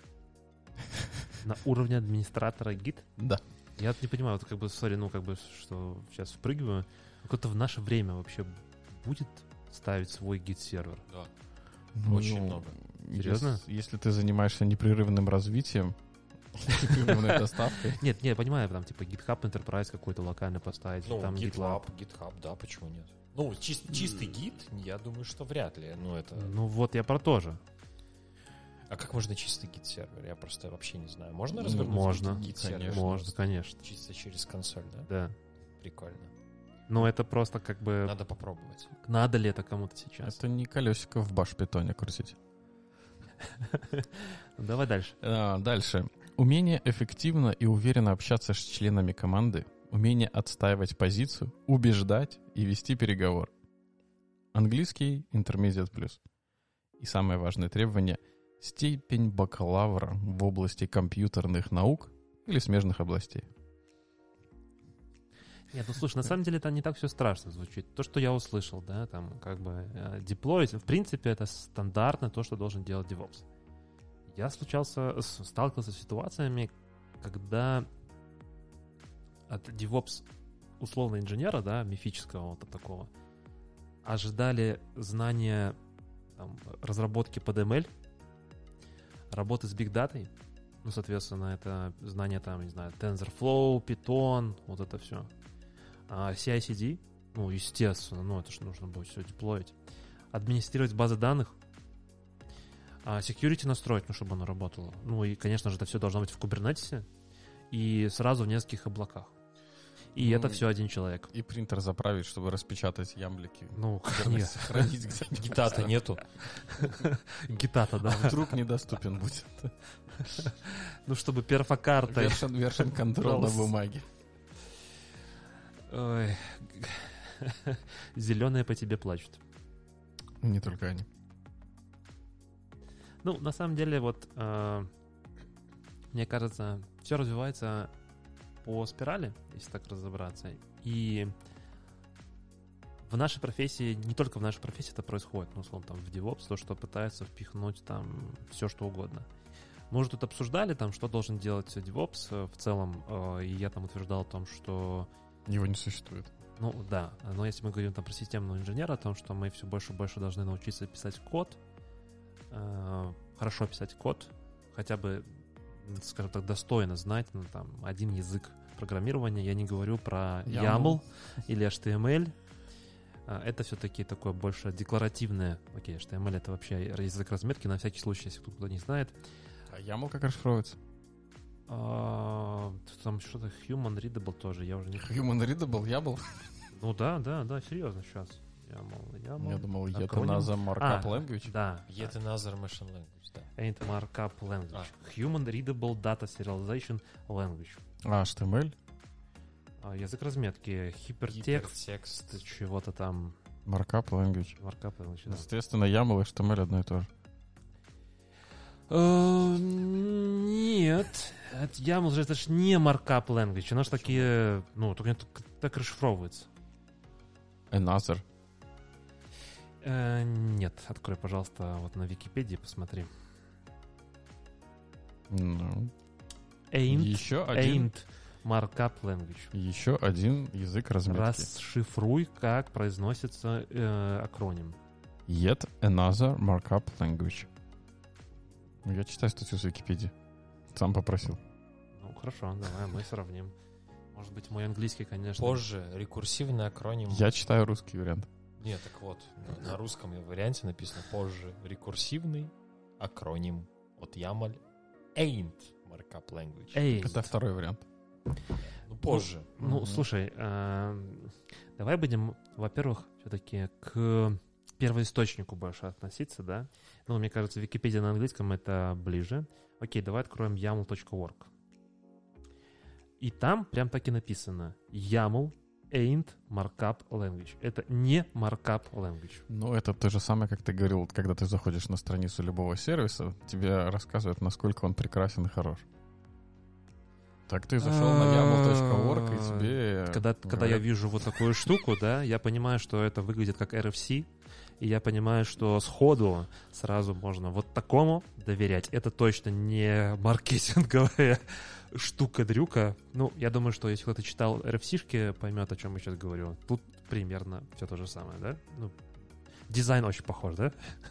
На уровне администратора гид? Да. Я вот не понимаю, вот как бы, сори, ну как бы, что сейчас впрыгиваю. Кто-то в наше время вообще будет ставить свой гид-сервер? Да. Ну, Очень много. Серьезно? Если, если ты занимаешься непрерывным развитием, непрерывной доставкой, Нет, не, я понимаю, там типа GitHub Enterprise какой-то локально поставить, Ну, там GitLab, GitHub, да, почему нет? Ну, чис- чистый гид, я думаю, что вряд ли. Ну, это... Ну вот я про то же. А как можно чистый гид-сервер? Я просто вообще не знаю. Можно Ну, развернуть можно, гид-сервер? конечно. Можно, конечно. Чисто через консоль, да? Да. Прикольно. Но это просто как бы... Надо попробовать. Надо ли это кому-то сейчас? это не колесико в баш-питоне крутить. Давай дальше. А, Дальше. Умение эффективно и уверенно общаться с членами команды, умение отстаивать позицию, убеждать и вести переговор. Английский Intermediate Plus. И самое важное требование — степень бакалавра в области компьютерных наук или смежных областей. Нет, ну слушай, на самом деле это не так все страшно звучит. То, что я услышал, да, там как бы э, деплоить, в принципе, это стандартно то, что должен делать DevOps. Я случался, с- сталкивался с ситуациями, когда от DevOps условно инженера, да, мифического вот такого, ожидали знания там, разработки под эм эл, работы с Big Data, ну, соответственно, это знания там, не знаю, TensorFlow, Python, вот это все. А си ай си ди, ну, естественно, ну, это же нужно будет все деплоить. Администрировать базы данных, а security настроить, ну, чтобы оно работало. Ну, и, конечно же, это все должно быть в Kubernetes и сразу в нескольких облаках. И Ну, это все один человек. И принтер заправить, чтобы распечатать ямблики. Ну, Вернее, конечно. сохранить где-нибудь. Гита-то нету. Гитата, да. А вдруг недоступен будет. Ну, чтобы перфокартой. Version, version control на Пожалуйста. бумаге. Ой. Зеленые по тебе плачут. Не только они. Ну, на самом деле, вот, э, мне кажется, все развивается по спирали, если так разобраться. И в нашей профессии, не только в нашей профессии это происходит, ну, условно, там, в DevOps, то, что пытаются впихнуть там все, что угодно. Мы уже тут обсуждали, там, что должен делать DevOps э, в целом, э, и я там утверждал о том, что Его не существует. ну да, но если мы говорим там про системного инженера, о том, что мы все больше и больше должны научиться писать код, э, хорошо писать код, хотя бы, скажем так, достойно знать, ну, там, один язык программирования. Я не говорю про YAML. YAML или эйч ти эм эль. Э, Это все-таки такое больше декларативное. Окей, эйч ти эм эль это вообще язык разметки, на всякий случай, если кто-то не знает. А YAML как расшифровывается? А, там что-то human readable тоже, я уже не... Human Readable, YAML? Ну да, да, да, серьезно, сейчас. YAML, YAML. Я думал, это Акроним. наза Markup А, Language. Да. Yet another machine language, да. Ain't Markup Language. А. Human Readable Data Serialization Language. А, эйч ти эм эль? А, язык разметки, гипертекст, Гипертекст. чего-то там. Markup Language. Markup Language, да. Соответственно, YAML и эйч ти эм эль одно и то же. Э, Нет. Это YAML же это ж не Markup Language. Оно же такие, ну, только так, так расшифровывается. Another. Э, Нет, открой, пожалуйста, вот на Википедии посмотри. Ну, Ain't, еще один, ain't Markup Language. еще один язык разметки. Расшифруй, как произносится э, акроним. Yet another Markup Language. Ну, я читаю статью с Википедии. Сам попросил. Ну, хорошо, давай мы сравним. Может быть, мой английский, конечно... Позже рекурсивный акроним. Я читаю русский вариант. Нет, так вот, на, на русском варианте написано позже рекурсивный акроним от YAML ain't markup language. Эй, Это второй вариант. Ну, позже. ну, Мгм. слушай, эм, давай будем, во-первых, все-таки к первоисточнику больше относиться, да? Ну, мне кажется, Википедия на английском это ближе. Окей, давай откроем ямл точка орг. И там прям так и написано. YAML ain't markup language. Это не markup language. Ну, это то же самое, как ты говорил, вот когда ты заходишь на страницу любого сервиса, тебе рассказывают, насколько он прекрасен и хорош. Так ты зашел на ямл точка орг, и тебе... Когда, когда я говорят, вижу вот такую штуку, да, я понимаю, что это выглядит как эр эф си, и я понимаю, что сходу сразу можно вот такому доверять. Это точно не маркетинговая штука-дрюка. Ну, я думаю, что если кто-то читал эр эф си-шки, поймет, о чем я сейчас говорю. Тут примерно все то же самое, да? Ну, дизайн очень похож, да?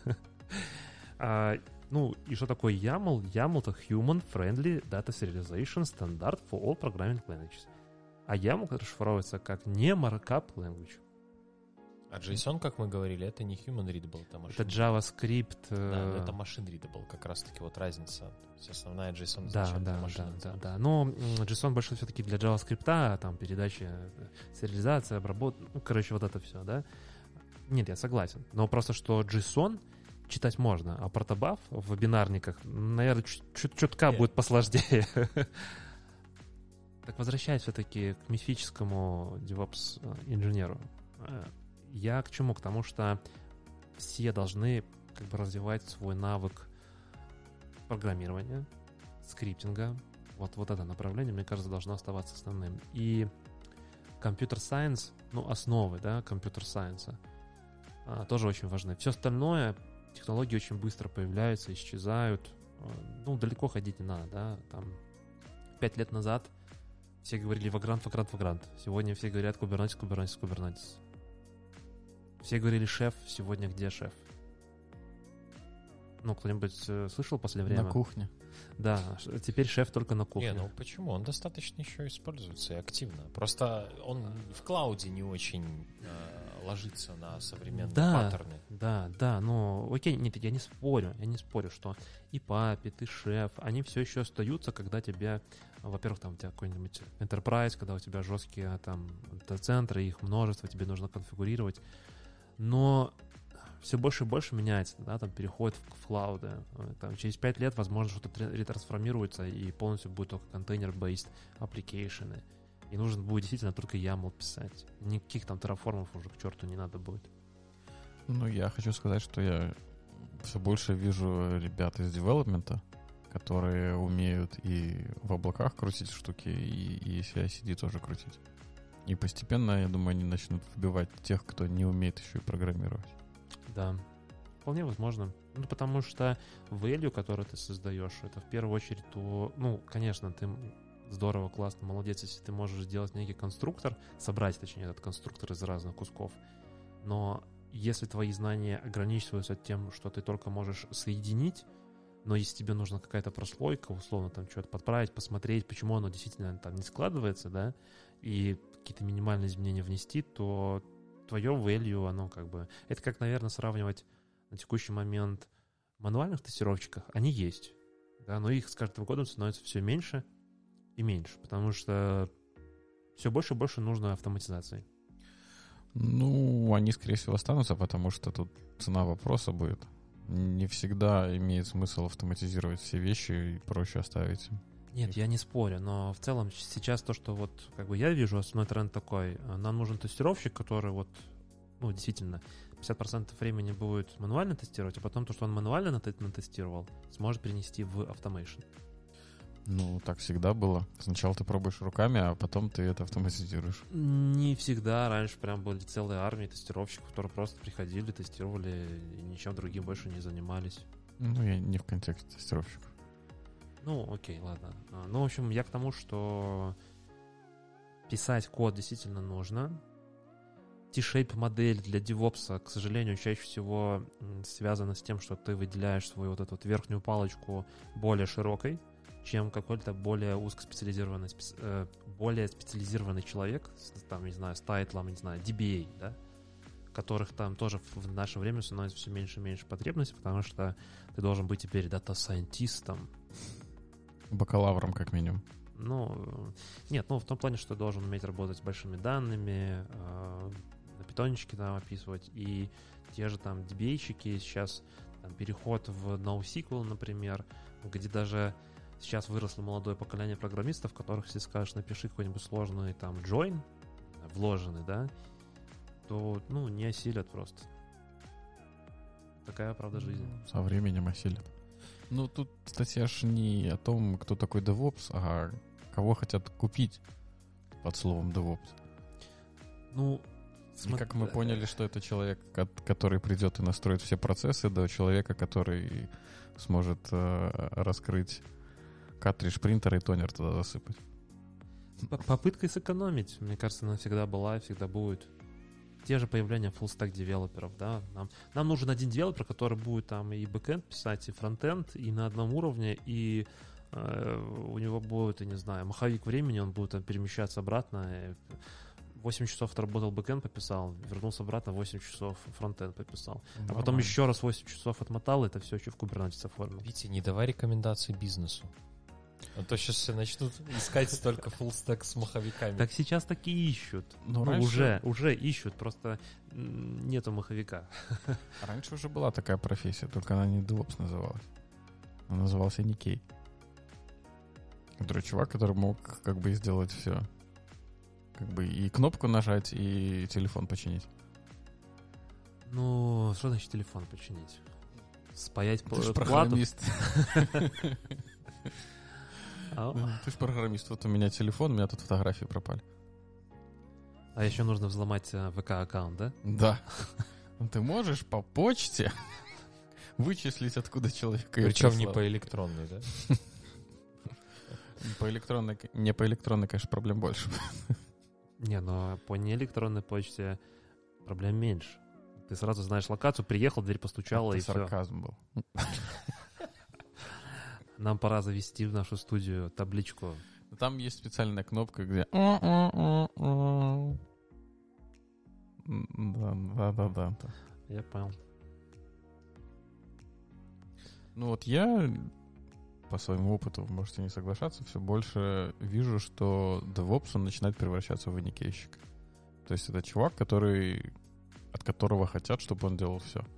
А, ну, и что такое YAML? YAML — это Human Friendly Data Serialization Standard for All Programming Languages. А YAML расшифровывается как не Markup Language. А JSON, как мы говорили, это не human readable, это machine. Это JavaScript. Да, э, но это machine readable, как раз таки вот разница. То есть основная JSON Да, изначально да, это да, машина. да, да. Но м, JSON больше все-таки для JavaScript, там передача, э, сериализация, обработка, ну, короче, вот это все, да. Нет, я согласен. Но просто что JSON читать можно, а протобаф в бинарниках, наверное, чуть-чутка будет посложнее. Так возвращаясь все-таки к мифическому DevOps-инженеру. Я к чему? К тому, что все должны как бы развивать свой навык программирования, скриптинга. Вот, вот это направление, мне кажется, должно оставаться основным. И компьютер-сайенс, ну, основы, да, компьютер-сайенса тоже очень важны. Все остальное, технологии очень быстро появляются, исчезают. Ну, далеко ходить не надо, да. Там пять лет назад все говорили Vagrant, Vagrant, Vagrant. Сегодня все говорят Kubernetes, Kubernetes, Kubernetes. Все говорили шеф, сегодня где шеф? Ну, кто-нибудь э, слышал в последнее время? На кухне. Да, теперь шеф только на кухне. Не, ну почему? Он достаточно еще используется и активно. Просто он в клауде не очень э, ложится на современные да, паттерны. Да, да, ну окей, нет, я не спорю, я не спорю, что и Puppet, и шеф, они все еще остаются, когда тебе, во-первых, там у тебя какой-нибудь enterprise, когда у тебя жесткие там дата-центры, их множество, тебе нужно конфигурировать. Но все больше и больше меняется, да, там переходит в, в клауды. Там, через пять лет, возможно, что-то ретрансформируется и полностью будет только контейнер-based application. И нужно будет действительно только ямл писать. Никаких там терраформов уже к черту не надо будет. Ну, я хочу сказать, что я все больше вижу ребят из девелопмента, которые умеют и в облаках крутить штуки, и, и си ай си ди тоже крутить. И постепенно, я думаю, они начнут вбивать тех, кто не умеет еще и программировать. Да, вполне возможно. Ну, потому что value, который ты создаешь, это в первую очередь то... Ну, конечно, ты здорово, классно, молодец, если ты можешь сделать некий конструктор, собрать, точнее, этот конструктор из разных кусков. Но если твои знания ограничиваются тем, что ты только можешь соединить, но если тебе нужна какая-то прослойка, условно, там что-то подправить, посмотреть, почему оно действительно там не складывается, да, и какие-то минимальные изменения внести, то твое value, оно как бы... Это как, наверное, сравнивать на текущий момент мануальных тестировщиков. Они есть, да, но их с каждым годом становится все меньше и меньше, потому что все больше и больше нужно автоматизации. Ну, они, скорее всего, останутся, потому что тут цена вопроса будет. Не всегда имеет смысл автоматизировать все вещи и проще оставить. Нет, я не спорю, но в целом сейчас то, что вот как бы я вижу, основной тренд такой, нам нужен тестировщик, который вот, ну, действительно, пятьдесят процентов времени будет мануально тестировать, а потом то, что он мануально натестировал, сможет перенести в automation. Ну, так всегда было. Сначала ты пробуешь руками, а потом ты это автоматизируешь. Не всегда. Раньше прям были целые армии тестировщиков, которые просто приходили, тестировали и ничем другим больше не занимались. Ну, я не в контексте тестировщиков. Ну, окей, ладно. Ну, в общем, я к тому, что писать код действительно нужно. T-shape модель для DevOps, к сожалению, чаще всего связана с тем, что ты выделяешь свою вот эту вот верхнюю палочку более широкой, чем какой-то более узкоспециализированный, специ... более специализированный человек, там, не знаю, с тайтлом, не знаю, ди би эй, да, которых там тоже в наше время становится все меньше и меньше потребностей, потому что ты должен быть теперь дата-сайентистом. Бакалавром, как минимум. Ну, нет, ну, в том плане, что ты должен уметь работать с большими данными, э, на питончике там описывать, и те же там ди би эй-щики сейчас, там, переход в NoSQL, например, где даже сейчас выросло молодое поколение программистов, которых, если скажешь, напиши какой-нибудь сложный там join, вложенный, да, то, ну, не осилят просто. Такая правда жизни. Со временем осилят. Ну, тут статья ж не о том, кто такой DevOps, а кого хотят купить под словом DevOps. Ну, и как мы поняли, что это человек, который придет и настроит все процессы, до человека, который сможет э, раскрыть картридж принтера и тонер туда засыпать. Попытка сэкономить, мне кажется, она всегда была и всегда будет. Те же появления full-stack девелоперов, да. Нам, нам нужен один девелопер, который будет там и бэкэнд писать, и фронтенд, и на одном уровне, и э, у него будет, я не знаю, маховик времени, он будет там перемещаться обратно. восемь часов отработал бэкэнд, пописал, вернулся обратно, восемь часов фронтенд пописал. А потом еще раз восемь часов отмотал, это все еще в Kubernetes оформил. Витя, не давай рекомендации бизнесу. А то сейчас все начнут искать только фуллстек с маховиками. Так сейчас такие ищут. Ну, Ну, раньше- уже, уже ищут, просто м, нету маховика. Раньше уже была такая профессия, только она не DevOps называлась. Она назывался Никей. Который чувак, который мог как бы сделать все. Как бы и кнопку нажать, и телефон починить. Ну, что значит телефон починить? Спаять Ты же пл- плату? программист. А, Да, Ты же программист. Вот у меня телефон, у меня тут фотографии пропали. а еще нужно взломать э, ВК-аккаунт, да? Да. Ты можешь по почте вычислить, откуда человек её Причем не прислал. по электронной, да? По электронной, не по электронной, конечно, проблем больше. Не, но по неэлектронной почте проблем меньше. Ты сразу знаешь локацию, приехал, дверь постучала, Это и все. сарказм был. Нам пора завести в нашу студию табличку. Там есть специальная кнопка, где... Да, да, да, да. Я понял. Ну вот я, по своему опыту, вы можете не соглашаться, все больше вижу, что DevOps, он начинает превращаться в иникейщика. То есть это чувак, который, от которого хотят, чтобы он делал все.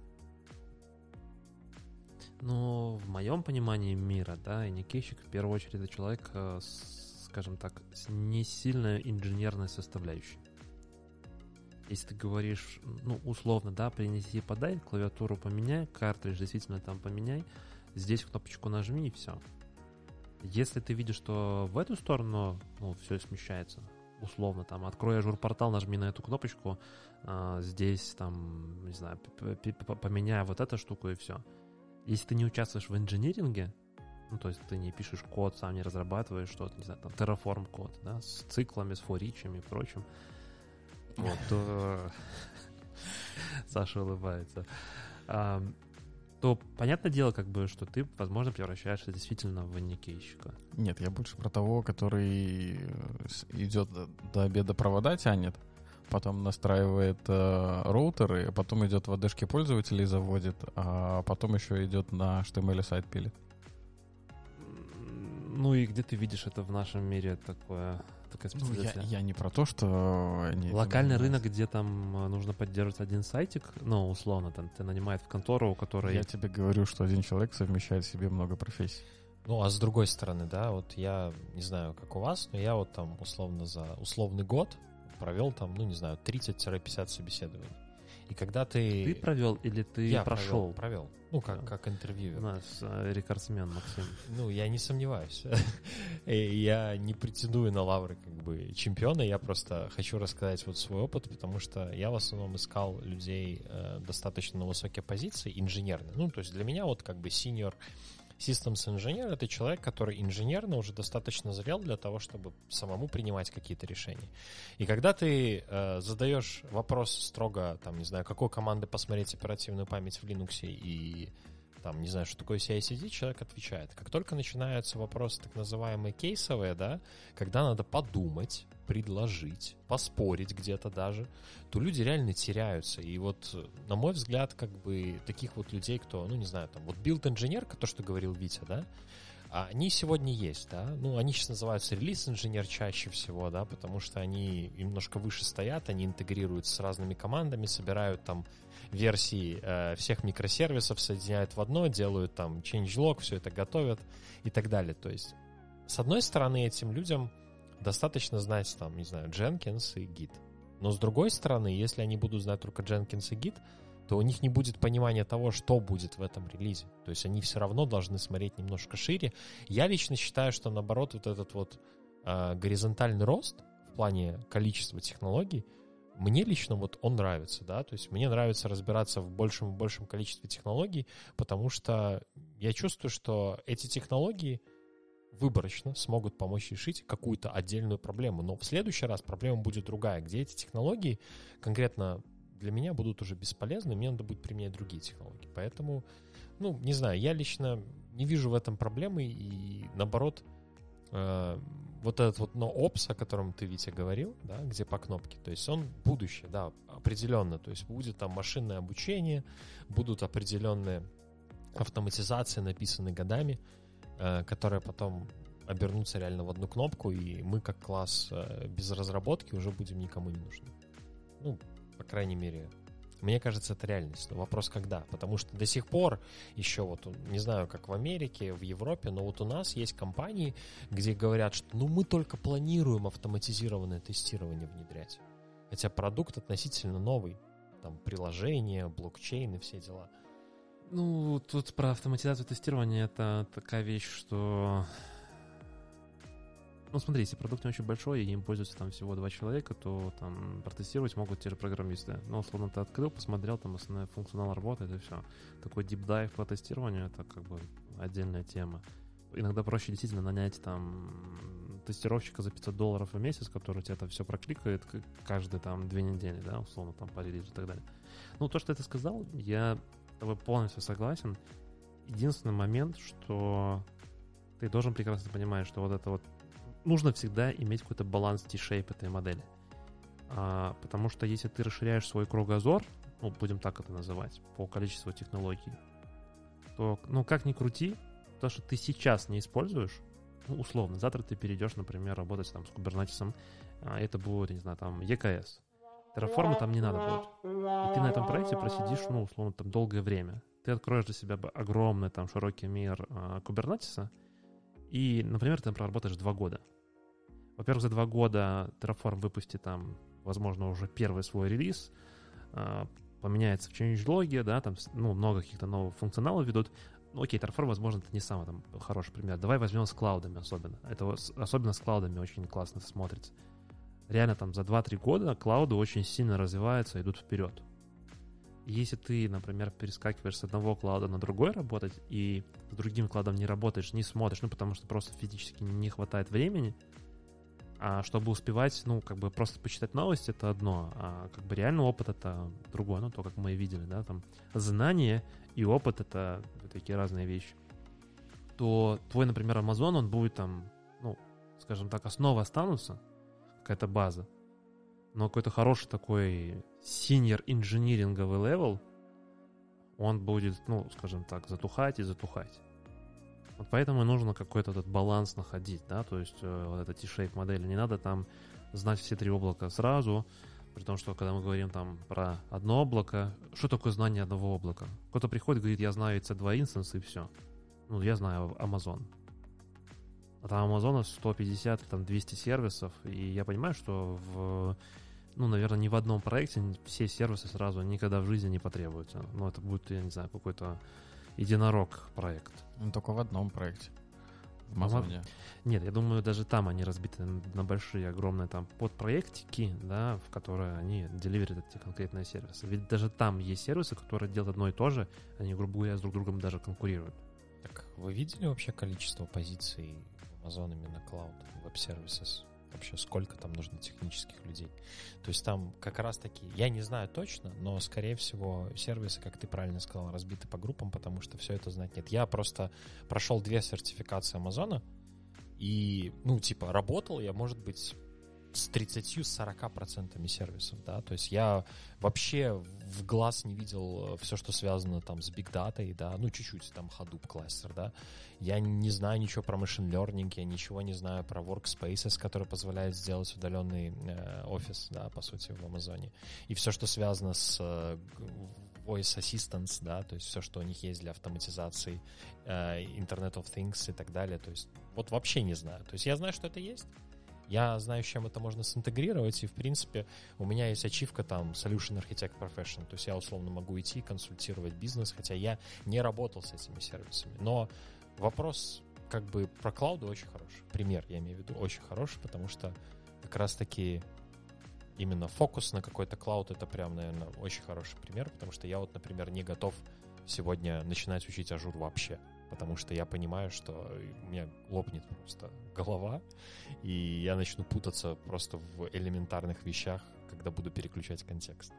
Ну, в моем понимании мира, да, иникейщик в первую очередь это человек, э, с, скажем так, с не сильно инженерной составляющей. Если ты говоришь, ну, условно, да, принеси, подай, клавиатуру поменяй, картридж действительно там поменяй, здесь кнопочку нажми и все. Если ты видишь, что в эту сторону, ну, все смещается, условно, там, открой ажур-портал, нажми на эту кнопочку, а, здесь, там, не знаю, п- п- п- поменяй вот эту штуку и все. Если ты не участвуешь в инжиниринге, ну, то есть ты не пишешь код, сам не разрабатываешь что-то, не знаю, там, Terraform код, да, с циклами, с форичами и прочим, вот, то Саша улыбается. А, то понятное дело, как бы, что ты, возможно, превращаешься действительно в иникейщика. Нет, я больше про того, который с- идет до, до обеда провода тянет, потом настраивает э, роутеры, а потом идет в эй ди шки пользователей заводит, а потом еще идет на эйч ти эм эл сайт пилит. Ну и где ты видишь это в нашем мире, такое, такая Ну, я, специализация? я не про то, что они... Локальный этим рынок, где там э, нужно поддерживать один сайтик, ну, условно, там, ты нанимает в контору, у которой... Я тебе говорю, что один человек совмещает в себе много профессий. Ну, а с другой стороны, да, вот я не знаю, как у вас, но я вот там условно за условный год провел там, ну, не знаю, тридцать-пятьдесят собеседований. И когда ты... Ты провел или ты я прошел? провел, провел. Ну, как, Да. как интервьюер. У нас э, рекордсмен Максим. Ну, я не сомневаюсь. И я не претендую на лавры как бы чемпиона, я просто хочу рассказать вот свой опыт, потому что я в основном искал людей э, достаточно на высокие позиции, инженерные. Ну, то есть для меня вот как бы senior systems engineer — это человек, который инженерно уже достаточно зрел для того, чтобы самому принимать какие-то решения. И когда ты э, задаешь вопрос строго, там, не знаю, какой команды посмотреть оперативную память в Linux и там, не знаю, что такое си ай си ди, человек отвечает. Как только начинаются вопросы так называемые кейсовые, да, когда надо подумать, предложить, поспорить где-то даже, то люди реально теряются. И вот, на мой взгляд, как бы таких вот людей, кто, ну, не знаю, там, вот билд-инженер, то, что говорил Витя, да, они сегодня есть, да, ну, они сейчас называются релиз-инженер чаще всего, да, потому что они немножко выше стоят, они интегрируются с разными командами, собирают там версии э, всех микросервисов, соединяют в одно, делают там changelog, все это готовят и так далее. То есть, с одной стороны, этим людям достаточно знать там, не знаю, Jenkins и Git. Но с другой стороны, если они будут знать только Jenkins и Git, то у них не будет понимания того, что будет в этом релизе. То есть они все равно должны смотреть немножко шире. Я лично считаю, что наоборот вот этот вот э, горизонтальный рост в плане количества технологий, мне лично вот он нравится, да, то есть мне нравится разбираться в большем и большем количестве технологий, потому что я чувствую, что эти технологии выборочно смогут помочь решить какую-то отдельную проблему, но в следующий раз проблема будет другая, где эти технологии конкретно для меня будут уже бесполезны, мне надо будет применять другие технологии, поэтому, ну, не знаю, я лично не вижу в этом проблемы, и наоборот, э, вот этот вот NoOps, о котором ты, Витя, говорил, да, где по кнопке, то есть он будущее, да, определенно, то есть будет там машинное обучение, будут определенные автоматизации, написанные годами, э, которые потом обернуться реально в одну кнопку, и мы как класс без разработки уже будем никому не нужны. Ну, по крайней мере, мне кажется, это реальность. Но вопрос когда? Потому что до сих пор еще вот, не знаю, как в Америке, в Европе, но вот у нас есть компании, где говорят, что ну мы только планируем автоматизированное тестирование внедрять. Хотя продукт относительно новый. Там приложение, блокчейн и все дела. Ну, тут про автоматизацию тестирования это такая вещь, что... Ну, смотри, если продукт не очень большой, и им пользуются там всего два человека, то там протестировать могут те же программисты. Ну, условно, ты открыл, посмотрел, там основной функционал работает, и все. Такой deep dive по тестированию — это как бы отдельная тема. Иногда проще действительно нанять там тестировщика за пятьсот долларов в месяц, который тебе это все прокликает каждые там две недели, да, условно, там по релизу и так далее. Ну, то, что ты сказал, я с тобой полностью согласен. Единственный момент, что ты должен прекрасно понимать, что вот это вот нужно всегда иметь какой-то баланс T-shape этой модели. А, потому что если ты расширяешь свой кругозор, ну, будем так это называть, по количеству технологий, то, ну, как ни крути, то, что ты сейчас не используешь, ну, условно, завтра ты перейдешь, например, работать там с Kubernetes, а это будет, не знаю, там, и кей эс. Terraform там не надо будет. И ты на этом проекте просидишь, ну, условно, там, долгое время. Ты откроешь для себя огромный, там, широкий мир а, Kubernetes, и, например, ты там проработаешь два года. Во-первых, за два года Terraform выпустит там, возможно, уже первый свой релиз, э, поменяется в changelog, да, там, ну, много каких-то новых функционалов ведут. Ну, окей, Terraform, возможно, это не самый там хороший пример. Давай возьмем с клаудами особенно. Это особенно с клаудами очень классно смотрится. Реально там за два-три года клауды очень сильно развиваются, идут вперед. И если ты, например, перескакиваешь с одного клауда на другой работать, и с другим клаудом не работаешь, не смотришь, ну, потому что просто физически не хватает времени, а чтобы успевать, ну, как бы просто почитать новости — это одно, а как бы реальный опыт — это другое, ну, то, как мы и видели, да, там знания и опыт — это такие разные вещи. То твой, например, Amazon, он будет там, ну, скажем так, основы останутся, какая-то база, но какой-то хороший такой senior инжиниринговый левел, он будет, ну, скажем так, затухать и затухать. Вот поэтому нужно какой-то этот баланс находить, да, то есть э, вот эта T-shape модель. Не надо там знать все три облака сразу, при том, что когда мы говорим там про одно облако, что такое знание одного облака? Кто-то приходит и говорит, я знаю и си два инстанс, и все. Ну, я знаю Amazon. А там Amazon сто пятьдесят, там двести сервисов, и я понимаю, что в, ну, наверное, ни в одном проекте все сервисы сразу никогда в жизни не потребуются. Ну, это будет, я не знаю, какой-то единорог проект. Ну, только в одном проекте. В Амазоне. Нет, я думаю, даже там они разбиты на большие, огромные там подпроектики, да, в которые они деливерят эти конкретные сервисы. Ведь даже там есть сервисы, которые делают одно и то же, они, грубо говоря, с друг другом даже конкурируют. Так вы видели вообще количество позиций в Amazon именно Cloud, Web-Services? Вообще, сколько там нужно технических людей? То есть там как раз-таки, я не знаю точно, но, скорее всего, сервисы, как ты правильно сказал, разбиты по группам, потому что все это знать нет. Я просто прошел две сертификации Амазона, и, ну, типа, работал я, может быть, с тридцать-сорок процентами сервисов, да, то есть я вообще в глаз не видел все, что связано там с Big Data, да, ну, чуть-чуть там Hadoop кластер, да, я не знаю ничего про Machine Learning, я ничего не знаю про Workspaces, который позволяет сделать удаленный э, офис, да, по сути, в Амазоне, и все, что связано с э, Voice Assistance, да, то есть все, что у них есть для автоматизации э, Internet of Things и так далее, то есть вот вообще не знаю, то есть я знаю, что это есть. Я знаю, с чем это можно синтегрировать, и, в принципе, у меня есть ачивка там Solution Architect Profession, то есть я условно могу идти консультировать бизнес, хотя я не работал с этими сервисами. Но вопрос как бы про клауды очень хороший. Пример, я имею в виду, очень хороший, потому что как раз-таки именно фокус на какой-то клауд — это прям, наверное, очень хороший пример, потому что я вот, например, не готов сегодня начинать учить Ажур вообще. Потому что я понимаю, что у меня лопнет просто голова, и я начну путаться просто в элементарных вещах, когда буду переключать контекст.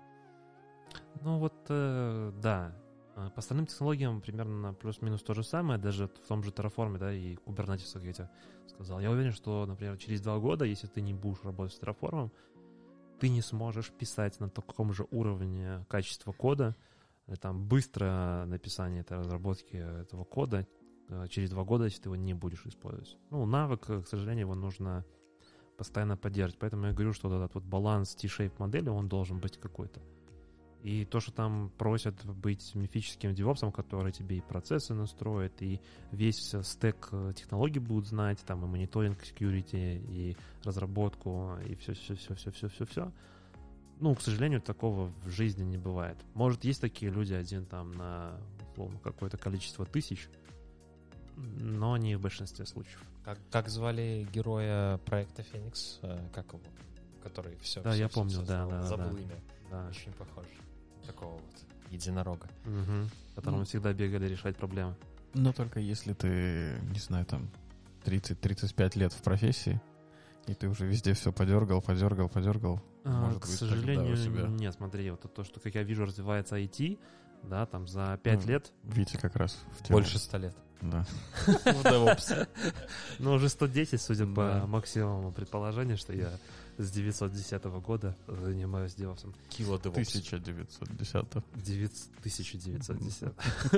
Ну вот, э, да. По остальным технологиям примерно плюс-минус то же самое, даже в том же Terraform, да, и Kubernetes, как я тебе сказал. Я уверен, что, например, через два года, если ты не будешь работать с Terraform, ты не сможешь писать на таком же уровне качества кода, там быстрое написание этой разработки этого кода, э, через два года, если ты его не будешь использовать. Ну, навык, к сожалению, его нужно постоянно поддерживать. Поэтому я говорю, что вот этот вот баланс T-shape модели, он должен быть какой-то. И то, что там просят быть мифическим девопсом, который тебе и процессы настроит, и весь стек технологий будут знать, там и мониторинг security, и разработку, и все-все-все-все-все-все-все. Ну, к сожалению, такого в жизни не бывает. Может, есть такие люди один там на, условно, какое-то количество тысяч, но не в большинстве случаев. Как, как звали героя проекта Феникс? Как его? Который все. Да, все, я все, помню, все да, сделал. да, Забыл да. имя. Да. Очень похож. Такого вот единорога. Угу. Которому Ну. всегда бегали решать проблемы. Но только если ты, не знаю, там тридцать-тридцать пять лет в профессии, и ты уже везде все подергал, подергал, подергал. А, Может к быть, сожалению, тогда у себя. нет, смотри, вот то, что, как я вижу, развивается ай ти, да, там за пять Ну, лет, Витя как раз в тему. Больше ста лет. Да. В DevOps. ну, уже сто десять, судя Да. по максимуму предположения, что я с девятьсот десятого года занимаюсь девопсом. Кило DevOps. тысяча девятьсот десятого. тысяча девятьсот десятый.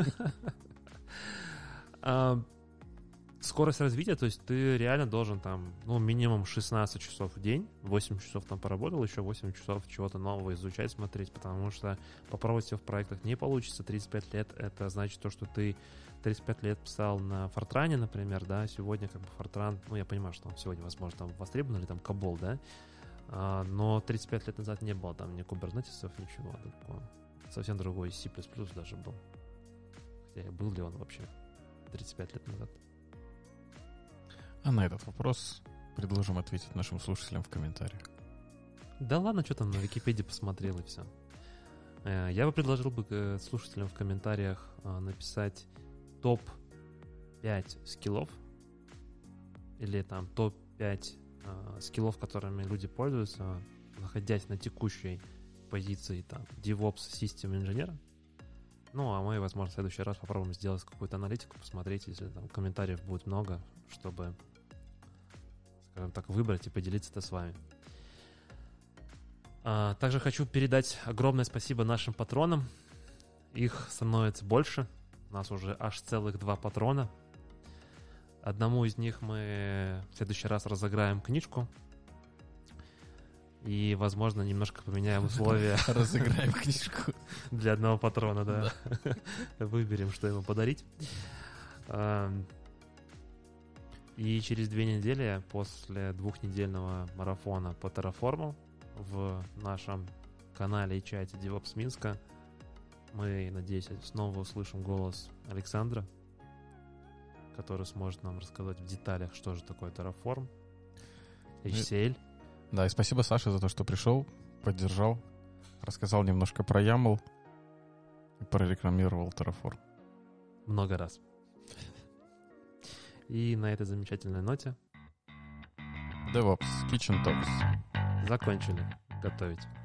А, Скорость развития, то есть ты реально должен там, ну, минимум шестнадцать часов в день, восемь часов там поработал, еще восемь часов чего-то нового изучать, смотреть, потому что попробовать все в проектах не получится. тридцать пять лет — это значит то, что ты тридцать пять лет писал на Фортране, например, да, сегодня как бы Фортран, ну, я понимаю, что он сегодня, возможно, там востребован, или там Кобол, да, а, но тридцать пять лет назад не было там ни кубернетисов, ничего такого. Совсем другой C++ даже был. Хотя был ли он вообще тридцать пять лет назад? А на этот вопрос предложим ответить нашим слушателям в комментариях. Да ладно, что там на Википедии посмотрел и все. Я бы предложил бы э, слушателям в комментариях э, написать топ пять скиллов или там топ пять э, скиллов, которыми люди пользуются, находясь на текущей позиции там DevOps System инженера. Ну, а мы, возможно, в следующий раз попробуем сделать какую-то аналитику, посмотреть, если там комментариев будет много, чтобы, скажем так, выбрать и поделиться это с вами. А, также хочу передать огромное спасибо нашим патронам. Их становится больше. У нас уже аж целых два патрона. Одному из них мы в следующий раз разыграем книжку. И, возможно, немножко поменяем условия. Разыграем книжку. Для одного патрона, да. Выберем, что ему подарить. И через две недели, после двухнедельного марафона по Terraform в нашем канале и чате DevOps Минска, мы, надеюсь, снова услышим голос Александра, который сможет нам рассказать в деталях, что же такое Terraform, эйч си эль. Да, и спасибо Саше за то, что пришел, поддержал, рассказал немножко про YAML и прорекламировал Terraform. Много раз. И на этой замечательной ноте DevOps Kitchen Talks. закончили готовить.